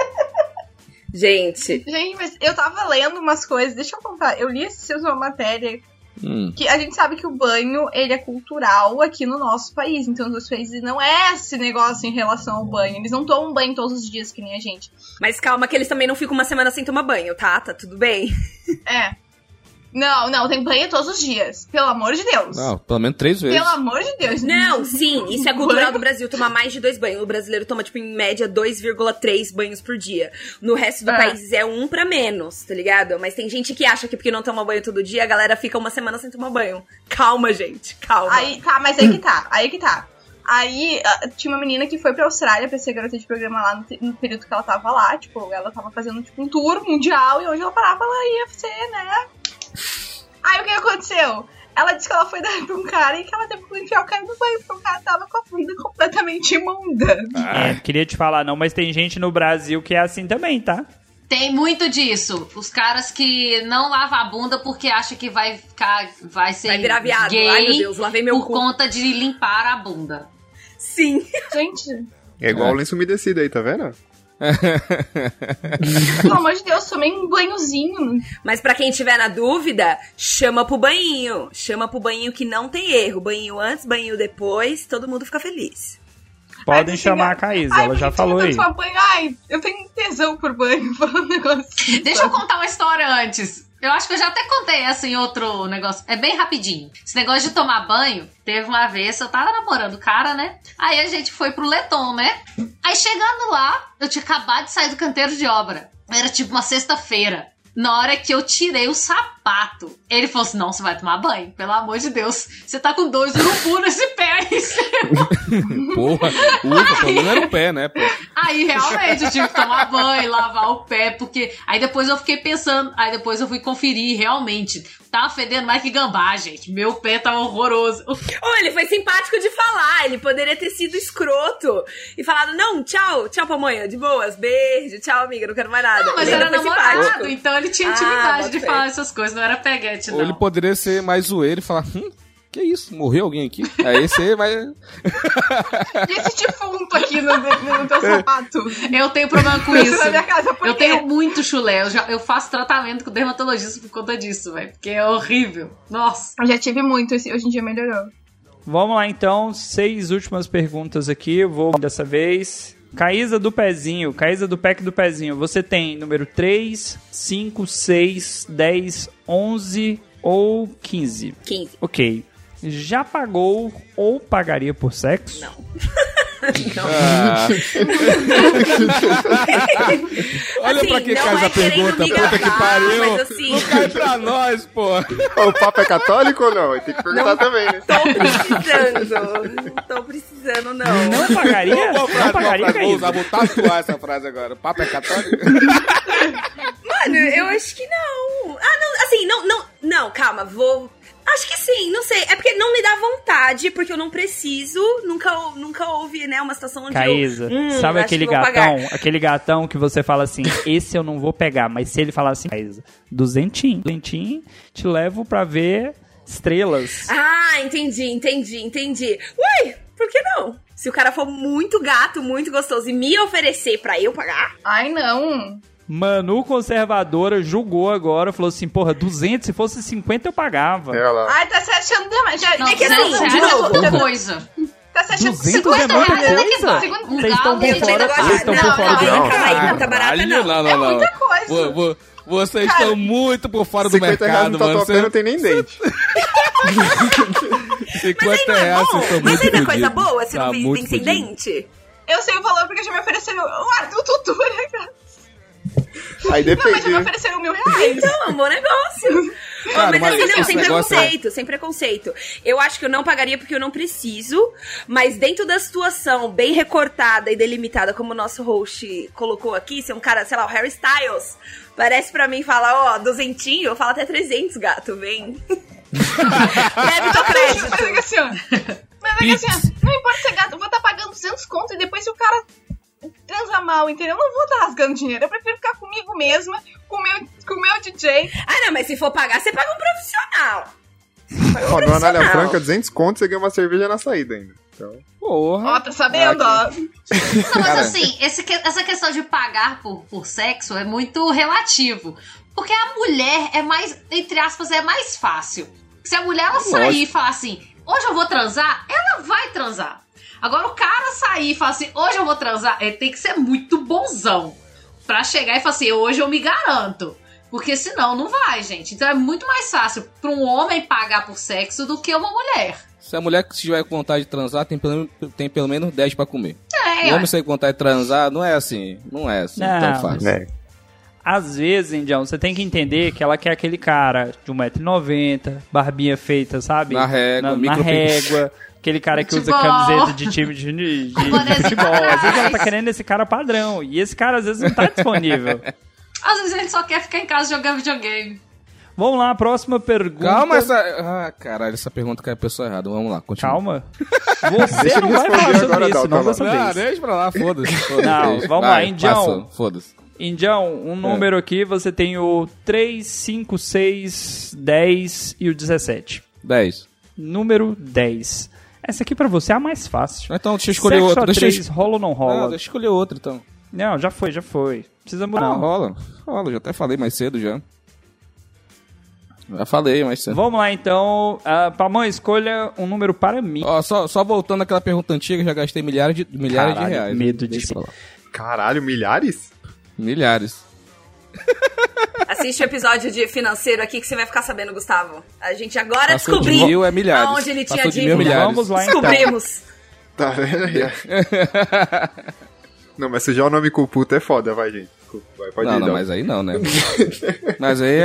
Gente, mas eu tava lendo umas coisas, deixa eu contar, eu li esses dias uma matéria que a gente sabe que o banho, ele é cultural aqui no nosso país, então os outros países não é esse negócio em relação ao banho, eles não tomam banho todos os dias que nem a gente. Mas calma que eles também não ficam uma semana sem tomar banho, tá? Tá tudo bem. Não, tem banho todos os dias. Pelo amor de Deus. Não, pelo menos 3 vezes. Pelo amor de Deus. Não, sim, isso é cultural do Brasil, tomar mais de 2 banhos. O brasileiro toma, tipo, em média, 2,3 banhos por dia. No resto do país é 1 pra menos, tá ligado? Mas tem gente que acha que porque não toma banho todo dia, a galera fica uma semana sem tomar banho. Calma, gente, calma. Aí, tá, mas aí que tá. Aí, tinha uma menina que foi pra Austrália pra ser garota de programa lá no período que ela tava lá. Tipo, ela tava fazendo, tipo, um tour mundial e onde ela parava, ela ia ser, né? Aí, o que aconteceu? Ela disse que ela foi dar pra um cara e que ela teve que enfiar o cara no banho, porque o cara tava com a bunda completamente imunda. Queria te falar não, mas tem gente no Brasil que é assim também, tá? Tem muito disso. Os caras que não lavam a bunda porque acham que vai virar viado. Gay. Ai, meu Deus, lavei meu por conta de limpar a bunda. Sim. Gente. É igual o lenço umedecido aí, tá vendo? Pelo amor de Deus, tomei um banhozinho. Mas pra quem tiver na dúvida, chama pro banhinho. Chama pro banhinho que não tem erro. Banhinho antes, banhinho depois, todo mundo fica feliz. Podem chamar a Caísa, ela já falou aí. Ai, eu tenho tesão por banho, falando um negócio. Deixa eu contar uma história antes. Eu acho que eu já até contei essa em outro negócio. É bem rapidinho. Esse negócio de tomar banho, teve uma vez, eu tava namorando o cara, né? Aí a gente foi pro Leton, né? Aí chegando lá, eu tinha acabado de sair do canteiro de obra. Era tipo uma sexta-feira. Na hora que eu tirei o sapato, ele falou assim, não, você vai tomar banho, pelo amor de Deus. Você tá com 2 urubu nesse pé aí, Porra, o problema era o pé, né? Pô? Aí, realmente, eu tive que tomar banho, lavar o pé, porque... Aí depois eu fiquei pensando, aí depois eu fui conferir, realmente, tava fedendo mais que gambá, gente. Meu pé tava horroroso. Ele foi simpático de falar, ele poderia ter sido escroto e falado, não, tchau pamonha, de boas, beijo, tchau amiga, não quero mais nada. Não, mas ele era namorado, simpático. então ele tinha intimidade de falar essas coisas, não era peguete, não. Ou ele poderia ser mais zoeiro e falar, que isso, morreu alguém aqui? Aí você vai... E esse defunto aqui no teu sapato? Eu tenho problema com isso. Na minha casa, por eu quê? tenho muito chulé, eu faço tratamento com dermatologista por conta disso, velho, porque é horrível. Nossa. Eu já tive muito, hoje em dia melhorou. Vamos lá então, 6 últimas perguntas aqui, eu vou dessa vez... Caísa do pezinho, Caísa do pack do pezinho, você tem número 3, 5, 6, 10, 11 ou 15? 15. Ok. Já pagou ou pagaria por sexo? Não. Olha assim, pra que faz a pergunta, puta que pariu. Mas assim... Não cai pra nós, pô. O papo é católico ou não? Tem que perguntar também, né? Tô precisando, não. Não pagaria? Não pagaria, Caísa? Vou tatuar essa frase agora. O papo é católico? Mano, eu acho que não. Não, assim, não, calma, vou... Acho que sim, não sei. É porque não me dá vontade, porque eu não preciso. Nunca houve, né, uma situação onde Caísa, sabe aquele gatão que você fala assim, esse eu não vou pegar, mas se ele falar assim, Caísa, duzentinho, te levo pra ver estrelas. Ah, entendi. Ué, por que não? Se o cara for muito gato, muito gostoso e me oferecer pra eu pagar... Ai, não... Manu Conservadora julgou agora, falou assim, porra, 200, se fosse 50 eu pagava. Ai, tá se achando demais. Não, é que assim, de novo, coisa. Tá se achando 200 é muita coisa? Vocês estão por fora, vocês estão por fora do mercado. Não tá barata não. Não. É muita coisa. Vocês estão muito por fora do mercado, mano. Você não tem nem dente. 50 reais, vocês estão muito Mas ainda é fodidos. coisa boa, se Tá não muito vem sem fudido. dente? Eu sei o valor porque já me ofereceram o Arthur Tutu, né, cara? Aí Não, mas já me depende. ofereceram R$1.000. Então, é um bom negócio. Cara, mas assim, não, esse negócio sem preconceito. Eu acho que eu não pagaria porque eu não preciso, mas dentro da situação bem recortada e delimitada, como o nosso host colocou aqui, se é um cara, sei lá, o Harry Styles, parece pra mim falar, 200, eu falo até 300, gato, vem. Débito ou crédito? Mas é que assim, não importa se é gato, eu vou estar pagando 200 conto e depois se o cara transa mal, entendeu? Eu não vou estar rasgando dinheiro, eu prefiro ficar comigo mesma, com o meu DJ. Ah, não, mas se for pagar, você paga um profissional. Ó, no Anália Franca, 200 contos, você ganha uma cerveja na saída ainda. Então... Porra. Ó, tá sabendo, ó. Não, mas assim, essa questão de pagar por sexo é muito relativo. Porque a mulher é mais, entre aspas, é mais fácil. Se a mulher ela sair e falar assim, hoje eu vou transar, ela vai transar. Agora o cara sair e falar assim, hoje eu vou transar, ele tem que ser muito bonzão pra chegar e falar assim, hoje eu me garanto. Porque senão não vai, gente. Então é muito mais fácil pra um homem pagar por sexo do que uma mulher. Se a mulher que tiver com vontade de transar, tem pelo menos 10 pra comer. É, o homem sem vontade de transar, não é assim tão fácil. Às vezes, Indião, você tem que entender que ela quer aquele cara de 1,90 m, barbinha feita, sabe? Na régua, na régua. Aquele cara que usa camiseta de time de futebol. Às vezes ela tá querendo esse cara padrão. E esse cara, às vezes, não tá disponível. Às vezes a gente só quer ficar em casa jogando videogame. Vamos lá, próxima pergunta. Calma, caralho, essa pergunta cai a pessoa errada. Vamos lá, continua. Calma. Você não vai falar sobre isso, não dessa vez. Deixa pra lá, foda-se. Não, vamos lá, Indião. Foda-se. Indião, um número aqui, você tem o 3, 5, 6, 10 e o 17. 10. Número 10. Essa aqui pra você é a mais fácil. Então, deixa eu escolher outra. Rola ou não rola? Não, deixa eu escolher outra, então. Não, já foi. Precisa mudar. Não, rola, já até falei mais cedo já. Já falei mais cedo. Vamos lá, então. Pamão, escolha um número para mim. Ó, só voltando àquela pergunta antiga, já gastei milhares de reais. Medo de falar. Caralho, milhares? Milhares. Assiste o episódio de financeiro aqui que você vai ficar sabendo, Gustavo. A gente agora Passou descobriu de 1000 é milhares. aonde ele Passou tinha de dívida. 1000 milhares. Vamos lá, então. Descobrimos. Tá vendo aí? Não, mas sujar o nome com o puto é foda, vai, gente. Vai, pode ir, não, mas aí não, né? Mas aí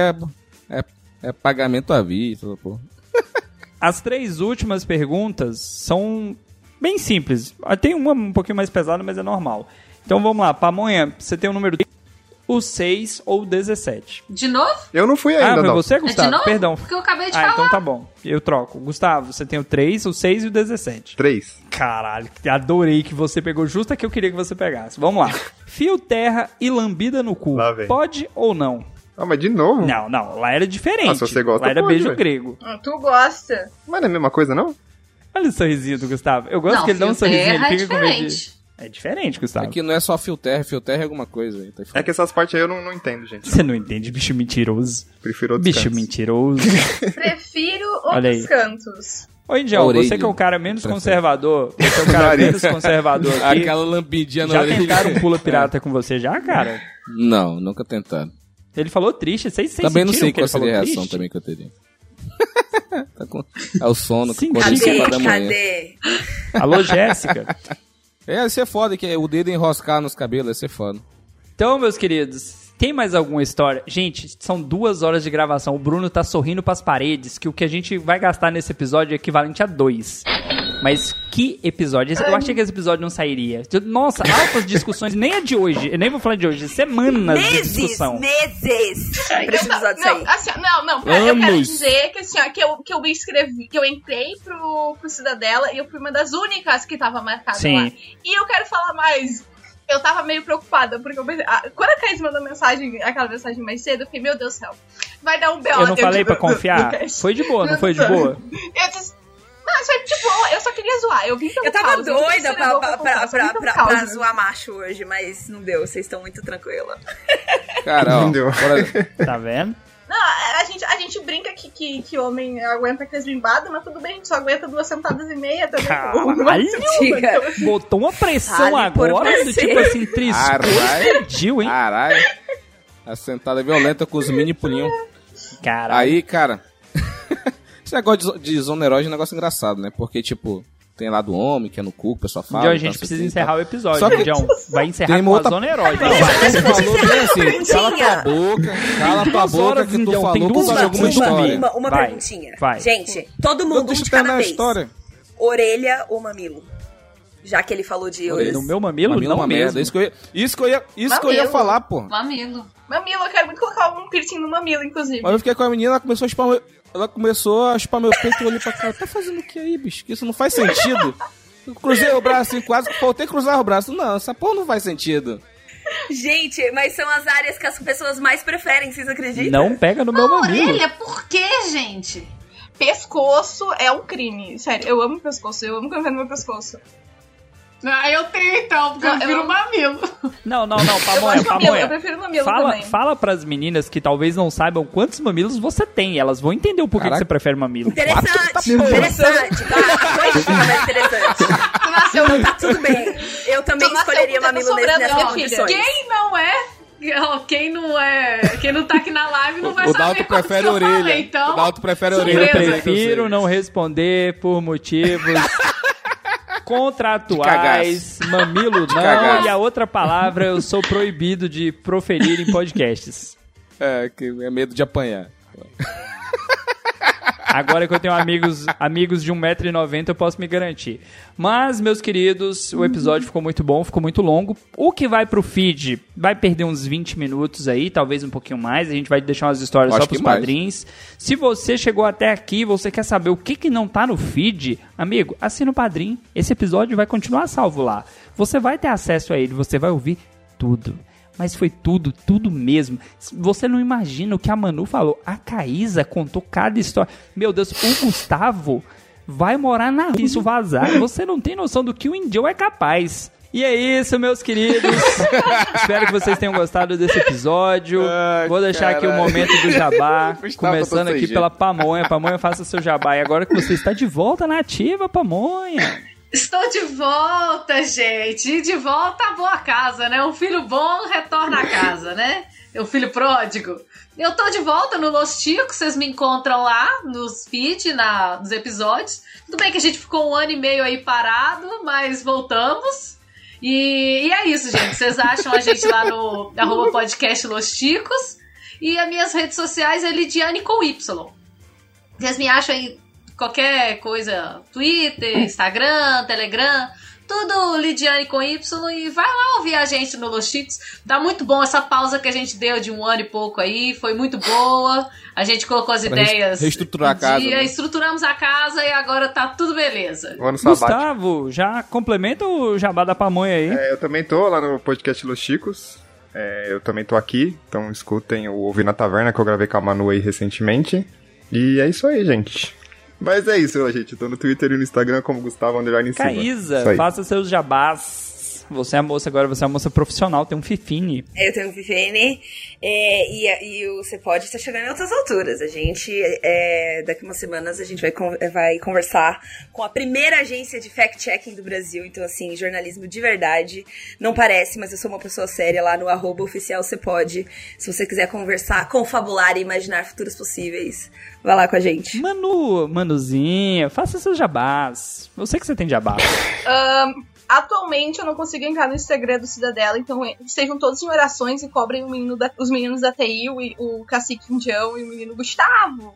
é pagamento à vista, pô. As 3 últimas perguntas são bem simples. Tem uma um pouquinho mais pesada, mas é normal. Então vamos lá, Pamonha, você tem o número 3, o 6 ou o 17? De novo? Eu não fui ainda, foi não. você, Gustavo? É de novo? Perdão. Porque eu acabei de falar. Então tá bom. Eu troco. Gustavo, você tem o 3, o 6 e o 17. 3. Caralho, adorei que você pegou justo a que eu queria que você pegasse. Vamos lá. Fio terra e lambida no cu. Lá vem. Pode ou não? Ah, mas de novo? Não. Lá era diferente. Se você gosta, lá era pode, beijo véio. grego. Tu gosta. Mas não é a mesma coisa, não? Olha o sorrisinho do Gustavo. Eu gosto que ele dá um sorrisinho. Ele fica com medo de... É diferente, Gustavo. Aqui não é só fio terra é alguma coisa. Aí, tá é que essas partes aí eu não entendo, gente. Você não entende, bicho mentiroso. Prefiro outros bicho cantos. Mentiroso. Prefiro Olha outros cantos. Ô, Indião, você que é o cara menos conservador, você é o cara menos conservador aqui. Aquela lambidinha na Já orelha. tentaram pula pirata com você já, cara? Não, nunca tentaram. Ele falou triste, vocês também não sei que qual seria a reação triste? também que eu teria. É o sono que Cadê? Alô, Jéssica. Ia ser foda, que é o dedo enroscar nos cabelos, ia ser foda. Então, meus queridos, tem mais alguma história? Gente, são 2 horas de gravação. O Bruno tá sorrindo pras paredes, que o que a gente vai gastar nesse episódio é equivalente a 2. Mas que episódio? Eu achei que esse episódio não sairia. Nossa, altas discussões, nem é de hoje. Eu nem vou falar de hoje, semanas de discussão. Meses pra esse episódio sair. Eu quero dizer que, assim, ó, que eu escrevi, que eu entrei pro Cidadela e eu fui uma das únicas que tava marcada lá. E eu quero falar mais. Eu tava meio preocupada, porque eu pensei, quando a Thaís mandou aquela mensagem mais cedo, eu fiquei, meu Deus do céu, vai dar um B.O. Eu não falei pra confiar? Foi de boa, não foi de boa? Eu disse, não, isso foi de boa, eu só queria zoar, eu vim pelo Eu tava caos, doida pra zoar zoar macho hoje, mas não deu, vocês estão muito tranquila. Cara, ó, tá vendo? Não, a gente brinca que homem aguenta aqueles bimbados, mas tudo bem, a gente só aguenta 2 sentadas e meia também. Caralho, botou uma pressão agora, do tipo assim, triscou, hein? Caralho. A sentada violenta com os mini pulinhos. Caralho. Aí, cara, esse negócio de zona erógena é um negócio engraçado, né? Porque, tipo, tem lá do homem, que é no cu, que o pessoal fala. John, a gente precisa encerrar o episódio, só que John. Vai encerrar com a zona erógena. Você falou bem assim, cala tua boca que tu falou com alguma história. Uma perguntinha. Gente, todo mundo de cada vez. Orelha ou mamilo? Já que ele falou de orelha. No meu mamilo não uma mesmo. Merda. Isso que eu ia falar, pô. Mamilo, eu quero muito colocar um piercing no mamilo, inclusive. Mas eu fiquei com a menina, ela começou a chupar meu peito e eu olhei pra cara. Tá fazendo o que aí, bicho? Que isso não faz sentido. Eu cruzei o braço assim, quase faltei cruzar o braço. Não, essa porra não faz sentido. Gente, mas são as áreas que as pessoas mais preferem, vocês acreditam? Não pega no meu mamilo. Orelha, por quê, gente? Pescoço é um crime. Sério, eu amo pescoço, eu amo cantar no meu pescoço. Eu tenho então, porque eu prefiro mamilo. Não, Pamonha. Eu prefiro mamilo também. Fala pras meninas que talvez não saibam quantos mamilos você tem. Elas vão entender o porquê que você prefere mamilo. Interessante. A coisa fica mais interessante. Tá tudo bem. Eu também escolheria mamilo nessas condições. Quem não é Quem não tá aqui na live não vai o saber Dalton prefere como que eu orelha. falei, então. O Dalton prefere surpresa. orelha. Eu prefiro não responder por motivos contratuais, mamilo não, e a outra palavra eu sou proibido de proferir em podcasts. Que é medo de apanhar. Agora que eu tenho amigos de 1,90m, eu posso me garantir. Mas, meus queridos, o episódio ficou muito bom, ficou muito longo. O que vai pro feed vai perder uns 20 minutos aí, talvez um pouquinho mais. A gente vai deixar umas histórias só pros padrinhos. Se você chegou até aqui, você quer saber o que não tá no feed, amigo, assina o Padrim. Esse episódio vai continuar salvo lá. Você vai ter acesso a ele, você vai ouvir tudo. Mas foi tudo mesmo. Você não imagina o que a Manu falou. A Caísa contou cada história. Meu Deus, o Gustavo vai morar na rua. Isso vazar. Você não tem noção do que o Indião é capaz. E é isso, meus queridos. Espero que vocês tenham gostado desse episódio. Vou deixar aqui o momento do jabá. Começando aqui pela Pamonha. Pamonha, faça seu jabá. E agora que você está de volta na ativa, Pamonha. Estou de volta, gente. De volta à boa casa, né? Um filho bom retorna à casa, né? O filho pródigo. Eu tô de volta no Los Ticos. Vocês me encontram lá nos feed, nos episódios. Tudo bem que a gente ficou 1 ano e meio aí parado, mas voltamos. E é isso, gente. Vocês acham a gente lá no @podcast Los Ticos. E as minhas redes sociais é Lidiane com Y. Vocês me acham aí qualquer coisa, Twitter, Instagram, Telegram, tudo Lidiane com Y, e vai lá ouvir a gente no Los Ticos. Tá muito bom essa pausa que a gente deu de 1 ano e pouco aí, foi muito boa. A gente colocou as ideias reestruturar a casa, né? Estruturamos a casa e agora tá tudo beleza. Gustavo, já complementa o jabá da Pamonha aí. Eu também tô lá no podcast Los Ticos. Eu também tô aqui, então escutem o Ouvir na Taverna, que eu gravei com a Manu aí recentemente. E é isso aí, gente. Mas é isso, gente. Eu tô no Twitter e no Instagram como Gustavo _ Caísa, faça seus jabás. Você é a moça agora, você é uma moça profissional, tem um Fifine. Eu tenho um Fifine. E o Você Pode estar chegando em outras alturas. A gente, daqui umas semanas, a gente vai conversar com a primeira agência de fact-checking do Brasil. Então, assim, jornalismo de verdade. Não parece, mas eu sou uma pessoa séria lá no @oficial Você Pode. Se você quiser conversar, confabular e imaginar futuros possíveis, vai lá com a gente. Manuzinha, faça seus jabás. Eu sei que você tem jabás. Atualmente eu não consigo entrar no Instagram do Cidadela, então estejam todos em orações e cobrem os meninos da TI, o Cacique Indião e o menino Gustavo.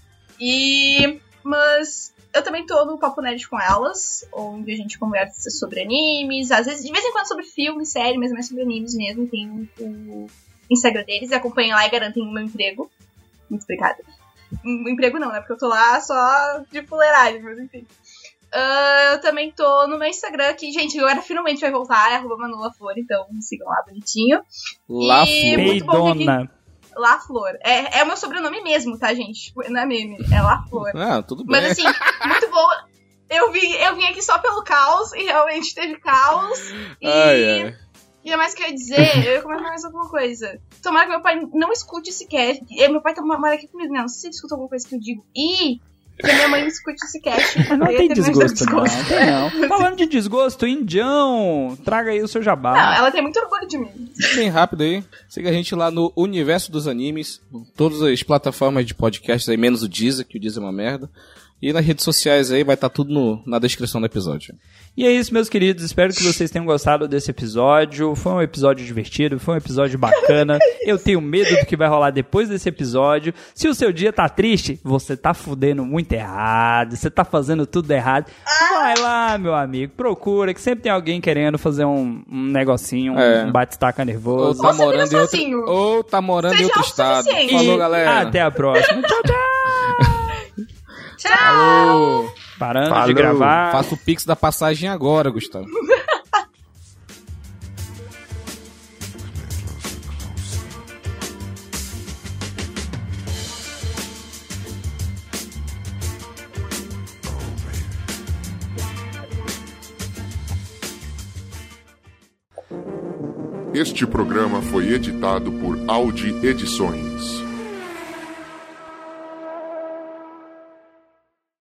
Mas eu também tô no Papo Nerd com elas, onde a gente conversa sobre animes, às vezes, de vez em quando sobre filme, série, mas mais sobre animes mesmo. Tem o Instagram deles, acompanhem lá e garantem o meu emprego. Muito obrigada. Emprego não, né? Porque eu tô lá só de fuleiragem, mas enfim. Eu também tô no meu Instagram, que, gente, agora finalmente vai voltar, é @ManuLaFlor, então sigam lá bonitinho. LaFlor. LaFlor. É o meu sobrenome mesmo, tá, gente? Não é meme, é LaFlor. Tudo bem. Mas assim, muito boa. Eu vim aqui só pelo caos, e realmente teve caos. E é mais que eu ia dizer, eu ia comentar mais alguma coisa. Tomara que meu pai não escute esse cast. Meu pai mora aqui comigo, não sei se ele escuta alguma coisa que eu digo. E que a minha mãe escute esse cast. Não tem desgosto, não. Falando de desgosto, Indião, traga aí o seu jabá. Não, ela tem muito orgulho de mim. Bem rápido aí. Siga a gente lá no Universo dos Animes, todas as plataformas de podcasts aí, menos o Deezer, que o Deezer é uma merda. E nas redes sociais aí vai estar tudo na descrição do episódio. E é isso, meus queridos. Espero que vocês tenham gostado desse episódio. Foi um episódio divertido, foi um episódio bacana. Eu tenho medo do que vai rolar depois desse episódio. Se o seu dia tá triste, você tá fudendo muito errado. Você tá fazendo tudo errado. Vai lá, meu amigo. Procura, que sempre tem alguém querendo fazer um negocinho, um bate-estaca nervoso. Ou tá morando em outro estado. Falou, galera. Até a próxima. Tchau, tchau. Tchau! Falou. Parando de gravar. Faça o pix da passagem agora, Gustavo. Este programa foi editado por Audi Edições.